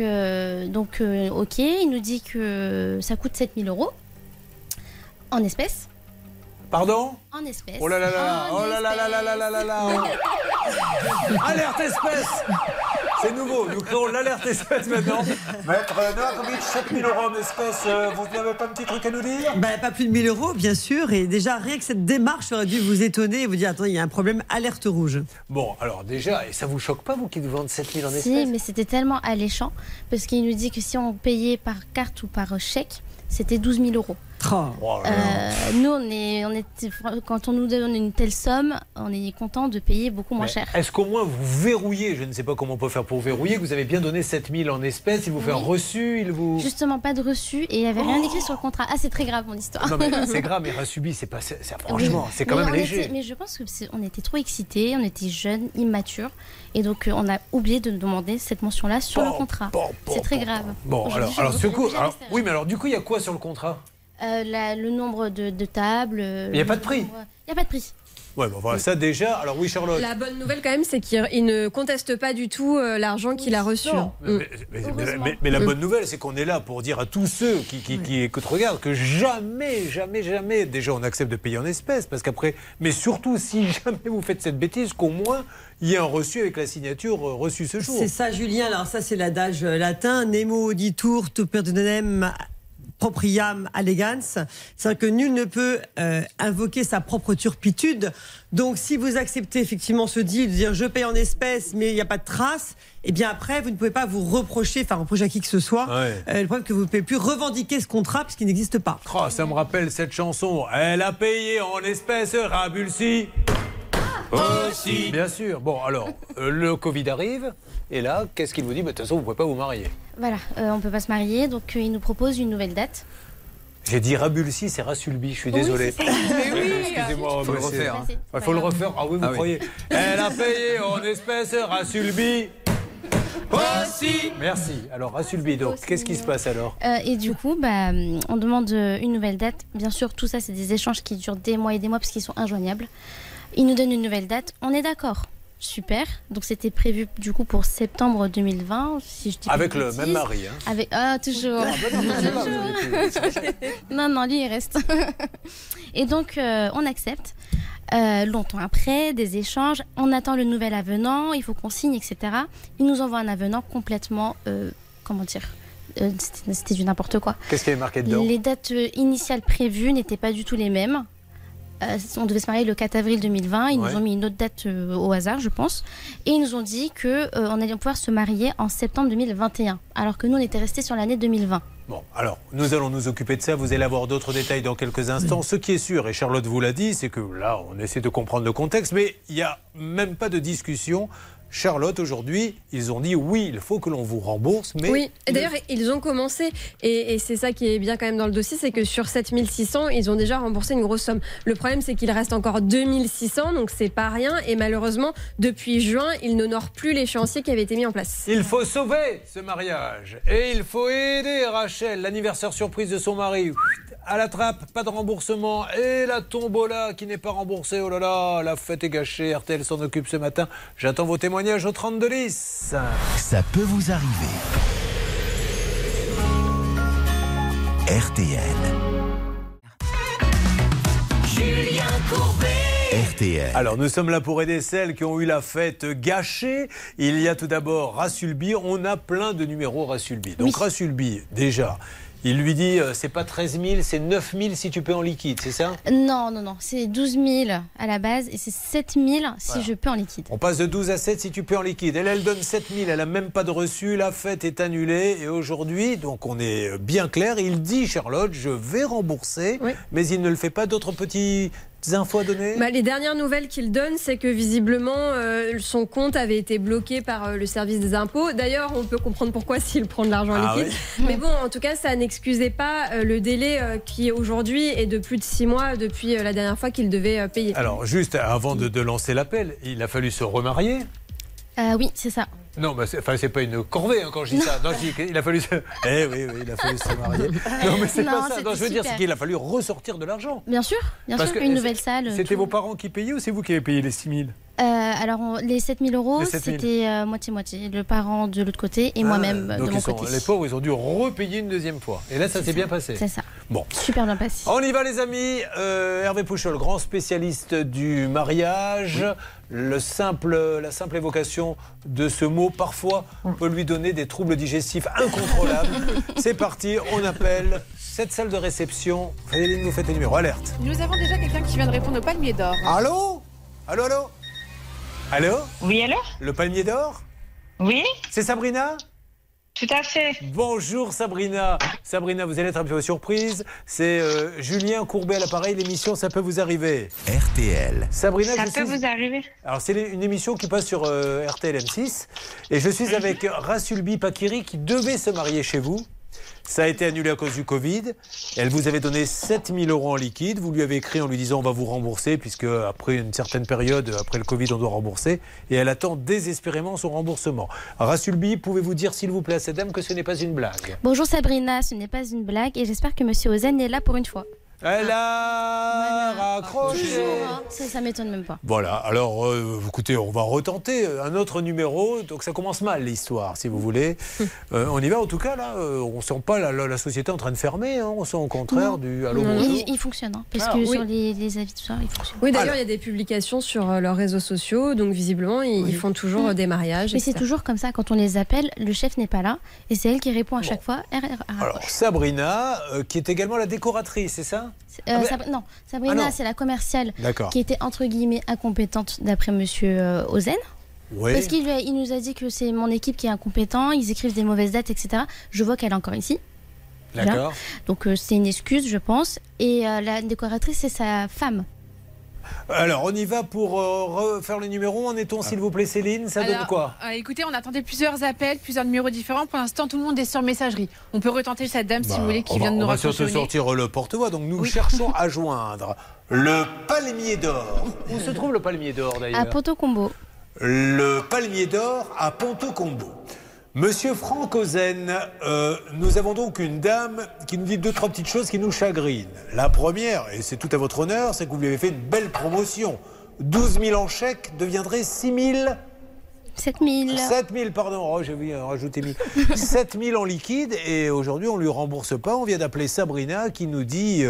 ok, il nous dit que ça coûte 7 000 € en espèces. Pardon? En espèces. Oh là là là, oh là là là là là là là là. Alerte espèce! C'est nouveau, nous créons l'alerte espèce maintenant. Maître Novakovic, 7 000 € en espèces, vous n'avez pas un petit truc à nous dire? Pas plus de 1 000 €, bien sûr. Et déjà, rien que cette démarche aurait dû vous étonner et vous dire, attends, il y a un problème, alerte rouge. Bon, alors déjà, et ça vous choque pas, vous qui vendez 7 000 en espèces? Si, mais c'était tellement alléchant parce qu'il nous dit que si on payait par carte ou par chèque, c'était 12 000 €. Nous, quand on nous donne une telle somme, on est content de payer beaucoup moins cher. Est-ce qu'au moins vous verrouillez, je ne sais pas comment on peut faire pour verrouiller, que vous avez bien donné 7 000 en espèces, il vous fait un reçu, il vous... Justement, pas de reçu et il n'y avait rien écrit sur le contrat. Ah, c'est très grave mon histoire. Non mais c'est grave, mais reçu, c'est pas... franchement, c'est quand Mais même léger. mais je pense qu'on était trop excités, on était jeunes, immatures. Et donc, on a oublié de demander cette mention-là sur le contrat. C'est très grave. Bon, alors ce coup... oui, mais alors du coup, il y a quoi sur le contrat? Le nombre de tables. Il n'y a pas de prix? Il n'y a pas de prix. Ouais, bon, voilà, ça déjà. Alors oui, Charlotte. La bonne nouvelle quand même, c'est qu'il ne conteste pas du tout l'argent qu'il a reçu. Non, mais la bonne nouvelle, c'est qu'on est là pour dire à tous ceux qui écoutent, regardent, que jamais, déjà on accepte de payer en espèces, parce qu'après, mais surtout si jamais vous faites cette bêtise, qu'au moins il y ait un reçu avec la signature reçue ce jour. C'est ça, Julien. Alors ça, c'est l'adage latin. Nemo auditur tu perdonem propriam allegans. C'est-à-dire que nul ne peut invoquer sa propre turpitude. Donc, si vous acceptez effectivement ce deal, de dire je paye en espèces, mais il n'y a pas de trace, eh bien après, vous ne pouvez pas vous reprocher à qui que ce soit. Le problème, que vous ne pouvez plus revendiquer ce contrat puisqu'il n'existe pas. Oh, ça me rappelle cette chanson. Elle a payé en espèces, Rabulsi. Aussi. Bien sûr. Bon, alors, le Covid arrive, et là, qu'est-ce qu'il vous dit? De toute façon, vous ne pouvez pas vous marier. Voilà, on ne peut pas se marier, donc il nous propose une nouvelle date. J'ai dit Rabulsi, c'est Rassulbi, je suis désolé. Excusez-moi, il faut le refaire. Il faut le refaire. Ah oui, vous croyez? Elle a payé en espèces, Rassulbi. Aussi. Merci. Alors, Rassulbi, donc, qu'est-ce qui se passe alors? Et du coup, on demande une nouvelle date. Bien sûr, tout ça, c'est des échanges qui durent des mois et des mois parce qu'ils sont injoignables. Il nous donne une nouvelle date. On est d'accord super. Donc c'était prévu du coup pour septembre 2020, si je dis pas Avec de le bêtises. même mari. Hein. Avec toujours. Non, lui il reste. Et donc on accepte. Longtemps après, des échanges, on attend le nouvel avenant, il faut qu'on signe, etc. Ils nous envoient un avenant complètement, c'était du n'importe quoi. Qu'est-ce qu'il y avait marqué dedans? Les dates initiales prévues n'étaient pas du tout les mêmes. On devait se marier le 4 avril 2020, ils nous ont mis une autre date au hasard, je pense. Et ils nous ont dit qu'on allait pouvoir se marier en septembre 2021, alors que nous, on était restés sur l'année 2020. Bon, alors, nous allons nous occuper de ça. Vous allez avoir d'autres détails dans quelques instants. Ce qui est sûr, et Charlotte vous l'a dit, c'est que là, on essaie de comprendre le contexte, mais il n'y a même pas de discussion. Charlotte, aujourd'hui, ils ont dit oui, il faut que l'on vous rembourse, mais... Oui, et d'ailleurs, ils ont commencé, et c'est ça qui est bien quand même dans le dossier, c'est que sur 7600, ils ont déjà remboursé une grosse somme. Le problème, c'est qu'il reste encore 2600, donc c'est pas rien, et malheureusement, depuis juin, ils n'honorent plus l'échéancier qui avait été mis en place. Il faut sauver ce mariage, et il faut aider Rachel, l'anniversaire surprise de son mari. À la trappe, pas de remboursement, et la tombola qui n'est pas remboursée. Oh là là, la fête est gâchée, RTL s'en occupe ce matin. J'attends vos témoignages au 3210. Ça peut vous arriver. RTL. Julien Courbet. RTL. Alors, nous sommes là pour aider celles qui ont eu la fête gâchée. Il y a tout d'abord Rassulbi. On a plein de numéros Rassulbi. Donc, Rassulbi, déjà... Il lui dit, c'est pas 13 000, c'est 9 000 si tu peux en liquide, c'est ça? Non, c'est 12 000 à la base et c'est 7 000 si je peux en liquide. On passe de 12 à 7 si tu peux en liquide. Elle donne 7 000, elle n'a même pas de reçu, la fête est annulée. Et aujourd'hui, donc on est bien clair, il dit, Charlotte, je vais rembourser, mais il ne le fait pas. D'autres petits infos à donner? Les dernières nouvelles qu'il donne, c'est que visiblement son compte avait été bloqué par le service des impôts. D'ailleurs, on peut comprendre pourquoi s'il prend de l'argent liquide. Oui. Mais bon, en tout cas, ça n'excusait pas le délai qui aujourd'hui est de plus de 6 mois depuis la dernière fois qu'il devait payer. Alors, juste avant de lancer l'appel, il a fallu se remarier? Oui, c'est ça. Non, mais c'est pas une corvée quand je dis ça. Non, il a fallu se... il a fallu se marier. Non, mais c'est pas ça. Non, je veux dire, c'est qu'il a fallu ressortir de l'argent. Bien sûr, une nouvelle salle. C'était vos parents qui payaient ou c'est vous qui avez payé les 6 000? Alors, les 7 000 euros, c'était moitié-moitié. Le parent de l'autre côté et moi-même de mon côté. Les pauvres, ils ont dû repayer une deuxième fois. Et là, ça s'est bien passé. C'est ça. Bon. Super bien passé. On y va, les amis. Hervé Pouchol, grand spécialiste du mariage. La simple évocation de ce mot, parfois, peut lui donner des troubles digestifs incontrôlables. C'est parti, on appelle cette salle de réception. Frédéric, vous faites les numéros. Alerte. Nous avons déjà quelqu'un qui vient de répondre au palmier d'or. Allô? Allô? Allô? Oui, allô? Le palmier d'or? Oui? C'est Sabrina? Tout à fait. Bonjour Sabrina. Sabrina, vous allez être un peu surprise. C'est Julien Courbet à l'appareil. L'émission Ça peut vous arriver. RTL. Sabrina, Ça peut vous arriver. Alors c'est une émission qui passe sur RTL M6. Et je suis avec Rassulbi Pakiri qui devait se marier chez vous. Ça a été annulé à cause du Covid. Elle vous avait donné 7 000 euros en liquide. Vous lui avez écrit en lui disant on va vous rembourser puisque après une certaine période, après le Covid, on doit rembourser. Et elle attend désespérément son remboursement. Rassulbi, pouvez-vous dire s'il vous plaît à cette dame que ce n'est pas une blague? Bonjour Sabrina, ce n'est pas une blague et j'espère que Monsieur Ozen est là pour une fois. Elle a raccroché. Ça m'étonne même pas. Voilà, alors écoutez, on va retenter un autre numéro. Donc ça commence mal l'histoire, si vous voulez. On y va en tout cas, là. On sent pas la société en train de fermer. Hein, on sent au contraire du allô bonjour. Il fonctionne, parce que sur les avis, tout ça, il fonctionne. Oui, d'ailleurs, il y a des publications sur leurs réseaux sociaux. Donc visiblement, ils font toujours des mariages. Mais c'est toujours comme ça. Quand on les appelle, le chef n'est pas là. Et c'est elle qui répond à chaque fois. Alors Sabrina, qui est également la décoratrice, c'est ça? Non, Sabrina, c'est la commerciale qui était entre guillemets incompétente d'après Monsieur Ozen. Oui. Parce qu'il nous a dit que c'est mon équipe qui est incompétent, ils écrivent des mauvaises dates, etc. Je vois qu'elle est encore ici. D'accord. Donc c'est une excuse, je pense. Et la décoratrice, c'est sa femme. Alors, on y va pour refaire le numéro. En est-on, s'il vous plaît, Céline? Ça donne quoi? Écoutez, on attendait plusieurs appels, plusieurs numéros différents. Pour l'instant, tout le monde est sur messagerie. On peut retenter cette dame, si vous voulez, qui vient de nous raccrocher. On va sortir le porte-voix. Donc, nous cherchons à joindre le palmier d'or. Où se trouve le palmier d'or, d'ailleurs? À Ponto Combo. Le palmier d'or à Ponto Combo. Monsieur Franck Ozen, nous avons donc une dame qui nous dit 2-3 petites choses qui nous chagrinent. La première, et c'est tout à votre honneur, c'est que vous lui avez fait une belle promotion. 12 000 en chèque deviendrait 6 000. 7 000. 7 000, pardon. Oh, j'ai vu rajouter 1000. 7 000 en liquide et aujourd'hui, on ne lui rembourse pas. On vient d'appeler Sabrina qui nous dit...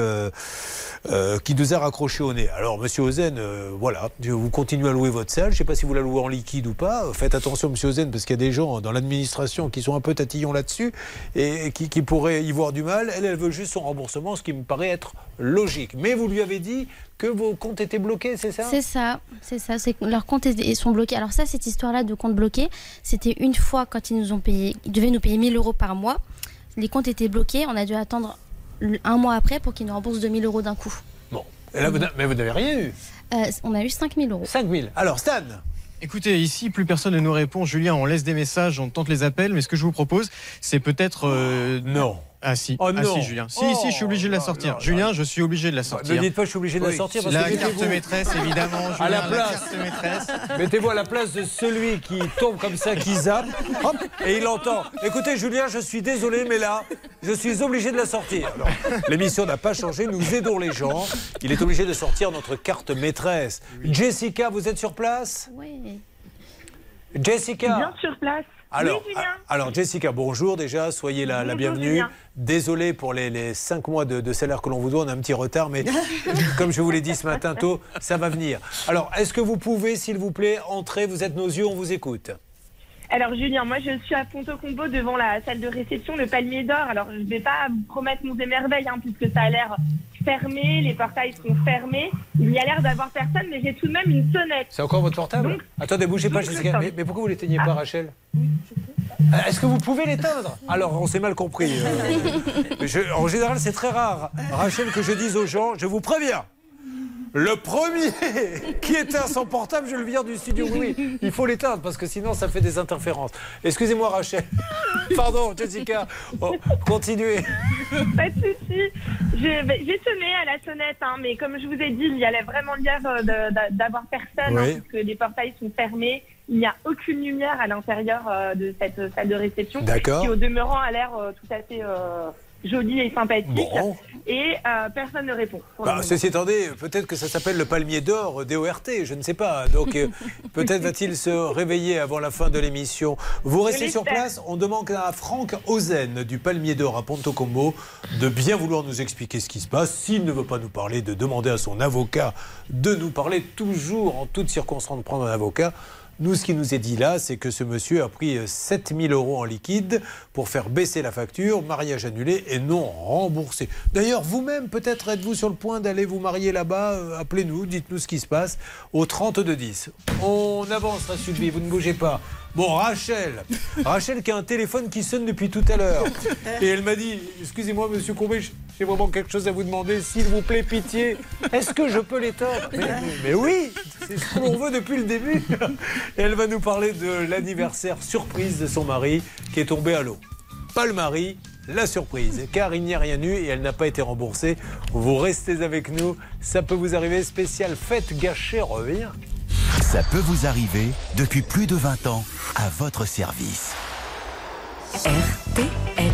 qui nous a raccroché au nez. Alors, monsieur Ozen, voilà, vous continuez à louer votre salle. Je ne sais pas si vous la louez en liquide ou pas. Faites attention, monsieur Ozen, parce qu'il y a des gens dans l'administration qui sont un peu tatillons là-dessus et qui pourraient y voir du mal. Elle veut juste son remboursement, ce qui me paraît être logique. Mais vous lui avez dit que vos comptes étaient bloqués, c'est ça ? C'est ça. C'est que leurs comptes sont bloqués. Alors ça, cette histoire-là de comptes bloqués, c'était une fois quand ils nous ont payé, ils devaient nous payer 1 000 € par mois. Les comptes étaient bloqués. On a dû attendre un mois après pour qu'ils nous remboursent 2 000 € d'un coup. Bon. Et là, mais vous n'avez rien eu. On a eu 5 000 €. 5 000. Alors, Stan. Écoutez, ici, plus personne ne nous répond. Julien, on laisse des messages, on tente les appels, mais ce que je vous propose, c'est peut-être... Non. Ah si, oh, non. Si Julien. Si, je suis obligé de la sortir. Julien, je suis obligé de la sortir. Ne dites pas je suis obligé de la sortir. Parce la que carte maîtresse, évidemment. Julien, à la place. Carte maîtresse. Mettez-vous à la place de celui qui tombe comme ça, qui zappe, hop, et il entend. Écoutez, Julien, je suis désolé, mais là, je suis obligé de la sortir. Alors, l'émission n'a pas changé, nous aidons les gens. Il est obligé de sortir notre carte maîtresse. Oui. Jessica, vous êtes sur place ? Oui. Jessica. Bien sur place. Alors, Jessica, bonjour déjà, soyez la bienvenue. Julien. Désolé pour les 5 mois de salaire que l'on vous doit, on a un petit retard, mais comme je vous l'ai dit ce matin tôt, ça va venir. Alors, est-ce que vous pouvez, s'il vous plaît, entrer, vous êtes nos yeux, on vous écoute. Alors Julien, moi je suis à Ponto Combo devant la salle de réception, le Palmier d'Or. Alors je ne vais pas vous promettre mon émerveil, puisque ça a l'air fermé, les portails sont fermés. Il y a l'air d'avoir personne, mais j'ai tout de même une sonnette. C'est encore votre portable ? Donc, attendez, bougez pas, Jessica. Mais pourquoi vous ne l'éteignez pas, Rachel ? Est-ce que vous pouvez l'éteindre ? Alors, on s'est mal compris. En général, c'est très rare, Rachel, que je dise aux gens, je vous préviens. Le premier qui éteint son portable, je le vire du studio. Oui, il faut l'éteindre parce que sinon ça fait des interférences. Excusez-moi Rachel. Pardon Jessica. Oh, continuez. Pas de souci. J'ai sonné à la sonnette, mais comme je vous ai dit, il y a vraiment l'air d'avoir personne, oui. Parce que les portails sont fermés. Il n'y a aucune lumière à l'intérieur de cette salle de réception. D'accord. Qui au demeurant a l'air tout à fait... joli et sympathique, bon. Et personne ne répond. Ceci étant dit, peut-être que ça s'appelle le Palmier d'Or DORT, je ne sais pas. Donc peut-être va-t-il se réveiller avant la fin de l'émission. Vous restez sur place, on demande à Franck Ozen du Palmier d'Or à Ponto Combo de bien vouloir nous expliquer ce qui se passe. S'il ne veut pas nous parler, de demander à son avocat de nous parler, toujours en toutes circonstances de prendre un avocat. Nous, ce qui nous est dit là, c'est que ce monsieur a pris 7 000 € en liquide pour faire baisser la facture, mariage annulé et non remboursé. D'ailleurs, vous-même, peut-être êtes-vous sur le point d'aller vous marier là-bas. Appelez-nous, dites-nous ce qui se passe au 3210. On avance, à Sylvie, vous ne bougez pas. Bon, Rachel qui a un téléphone qui sonne depuis tout à l'heure. Et elle m'a dit, excusez-moi, monsieur Courbet, j'ai vraiment quelque chose à vous demander. S'il vous plaît, pitié, est-ce que je peux l'éteindre ? Mais oui, c'est ce qu'on veut depuis le début. Et elle va nous parler de l'anniversaire surprise de son mari qui est tombé à l'eau. Pas le mari, la surprise, car il n'y a rien eu et elle n'a pas été remboursée. Vous restez avec nous, ça peut vous arriver. Spécial fête gâchée revient. Ça peut vous arriver depuis plus de 20 ans à votre service. RTL.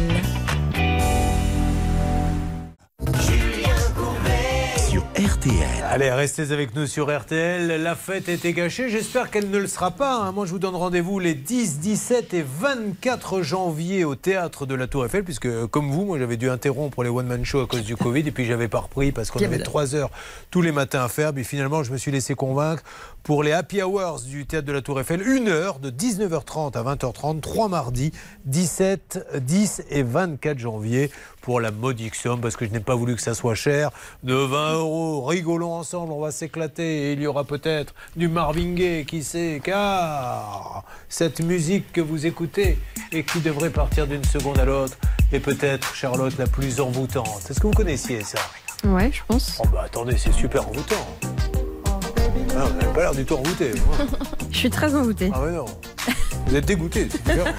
Sur RTL. Allez, restez avec nous sur RTL. La fête était gâchée. J'espère qu'elle ne le sera pas. Moi, je vous donne rendez-vous les 10, 17 et 24 janvier au théâtre de la Tour Eiffel, puisque, comme vous, moi, j'avais dû interrompre les one-man show à cause du Covid, et puis j'avais pas repris parce qu'on avait 3 heures tous les matins à faire. Puis finalement, je me suis laissé convaincre pour les happy hours du théâtre de la Tour Eiffel. 1 heure de 19h30 à 20h30, 3 mardis, 17, 10 et 24 janvier, pour la modique somme, parce que je n'ai pas voulu que ça soit cher, de 20 €. Rigolons ensemble, on va s'éclater. Et il y aura peut-être du Marvin Gaye, qui sait, car cette musique que vous écoutez et qui devrait partir d'une seconde à l'autre est peut-être, Charlotte, la plus envoûtante. Est-ce que vous connaissiez ça ? Ouais, je pense. Oh bah attendez, c'est super envoûtant. Ah, vous n'avez pas l'air du tout envoûté. Je suis très envoûtée. Ah ouais, non. Vous êtes dégoûté, c'est différent.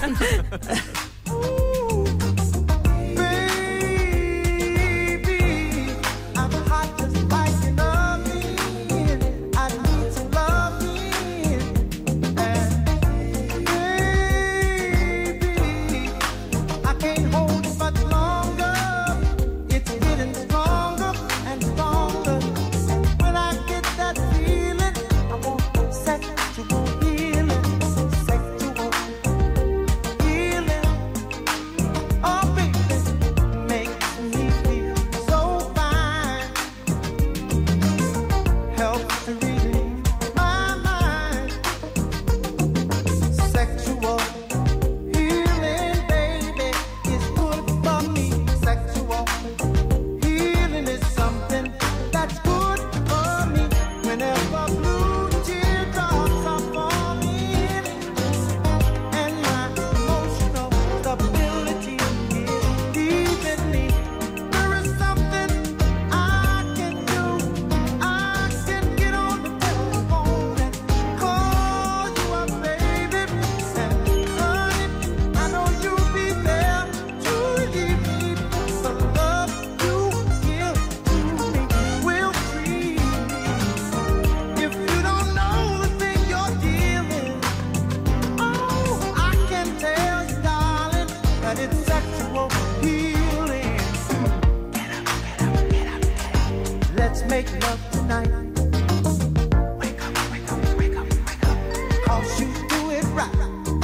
make love tonight. Wake up, wake up, wake up, wake up. 'Cause you do it right.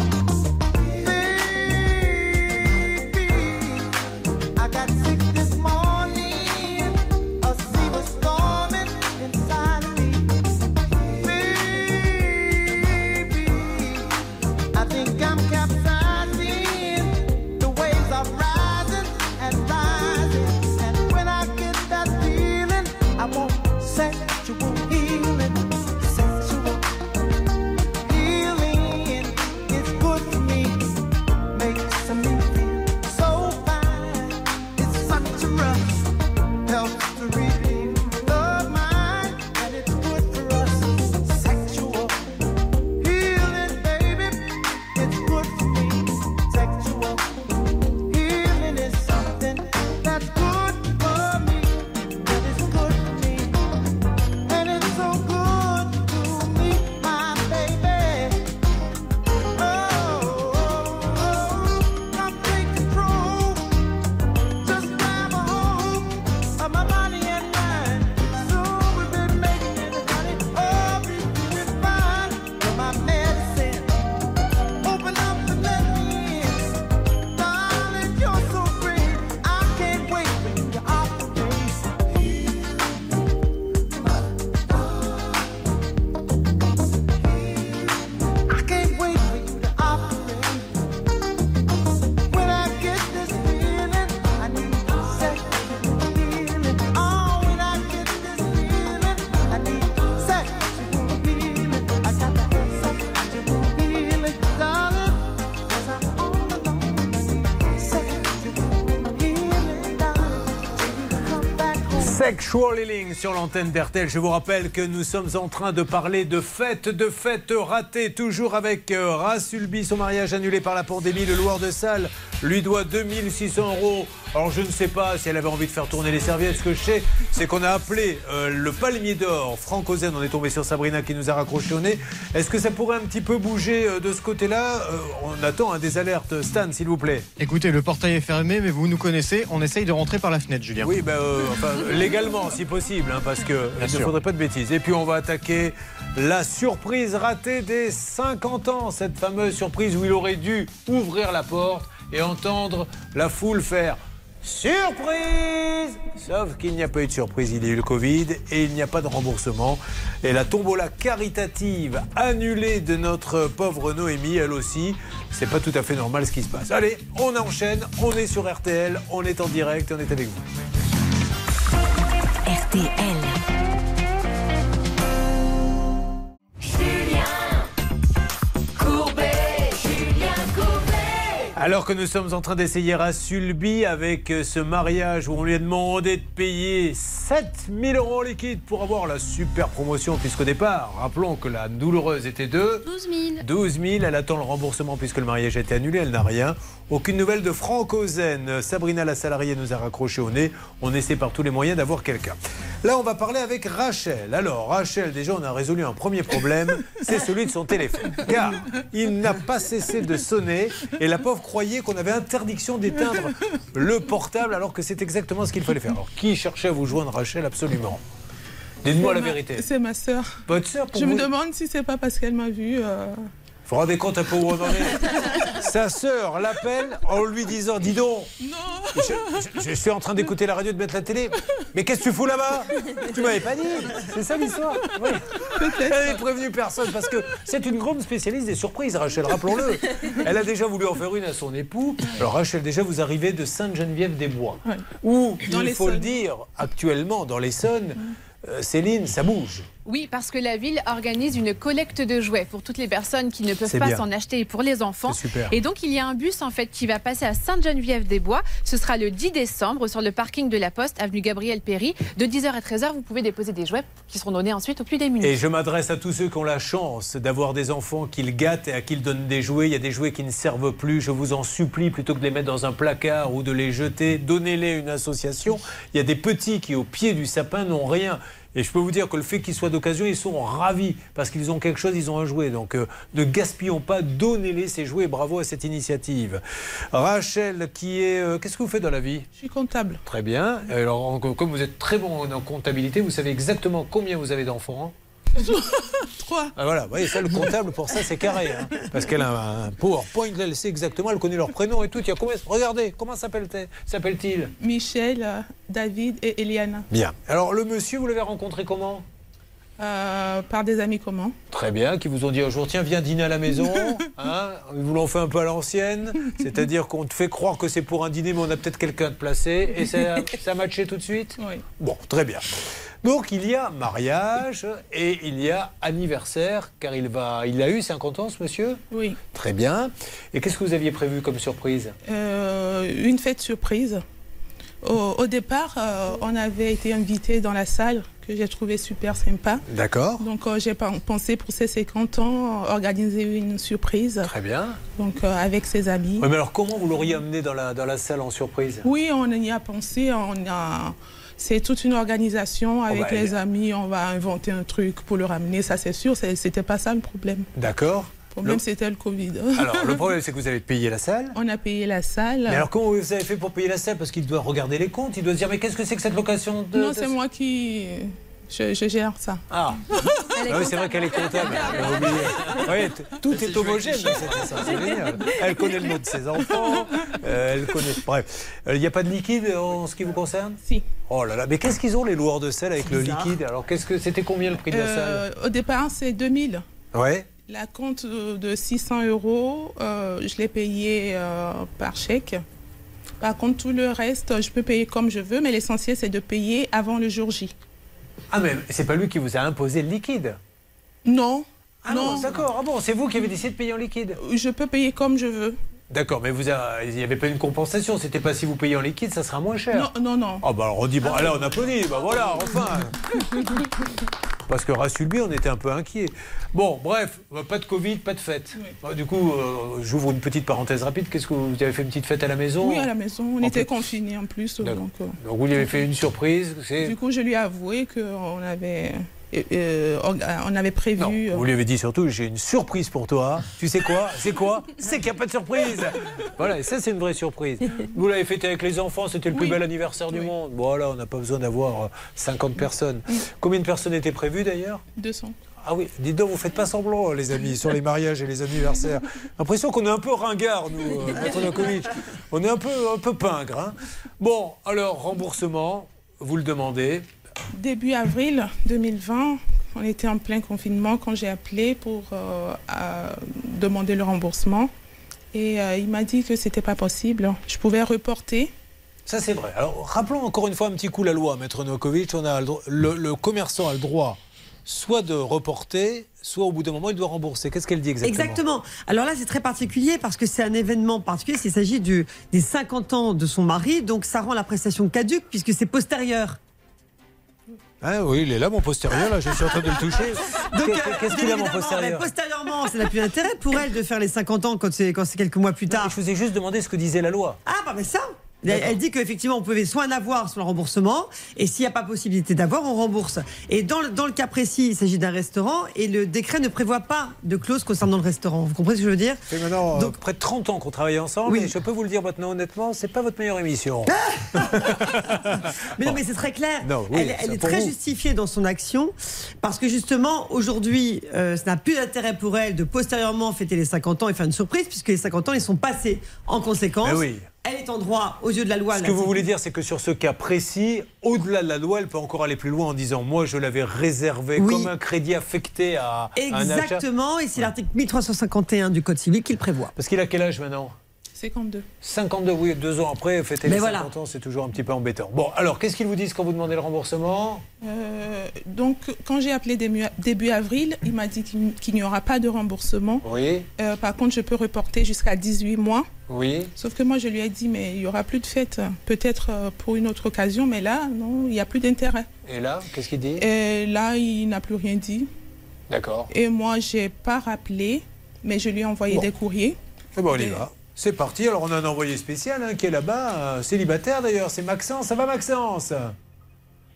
Baby, I got sick this morning. A sea was storming inside of me. Baby, I think I'm capsizing. The waves are rising and rising. And when I get that feeling, I want sexual healing. Sexual healing is good for me. Makes me feel so fine. It's such a rush. Helps to relieve the mind. And it's good for us. Sexual healing, baby. It's good for me. Sexual healing is something that's good for me. And it's good for me. And it's so good to me, my baby. Oh, come take control. Just grab a hold of my body and mind. So we've been making it, honey. Oh, we doing fine. You're my medicine. Open up and let me in. Darling, you're so great. I can't wait for you to operate. I can't wait for you to operate. When I get this feeling, I need sexual healing. Oh, when I get this feeling, I need sexual healing. I got to have sexual healing, darling. 'Cause I'm all alone. I need sexual healing, darling. Come back home. Sexual Healing sur l'antenne d'RTL. Je vous rappelle que nous sommes en train de parler de fêtes ratées, toujours avec Rassulbi, son mariage annulé par la pandémie. Le loueur de salle lui doit 2600 €. Alors je ne sais pas si elle avait envie de faire tourner les serviettes. Ce que je sais, c'est qu'on a appelé le Palmier d'Or, Franck Ozen. On est tombé sur Sabrina qui nous a raccroché au nez. Est-ce que ça pourrait un petit peu bouger de ce côté-là? On attend des alertes. Stan, s'il vous plaît. Écoutez, le portail est fermé, mais vous nous connaissez, on essaye de rentrer par la fenêtre, Julien. Oui, enfin, légalement, si possible, hein, parce qu'il ne sûr. faudrait pas de bêtises. Et puis, on va attaquer la surprise ratée des 50 ans. Cette fameuse surprise où il aurait dû ouvrir la porte et entendre la foule faire surprise. Sauf qu'il n'y a pas eu de surprise, il y a eu le Covid et il n'y a pas de remboursement. Et la tombola caritative annulée de notre pauvre Noémie, elle aussi, c'est pas tout à fait normal ce qui se passe. Allez, on enchaîne, on est sur RTL, on est en direct, on est avec vous. RTL. Alors que nous sommes en train d'essayer à Sulby avec ce mariage où on lui a demandé de payer 7000 € en liquide pour avoir la super promotion, puisqu'au départ, rappelons que la douloureuse était de 12 000. Elle attend le remboursement puisque le mariage a été annulé, elle n'a rien. Aucune nouvelle de Franck Ozen. Sabrina, la salariée, nous a raccroché au nez. On essaie par tous les moyens d'avoir quelqu'un. Là, on va parler avec Rachel. Alors, Rachel, déjà, on a résolu un premier problème, c'est celui de son téléphone. Car il n'a pas cessé de sonner et la pauvre croyait qu'on avait interdiction d'éteindre le portable alors que c'est exactement ce qu'il fallait faire. Alors, qui cherchait à vous joindre, Rachel? Absolument. Dites-moi la vérité. C'est ma sœur. Votre sœur, pour Je vous... me demande si c'est pas parce qu'elle m'a vue. Vous vous rendez compte un peu où on en est? Sa sœur l'appelle en lui disant: dis donc, je suis en train d'écouter la radio, de mettre la télé. Mais qu'est-ce que tu fous là-bas? Tu m'avais pas dit. C'est ça l'histoire. Oui. Elle n'avait prévenu personne parce que c'est une grande spécialiste des surprises, Rachel, rappelons-le. Elle a déjà voulu en faire une à son époux. Alors Rachel, déjà vous arrivez de Sainte-Geneviève-des-Bois, où, il faut le dire, actuellement dans l'Essonne, Céline, ça bouge. Oui, parce que la ville organise une collecte de jouets pour toutes les personnes qui ne peuvent pas s'en acheter et pour les enfants. Et donc, il y a un bus en fait qui va passer à Sainte-Geneviève-des-Bois. Ce sera le 10 décembre sur le parking de la Poste, avenue Gabriel Péry. De 10h à 13h, vous pouvez déposer des jouets qui seront donnés ensuite aux plus démunis. Et je m'adresse à tous ceux qui ont la chance d'avoir des enfants qu'ils gâtent et à qui ils donnent des jouets. Il y a des jouets qui ne servent plus. Je vous en supplie, plutôt que de les mettre dans un placard ou de les jeter, donnez-les à une association. Il y a des petits qui, au pied du sapin, n'ont rien. Et je peux vous dire que le fait qu'ils soient d'occasion, ils sont ravis parce qu'ils ont quelque chose, ils ont un jouet. Donc ne gaspillons pas, donnez-les ces jouets. Bravo à cette initiative. Rachel, qui est... qu'est-ce que vous faites dans la vie? Je suis comptable. Très bien. Alors, comme vous êtes très bon en comptabilité, vous savez exactement combien vous avez d'enfants? 3. Ah, voilà, vous voyez, ça, le comptable, pour ça, c'est carré. Hein, parce qu'elle a un PowerPoint, là, elle sait exactement, elle connaît leur prénom et tout. Il y a combien... Regardez, comment s'appelle-t-il? Michel, David et Eliana. Bien. Alors, le monsieur, vous l'avez rencontré comment? Par des amis communs. Très bien, qui vous ont dit un jour, tiens, viens dîner à la maison. Hein, ils vous l'ont fait un peu à l'ancienne. C'est-à-dire qu'on te fait croire que c'est pour un dîner, mais on a peut-être quelqu'un de placé. Et ça a matché tout de suite? Oui. Bon, très bien. Donc, il y a mariage et il y a anniversaire, car il a eu 50 ans, ce monsieur? Oui. Très bien. Et qu'est-ce que vous aviez prévu comme surprise? Une fête surprise. Au départ, on avait été invités dans la salle, que j'ai trouvé super sympa. D'accord. Donc, j'ai pensé pour ses 50 ans, organiser une surprise. Très bien. Donc, avec ses amis. Oui, mais alors, comment vous l'auriez amené dans la salle en surprise? Oui, on y a pensé. C'est toute une organisation avec les amis. On va inventer un truc pour le ramener, ça c'est sûr. C'était pas ça le problème. D'accord. Le problème, c'était le Covid. Alors, le problème, c'est que vous avez payé la salle. On a payé la salle. Mais alors, comment vous avez fait pour payer la salle? Parce qu'il doit regarder les comptes. Il doit se dire, mais qu'est-ce que c'est que cette location de... Non, c'est moi qui... Je gère ça. Ah, oui, c'est vrai qu'elle est comptable. Oui, tout est homogène dans cette salle. C'est génial. Elle connaît le nom de ses enfants. Elle connaît... Bref. Il n'y a pas de liquide en ce qui vous concerne? Si. Oh là là, mais qu'est-ce qu'ils ont, les loueurs de sel, avec le liquide? Alors, c'était combien le prix de la salle? Au départ, c'est 2000. Ouais. La compte de 600 €, je l'ai payé par chèque. Par contre, tout le reste, je peux payer comme je veux, mais l'essentiel, c'est de payer avant le jour J. Ah, mais c'est pas lui qui vous a imposé le liquide? Non. Ah non, d'accord. Ah bon, c'est vous qui avez décidé de payer en liquide? Je peux payer comme je veux. D'accord, mais il n'y avait pas une compensation. C'était pas si vous payez en liquide, ça sera moins cher. Non. Ah bah alors on dit, bon, allez, on applaudit. Bah voilà, enfin. Parce que Rassulbi, on était un peu inquiets. Bon, bref, pas de Covid, pas de fête. Oui. Bah, du coup, j'ouvre une petite parenthèse rapide. Qu'est-ce que vous avez fait, une petite fête à la maison? Oui, à la maison. On était confinés en plus. Donc vous lui avez fait une surprise? Du coup, je lui ai avoué qu'on avait... on avait prévu... Non, vous lui avez dit surtout, j'ai une surprise pour toi. Tu sais quoi? C'est quoi? C'est qu'il n'y a pas de surprise. Voilà, et ça c'est une vraie surprise. Vous l'avez fêté avec les enfants, c'était le plus bel anniversaire du monde. Voilà, on n'a pas besoin d'avoir 50 personnes. Combien de personnes étaient prévues d'ailleurs? 200. Ah oui, dites donc, vous faites pas semblant, les amis, sur les mariages et les anniversaires. L'impression qu'on est un peu ringard, nous, Maître Novakovic. On est un peu pingre. Hein. Bon, alors, remboursement, vous le demandez. Début avril 2020, on était en plein confinement quand j'ai appelé pour demander le remboursement. Et il m'a dit que c'était pas possible. Je pouvais reporter. Ça, c'est vrai. Alors, rappelons encore une fois un petit coup la loi, Maître Novakovic. Le commerçant a le droit soit de reporter, soit au bout d'un moment, il doit rembourser. Qu'est-ce qu'elle dit exactement? Exactement. Alors là, c'est très particulier parce que c'est un événement particulier. Il s'agit des 50 ans de son mari. Donc, ça rend la prestation caduque puisque c'est postérieur. Ah oui, il est là, mon postérieur, là, je suis en train de le toucher. Qu'est-ce qu'il a, mon postérieur? Postérieurement, ça n'a plus d'intérêt pour elle de faire les 50 ans quand c'est quelques mois plus tard. Non, je vous ai juste demandé ce que disait la loi. Ah, bah mais ça. Elle dit qu'effectivement, on pouvait soit en avoir, soit le remboursement. Et s'il n'y a pas possibilité d'avoir, on rembourse. Et dans le cas précis, il s'agit d'un restaurant. Et le décret ne prévoit pas de clause concernant le restaurant. Vous comprenez ce que je veux dire? C'est maintenant près de 30 ans qu'on travaille ensemble. Oui. Et je peux vous le dire maintenant, honnêtement, c'est pas votre meilleure émission. Mais non, mais c'est très clair. Non, oui, elle est très justifiée dans son action. Parce que justement, aujourd'hui, ça n'a plus d'intérêt pour elle de postérieurement fêter les 50 ans et faire une surprise, puisque les 50 ans, ils sont passés en conséquence. Mais oui. Elle est en droit aux yeux de la loi. Ce que vous voulez dire, c'est que sur ce cas précis, au-delà de la loi, elle peut encore aller plus loin en disant, moi, je l'avais réservé comme un crédit affecté à un achat. Exactement, et c'est l'article 1351 du Code civil qui le prévoit. Parce qu'il a quel âge maintenant? 52. 52, oui, 2 ans après, fêter les 50 ans, c'est toujours un petit peu embêtant. Bon, alors, qu'est-ce qu'ils vous disent quand vous demandez le remboursement? Donc, quand j'ai appelé début avril, il m'a dit qu'il n'y aura pas de remboursement. Oui. Par contre, je peux reporter jusqu'à 18 mois. Oui. Sauf que moi, je lui ai dit, mais il n'y aura plus de fête. Peut-être pour une autre occasion, mais là, non, il n'y a plus d'intérêt. Et là, qu'est-ce qu'il dit? Et là, il n'a plus rien dit. D'accord. Et moi, je n'ai pas rappelé, mais je lui ai envoyé des courriers. Et bon, on y va. C'est parti. Alors, on a un envoyé spécial qui est là-bas, célibataire d'ailleurs. C'est Maxence. Ça va, Maxence?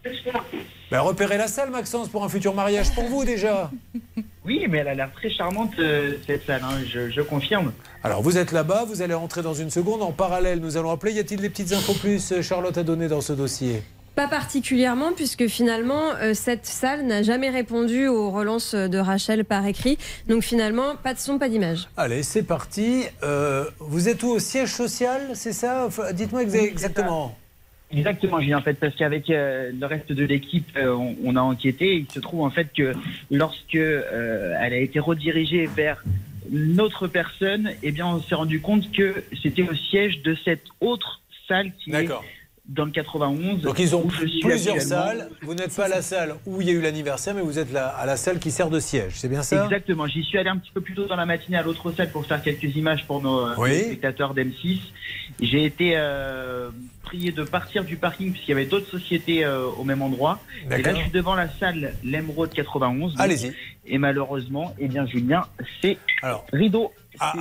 Ben, repérez la salle, Maxence, pour un futur mariage pour vous déjà. Oui, mais elle a l'air très charmante, cette salle, hein, je confirme. Alors, vous êtes là-bas, vous allez rentrer dans une seconde. En parallèle, nous allons appeler. Y a-t-il des petites infos plus, Charlotte, à donner dans ce dossier? Pas particulièrement, puisque finalement, cette salle n'a jamais répondu aux relances de Rachel par écrit. Donc finalement, pas de son, pas d'image. Allez, c'est parti. Vous êtes où, au siège social, c'est ça? Enfin, dites-moi exactement. Exactement, Julien, en fait, parce qu'avec le reste de l'équipe, on a enquêté. Il se trouve en fait que lorsque elle a été redirigée vers notre personne, eh bien, on s'est rendu compte que c'était au siège de cette autre salle qui est dans le 91. Donc ils ont plusieurs salles. Vous n'êtes pas à la salle où il y a eu l'anniversaire, mais vous êtes là, à la salle qui sert de siège. C'est bien ça? Exactement. J'y suis allé un petit peu plus tôt dans la matinée à l'autre salle pour faire quelques images pour nos spectateurs d'M6. J'ai été prié de partir du parking puisqu'il y avait d'autres sociétés au même endroit. Et là, je suis devant la salle l'Emeraude 91. Allez-y. Et malheureusement, eh bien, Julien, c'est rideau.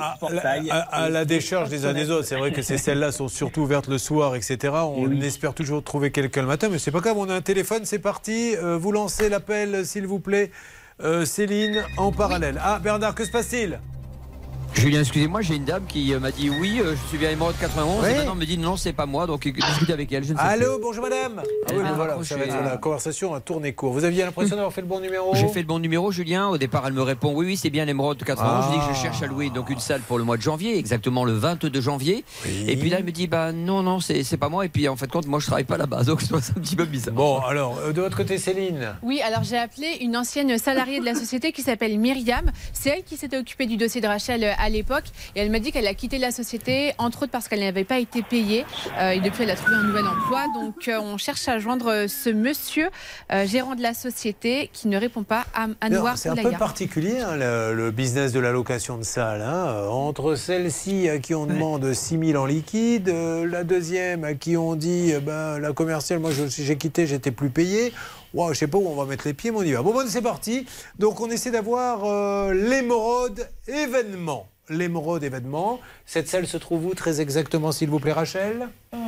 À la décharge des uns des autres, c'est vrai que ces celles-là sont surtout ouvertes le soir, etc. On espère toujours trouver quelqu'un le matin, mais c'est pas grave, on a un téléphone, c'est parti. Vous lancez l'appel, s'il vous plaît. Céline, en parallèle. Ah, Bernard, que se passe-t-il? Julien, excusez-moi, j'ai une dame qui m'a dit oui, je suis bien Émeraude 91, et maintenant me dit non, c'est pas moi, donc discutez avec elle. Je ne sais Allô, plus. bonjour madame. Ah oui, voilà, la conversation a tourné court. Vous aviez l'impression d'avoir fait le bon numéro? J'ai fait le bon numéro, Julien. Au départ, elle me répond oui, c'est bien l'Émeraude 91. Je dis que je cherche à louer donc une salle pour le mois de janvier, exactement le 22 janvier. Et puis là, elle me dit non, c'est pas moi. Et puis en fait, compte, moi je travaille pas là-bas, donc c'est un petit peu bizarre. Bon, alors, de votre côté, Céline? Oui, alors j'ai appelé une ancienne salariée de la société qui s'appelle Myriam. C'est elle qui s'était occupée du dossier de Rachel à l'époque. Et elle m'a dit qu'elle a quitté la société, entre autres parce qu'elle n'avait pas été payée. Et depuis, elle a trouvé un nouvel emploi. Donc, on cherche à joindre ce monsieur, gérant de la société, qui ne répond pas à Anouar. C'est un peu particulier, hein, le business de la location de salles. Hein. Entre celle-ci à qui on demande 6 000 en liquide, la deuxième à qui on dit la commerciale, moi j'ai quitté, j'étais plus payé. Wow, je sais pas où on va mettre les pieds, mais on y va. Bon, c'est parti. Donc, on essaie d'avoir l'Émeraude événement. L'Émeraude événement. Cette salle se trouve où très exactement, s'il vous plaît, Rachel?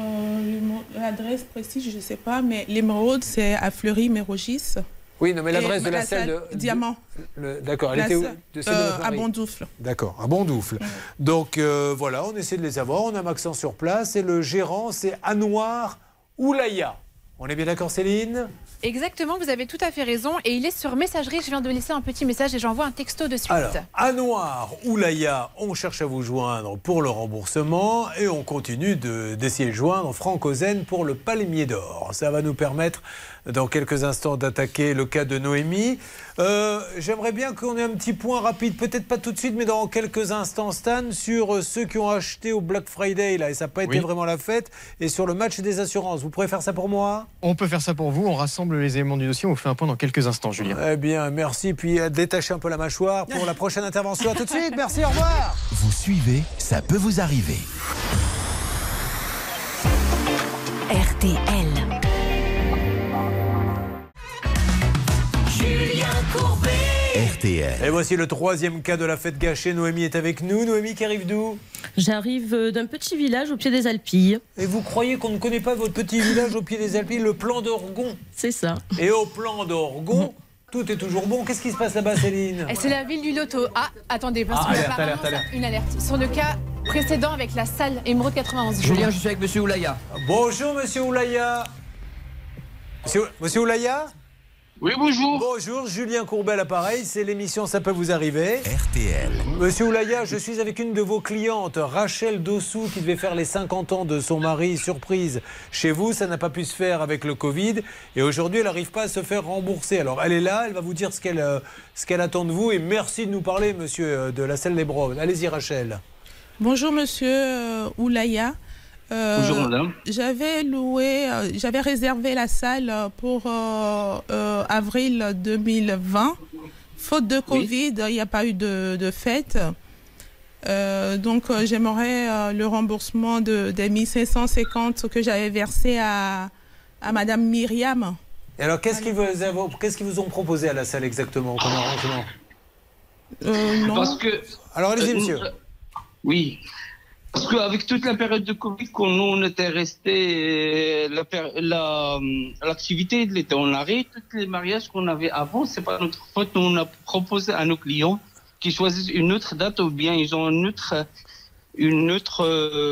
L'adresse précise, je ne sais pas, mais l'Émeraude, c'est à Fleury-Mérogis. Oui, non, mais l'adresse de la salle de Diamant. D'accord, elle était où? À Bondoufle. D'accord, à Bondoufle. Donc voilà, on essaie de les avoir. On a Maxence sur place et le gérant, c'est Anouar Oulaya. On est bien d'accord, Céline? Exactement, vous avez tout à fait raison. Et il est sur messagerie. Je viens de laisser un petit message et j'envoie un texto de suite. Alors, Anouar Oulaya, on cherche à vous joindre pour le remboursement et on continue d'essayer de joindre Franck Ozen pour le Palmier d'Or. Ça va nous permettre dans quelques instants d'attaquer le cas de Noémie. J'aimerais bien qu'on ait un petit point rapide, peut-être pas tout de suite, mais dans quelques instants, Stan, sur ceux qui ont acheté au Black Friday, là, et ça n'a pas été vraiment la fête, et sur le match des assurances. Vous pourrez faire ça pour moi? On peut faire ça pour vous, on rassemble les éléments du dossier, on vous fait un point dans quelques instants, Julien. Eh bien, merci, puis détachez un peu la mâchoire pour la prochaine intervention. À tout de suite, merci, au revoir. Vous suivez, ça peut vous arriver. RTL. Julien Courbet. RTL. Et voici le troisième cas de la fête gâchée. Noémie est avec nous. Noémie qui arrive d'où? J'arrive d'un petit village au pied des Alpilles. Et vous croyez qu'on ne connaît pas votre petit village au pied des Alpilles, le plan d'Orgon? C'est ça. Et au plan d'Orgon, tout est toujours bon. Qu'est-ce qui se passe là-bas, Céline? C'est la ville du loto. Ah, attendez, parce qu'on a apparemment une alerte. Sur le cas précédent avec la salle Émeraude 91. Julien, je suis avec monsieur Oulaya. Bonjour, monsieur Oulaya. Monsieur Oulaya? Oui, bonjour. Bonjour, Julien Courbet à l'appareil, c'est l'émission Ça peut vous arriver. RTL. Monsieur Oulaya, je suis avec une de vos clientes, Rachel Dossou, qui devait faire les 50 ans de son mari, surprise. Chez vous, ça n'a pas pu se faire avec le Covid, et aujourd'hui, elle n'arrive pas à se faire rembourser. Alors, elle est là, elle va vous dire ce qu'elle attend de vous, et merci de nous parler, monsieur, de la salle des Brogues. Allez-y, Rachel. Bonjour, monsieur Oulaya. Bonjour madame. J'avais réservé la salle pour avril 2020. Faute de Covid, il n'y a pas eu de fête. Donc j'aimerais le remboursement des 1550 que j'avais versé à madame Myriam. Et alors qu'est-ce qu'ils vous ont proposé à la salle exactement comme arrangement? Non. Parce que... Alors allez-y, monsieur. Oui. Parce qu'avec toute la période de Covid, quand nous on était restés, l'activité elle était en arrêt. Tous les mariages qu'on avait avant, c'est pas notre faute. Nous on a proposé à nos clients qu'ils choisissent une autre date ou bien ils ont une autre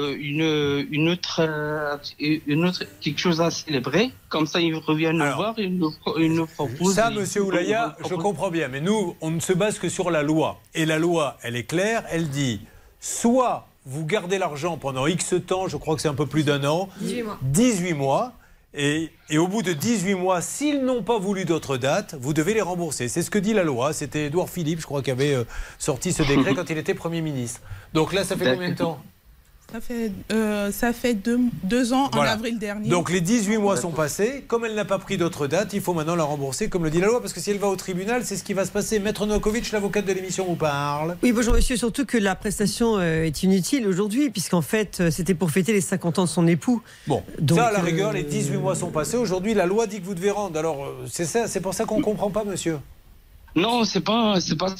quelque chose à célébrer. Comme ça, ils reviennent nous voir et ils nous proposent. Ça, monsieur Oulaya, je comprends bien. Mais nous, on ne se base que sur la loi. Et la loi, elle est claire. Elle dit soit vous gardez l'argent pendant X temps, je crois que c'est un peu plus d'1 an. 18 mois. Et au bout de 18 mois, s'ils n'ont pas voulu d'autres dates, vous devez les rembourser. C'est ce que dit la loi. C'était Édouard Philippe, je crois, qui avait sorti ce décret quand il était Premier ministre. Donc là, ça fait combien de temps ? Ça fait 2 ans, Voilà. en avril dernier. Donc les 18 mois sont passés. Comme elle n'a pas pris d'autres dates, il faut maintenant la rembourser, comme le dit la loi. Parce que si elle va au tribunal, c'est ce qui va se passer. Maître Novakovic, l'avocate de l'émission, vous parle. Oui, bonjour monsieur. Surtout que la prestation est inutile aujourd'hui, puisqu'en fait, c'était pour fêter les 50 ans de son époux. Bon, donc, ça, à la rigueur, les 18 mois sont passés. Aujourd'hui, la loi dit que vous devez rendre. Alors, c'est ça, c'est pour ça qu'on ne comprend pas, monsieur. Non, c'est pas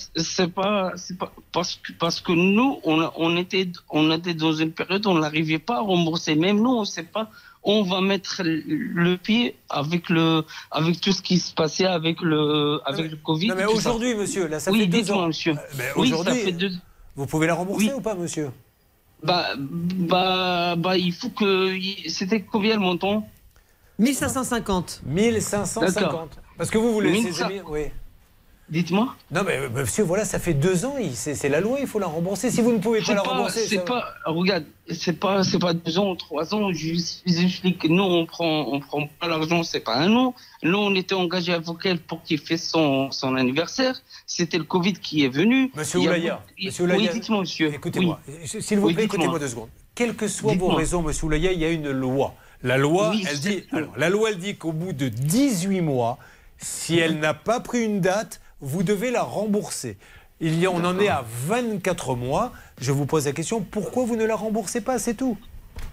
parce que nous, on était dans une période où on n'arrivait pas à rembourser. Même nous, on sait pas. On va mettre le pied avec tout ce qui se passait avec le Covid. Non, mais aujourd'hui, monsieur, là, ça oui, fait 2 ans. Monsieur. Mais Oui, aujourd'hui, ça fait 2 vous pouvez la rembourser ou pas, monsieur ? Il faut que. C'était combien le montant ? 1550. 1550. D'accord. Parce que vous voulez. 1500. Oui. Dites-moi. Non, mais monsieur, voilà, ça fait 2 ans. C'est la loi, il faut la rembourser. Si vous ne pouvez pas la rembourser. Regarde, c'est pas 2 ans ou 3 ans. J'explique. Nous, on prend pas l'argent, c'est pas un an. Nous, on était engagé avec elle pour qu'il fasse son anniversaire. C'était le Covid qui est venu. Monsieur Oulaya. Oui, dites-moi, monsieur. Écoutez-moi. S'il vous plaît, écoutez-moi 2 secondes. Quelles que soient vos raisons, monsieur Oulaya, il y a une loi. La loi, elle dit qu'au bout de 18 mois, si elle n'a pas pris une date, vous devez la rembourser. On en est à 24 mois. Je vous pose la question, pourquoi vous ne la remboursez pas? C'est tout.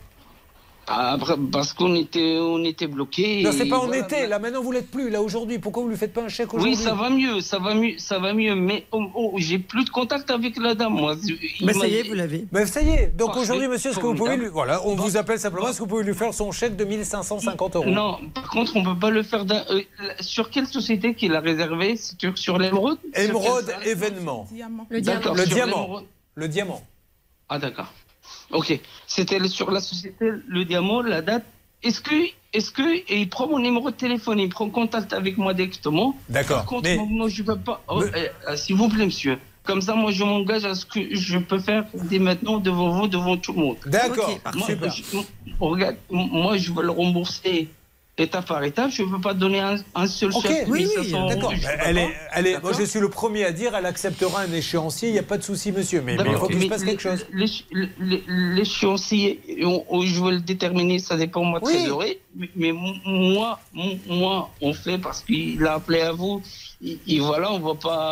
Parce qu'on était bloqués. Non, c'est pas on était. Là, maintenant, vous l'êtes plus. Là, aujourd'hui, pourquoi vous lui faites pas un chèque aujourd'hui? Oui, ça va mieux. Mais j'ai plus de contact avec la dame, moi. Mais ça y est, vous l'avez. Mais ça y est. Donc aujourd'hui, monsieur, est-ce que vous pouvez lui... Voilà, on vous appelle simplement. Est-ce que vous pouvez lui faire son chèque de 1550 €? Non, par contre, on peut pas le faire sur quelle société qu'il a réservé? Sur l'Émeraude? Émeraude événement. Le diamant. Le diamant. Ah, d'accord. Ok. C'était sur la société Le Diamant, la date. Est-ce que il prend mon numéro de téléphone, il prend contact avec moi directement? D'accord. Par contre, moi, je peux pas. S'il vous plaît, monsieur. Comme ça, moi, je m'engage à ce que je peux faire dès maintenant devant vous, devant tout le monde. D'accord. Okay, regarde, moi, je veux le rembourser étape par étape. Je ne veux pas donner un seul chèque. Oui, d'accord. Moi, je suis le premier à dire, elle acceptera un échéancier. Il n'y a pas de souci, monsieur. Mais il faut qu'il se passe quelque chose. L'échéancier, je veux le déterminer. Ça dépend de ma trésorerie. Mais moi, on fait parce qu'il a appelé à vous. Et voilà, on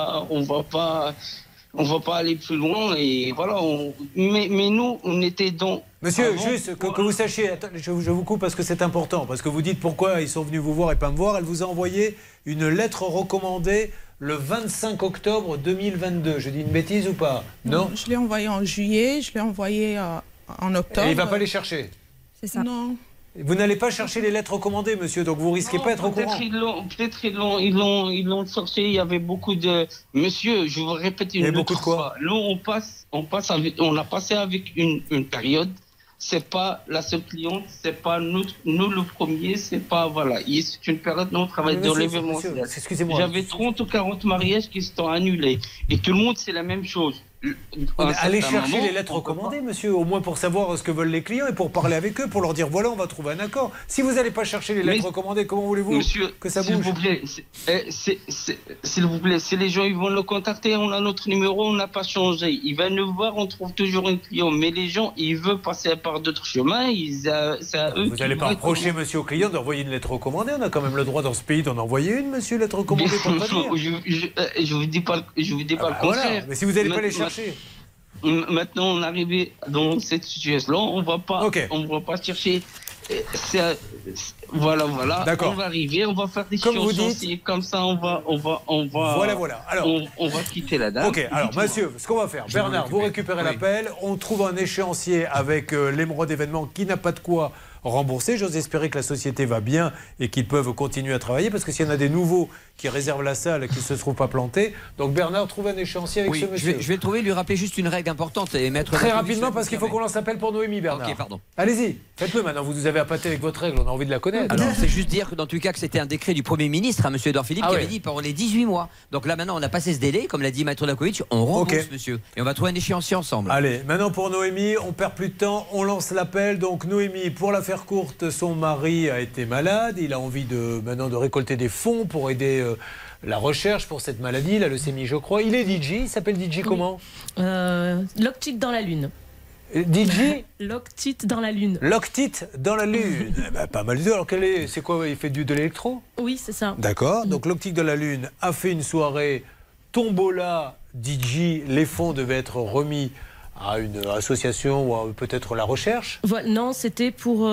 va pas aller plus loin. Et voilà. Mais nous, on était dans. Monsieur, juste que vous sachiez, je vous coupe parce que c'est important, parce que vous dites pourquoi ils sont venus vous voir et pas me voir. Elle vous a envoyé une lettre recommandée le 25 octobre 2022. Je dis une bêtise ou pas? Non. Je l'ai envoyé en juillet, je l'ai envoyé en octobre. Et il ne va pas les chercher? C'est ça. Non. Vous n'allez pas chercher les lettres recommandées, monsieur, donc vous risquez pas d'être au courant. Peut-être ils l'ont sorti. Il y avait beaucoup de. Monsieur, je vous répète une autre fois. Nous, on a passé avec une période. C'est pas la seule cliente, c'est pas nous le premier, c'est pas voilà. C'est une période où on travaille dans l'événementiel. Excusez-moi. J'avais 30 ou 40 mariages qui se sont annulés et tout le monde c'est la même chose. Allez chercher les lettres recommandées, monsieur, au moins pour savoir ce que veulent les clients et pour parler avec eux, pour leur dire voilà, on va trouver un accord. Si vous n'allez pas chercher les lettres recommandées, comment voulez-vous que ça bouge? S'il vous plaît, si les gens ils vont le contacter, on a notre numéro, on n'a pas changé. Ils viennent nous voir, on trouve toujours un client. Mais les gens, ils veulent passer par d'autres chemins. C'est à eux. Vous n'allez pas reprocher, monsieur, au client d'envoyer une lettre recommandée. On a quand même le droit dans ce pays d'en envoyer une, monsieur, lettre recommandée. Je vous dis pas le contraire. Voilà. Mais si vous n'allez pas les chercher. Maintenant, on est arrivé dans cette situation-là, on va pas chercher. Voilà. D'accord. On va arriver, on va faire des Comme vous chantiers, comme ça on va. Voilà. Alors, on va quitter la dame. Ok, alors monsieur, ce qu'on va faire, Bernard, vous récupérez l'appel, on trouve un échéancier avec l'Émeraude Événement qui n'a pas de quoi rembourser. J'ose espérer que la société va bien et qu'ils peuvent continuer à travailler, parce que s'il y en a des nouveaux qui réservent la salle et qui ne se trouvent pas plantés, donc Bernard trouve un échéancier avec ce monsieur. Je vais le trouver, lui rappeler juste une règle importante et mettre très rapidement, parce qu'il faut qu'on lance l'appel pour Noémie, Bernard. Ok, pardon. Allez-y, faites-le maintenant, vous nous avez appâté avec votre règle, on a envie de la connaître. Alors, c'est juste dire que dans tous les cas, que c'était un décret du Premier ministre, M. Édouard Philippe, qui avait dit pour les 18 mois. Donc là, maintenant, on a passé ce délai, comme l'a dit Maître Dakovic, on rembourse, monsieur. Et on va trouver un échéancier ensemble. Allez, maintenant pour Noémie, on perd plus de temps, on lance l'appel. Donc Noémie, pour la faire courte, son mari a été malade, il a envie maintenant de récolter des fonds pour aider la recherche pour cette maladie, la leucémie, je crois. Il est DJ, il s'appelle DJ comment Loctite dans la Lune. DJ Loctite dans la Lune. Loctite dans la Lune. Pas mal du tout. Alors c'est quoi, il fait de l'électro? Oui, c'est ça. D'accord. Donc Loctite dans la Lune a fait une soirée tombola DJ. Les fonds devaient être remis à une association ou peut-être la recherche? Non, c'était pour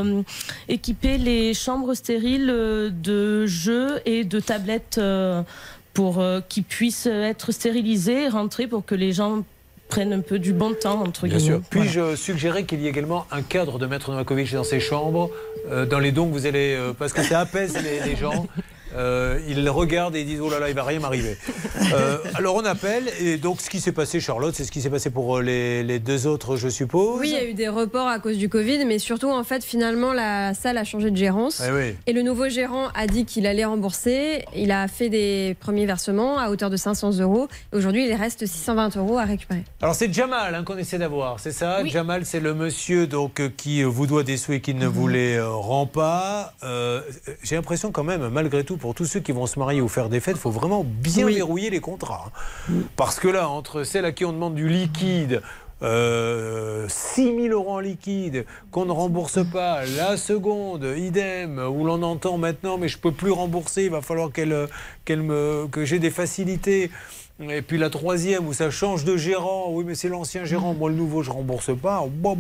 équiper les chambres stériles de jeux et de tablettes pour qu'ils puissent être stérilisés et rentrer pour que les gens prennent un peu du bon temps, entre guillemets. Bien sûr. Puis-je suggérer qu'il y ait également un cadre de Maître Novakovic dans ses chambres, dans les dons que vous allez... parce que ça apaise les gens. Ils regardent et ils disent oh là là, il va rien m'arriver. Alors on appelle, et donc ce qui s'est passé, Charlotte, c'est ce qui s'est passé pour les deux autres, je suppose. Oui, il y a eu des reports à cause du Covid, mais surtout en fait finalement la salle a changé de gérance. Et le nouveau gérant a dit qu'il allait rembourser. Il a fait des premiers versements à hauteur de 500 €. Aujourd'hui, il reste 620 € à récupérer. Alors c'est Jamal qu'on essaie d'avoir, c'est ça? Oui. Jamal, c'est le monsieur donc qui vous doit des sous et qui ne vous les rend pas. J'ai l'impression quand même, malgré tout, pour tous ceux qui vont se marier ou faire des fêtes, il faut vraiment bien verrouiller les contrats. Parce que là, entre celles à qui on demande du liquide, 6 000 € en liquide, qu'on ne rembourse pas, la seconde, idem, où l'on entend maintenant, mais je ne peux plus rembourser, il va falloir que j'ai des facilités. Et puis la troisième où ça change de gérant, oui mais c'est l'ancien gérant, moi le nouveau je rembourse pas. Je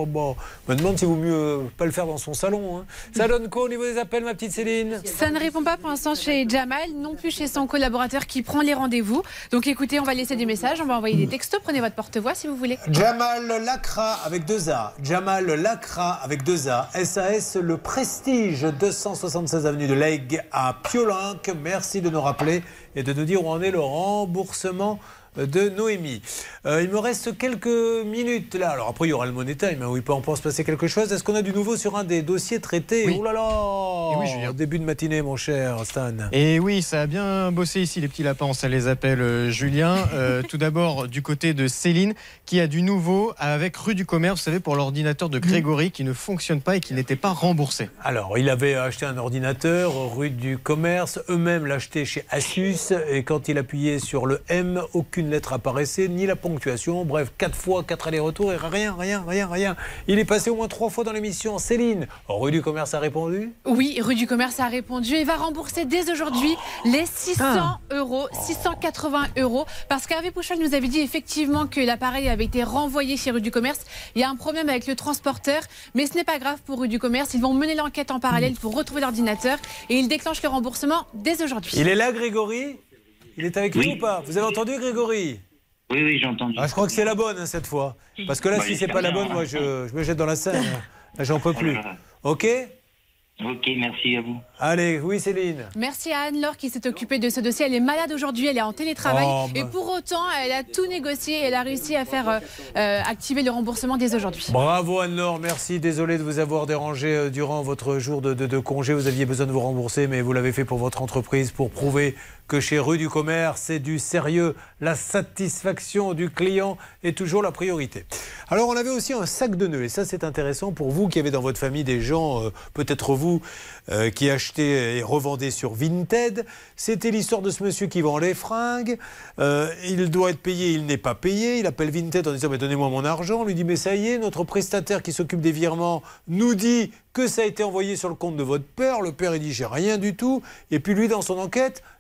me demande s'il vaut mieux pas le faire dans son salon. Hein. Ça donne quoi au niveau des appels, ma petite Céline? Ça ne répond pas pour l'instant chez Jamal, non plus chez son collaborateur qui prend les rendez-vous. Donc écoutez, on va laisser des messages, on va envoyer des textos, prenez votre porte-voix si vous voulez. Jamal Lacra avec 2 A, Jamal Lacra avec 2 A, SAS Le Prestige, 276 avenue de l'Aigle à Piolenc. Merci de nous rappeler et de nous dire où en est le remboursement de Noémie. Il me reste quelques minutes là. Alors après il y aura le Money Time, hein, où il peut encore se passer quelque chose. Est-ce qu'on a du nouveau sur un des dossiers traités? Oui. Oh là là, oui, Julien. Début de matinée mon cher Stan. Et oui, ça a bien bossé ici les petits lapins, ça les appelle Julien. Tout d'abord du côté de Céline qui a du nouveau avec rue du Commerce, vous savez, pour l'ordinateur de Grégory qui ne fonctionne pas et qui n'était pas remboursé. Alors il avait acheté un ordinateur rue du Commerce, eux-mêmes l'achetaient chez Asus, et quand il appuyait sur le M, aucune lettre apparaissait, ni la ponctuation, bref, 4 fois, 4 allers-retours et rien. Il est passé au moins 3 fois dans l'émission. Céline, rue du Commerce a répondu? Oui, rue du Commerce a répondu et va rembourser dès aujourd'hui les 600 €, 680 €, parce qu'Hervé Pouchol nous avait dit effectivement que l'appareil avait été renvoyé chez rue du Commerce. Il y a un problème avec le transporteur, mais ce n'est pas grave pour rue du Commerce. Ils vont mener l'enquête en parallèle pour retrouver l'ordinateur et ils déclenchent le remboursement dès aujourd'hui. Il est là, Grégory? Il est avec nous ou pas? Vous avez entendu, Grégory? Oui, j'ai entendu. Je crois que c'est la bonne hein, cette fois. Parce que là, si c'est pas la bonne, moi, je me jette dans la Seine. Là, j'en peux plus. Ok? Ok, merci à vous. Allez, oui Céline. Merci à Anne-Laure qui s'est occupée de ce dossier. Elle est malade aujourd'hui, elle est en télétravail. Et pour autant, elle a tout négocié. Elle a réussi à faire activer le remboursement dès aujourd'hui. Bravo Anne-Laure, merci. Désolé de vous avoir dérangé durant votre jour de congé. Vous aviez besoin de vous rembourser, mais vous l'avez fait pour votre entreprise, pour prouver que chez Rue du Commerce, c'est du sérieux. La satisfaction du client est toujours la priorité. Alors, on avait aussi un sac de nœuds. Et ça, c'est intéressant pour vous qui avez dans votre famille des gens, peut-être vous, qui achetez et revendez sur Vinted. C'était l'histoire de ce monsieur qui vend les fringues. Il doit être payé, il n'est pas payé. Il appelle Vinted en disant mais donnez-moi mon argent. On lui dit mais ça y est, notre prestataire qui s'occupe des virements nous dit que ça a été envoyé sur le compte de votre père. Le père il dit j'ai rien du tout. Et puis lui dans son enquête,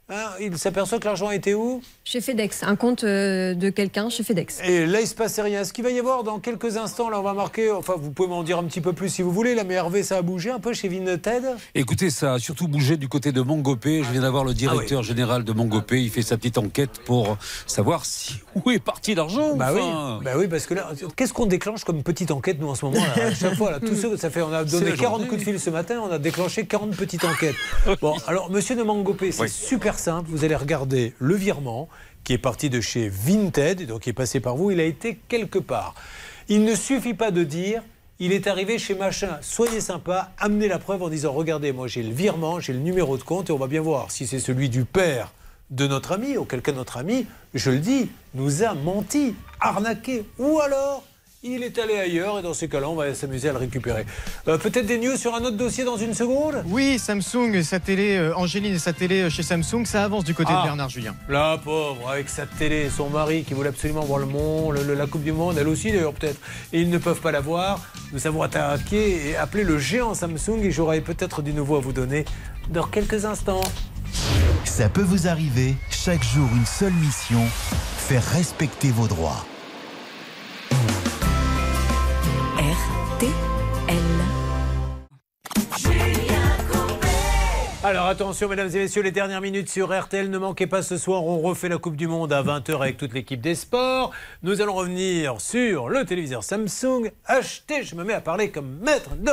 il s'aperçoit que l'argent était où? Chez FedEx, un compte de quelqu'un chez FedEx. Et là, il se passait rien. Ce qu'il va y avoir dans quelques instants, là, on va marquer. Enfin, vous pouvez m'en dire un petit peu plus si vous voulez. Là, mais Hervé, ça a bougé un peu chez Vinted. Écoutez, ça a surtout bougé du côté de Mongopé. Je viens d'avoir le directeur général de Mongopé. Il fait sa petite enquête pour savoir où est parti l'argent. Bah oui, parce que là, qu'est-ce qu'on déclenche comme petite enquête, nous, en ce moment là, à chaque fois, là, tous ceux, ça fait, on a donné 40 coups de fil ce matin, on a déclenché 40 petites enquêtes. Bon, alors, monsieur de Mongopé, c'est super simple. Vous allez regarder le virement qui est parti de chez Vinted, donc qui est passé par vous, il a été quelque part. Il ne suffit pas de dire, il est arrivé chez machin. Soyez sympa, amenez la preuve en disant, regardez, moi j'ai le virement, j'ai le numéro de compte, et on va bien voir si c'est celui du père de notre ami, auquel cas notre ami, je le dis, nous a menti, arnaqué, ou alors il est allé ailleurs, et dans ces cas-là, on va s'amuser à le récupérer. Peut-être des news sur un autre dossier dans une seconde? Oui, Samsung, sa télé, Angéline et sa télé chez Samsung, ça avance du côté de Bernard Julien. La pauvre, avec sa télé, son mari qui voulait absolument voir le monde, la Coupe du Monde, elle aussi d'ailleurs peut-être, et ils ne peuvent pas la voir. Nous avons attaqué et appelé le géant Samsung, et j'aurai peut-être du nouveau à vous donner dans quelques instants. Ça peut vous arriver, chaque jour une seule mission, faire respecter vos droits. RTL. Alors attention mesdames et messieurs, les dernières minutes sur RTL, ne manquez pas ce soir, on refait la Coupe du Monde à 20h avec toute l'équipe des sports. Nous allons revenir sur le téléviseur Samsung, acheté, je me mets à parler comme maître de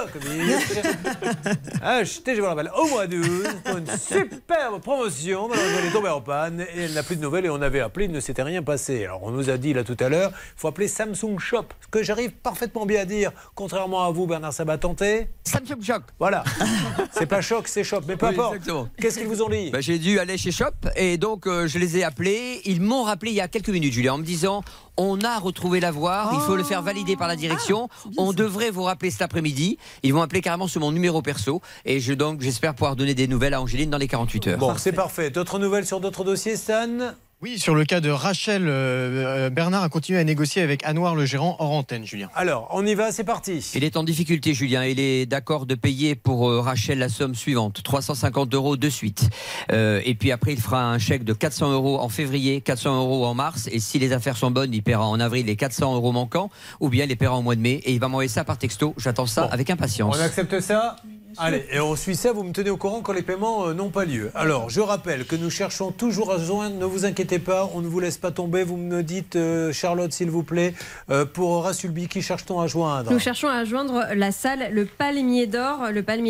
comique, acheté, je vous le rappelle, au mois d'août, pour une superbe promotion, malheureusement elle est tombée en panne et elle n'a plus de nouvelles et on avait appelé, il ne s'était rien passé. Alors on nous a dit là tout à l'heure, il faut appeler Samsung Shop, ce que j'arrive parfaitement bien à dire, contrairement à vous Bernard Sabat, tenté. Samsung Shop. Voilà, c'est pas choc, c'est shop, mais peu importe. Exactement. Qu'est-ce qu'ils vous ont dit? J'ai dû aller chez Shop et donc je les ai appelés. Ils m'ont rappelé il y a quelques minutes, Julien, en me disant on a retrouvé l'avoir, il faut le faire valider par la direction. On devrait vous rappeler cet après-midi. Ils vont appeler carrément sur mon numéro perso et donc j'espère pouvoir donner des nouvelles à Angéline dans les 48 heures. Bon, c'est parfait. D'autres nouvelles sur d'autres dossiers, Stan? Oui, sur le cas de Rachel, Bernard a continué à négocier avec Anouar, le gérant, hors antenne, Julien. Alors, on y va, c'est parti. Il est en difficulté, Julien. Il est d'accord de payer pour Rachel la somme suivante, 350 € de suite. Et puis après, il fera un chèque de 400 € en février, 400 € en mars. Et si les affaires sont bonnes, il paiera en avril les 400 € manquants, ou bien il les paiera en mois de mai. Et il va m'envoyer ça par texto. J'attends ça avec impatience. On accepte ça? Allez, et on suit ça, vous me tenez au courant quand les paiements n'ont pas lieu. Alors, je rappelle que nous cherchons toujours à joindre, ne vous inquiétez pas, on ne vous laisse pas tomber. Vous me dites, Charlotte, s'il vous plaît, pour Rassulbi, qui cherche-t-on à joindre? Nous cherchons à joindre la salle Le Palmier d'Or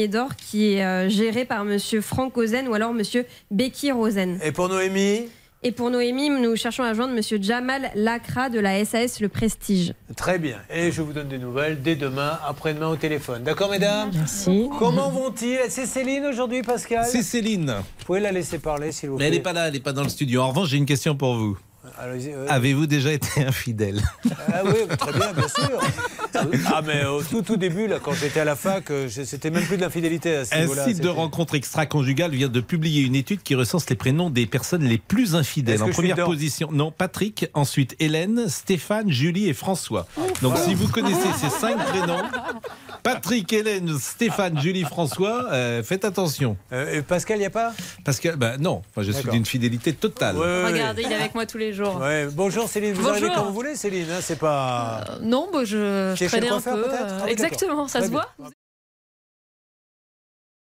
qui est géré par monsieur Franck Ozen ou alors monsieur Becky Rosen. Et pour Noémie? Et pour Noémie, nous cherchons à joindre monsieur Jamal Lacra de la SAS Le Prestige. Très bien. Et je vous donne des nouvelles dès demain, après-demain au téléphone. D'accord, mesdames? Merci. Comment vont-ils? C'est Céline aujourd'hui, Pascal? C'est Céline. Vous pouvez la laisser parler, s'il vous plaît. Mais elle n'est pas là, elle n'est pas dans le studio. En revanche, j'ai une question pour vous. Avez-vous déjà été infidèle? Ah oui, très bien, bien sûr. Ah mais au tout début, là, quand j'étais à la fac, c'était même plus de l'infidélité à ce niveau-là. Un site de rencontre extra-conjugale vient de publier une étude qui recense les prénoms des personnes les plus infidèles. En première position, non, Patrick, ensuite Hélène, Stéphane, Julie et François. Donc si vous connaissez ces 5 prénoms, Patrick, Hélène, Stéphane, Julie, François, faites attention. Et Pascal, il n'y a pas? Pascal, non, enfin, je suis d'une fidélité totale. Regardez, il est avec moi tous les jours. Ouais. Bonjour Céline, vous arrivez quand vous voulez Céline, hein, c'est pas... Non, je traînais un peu. peut-être? Exactement, ça se voit.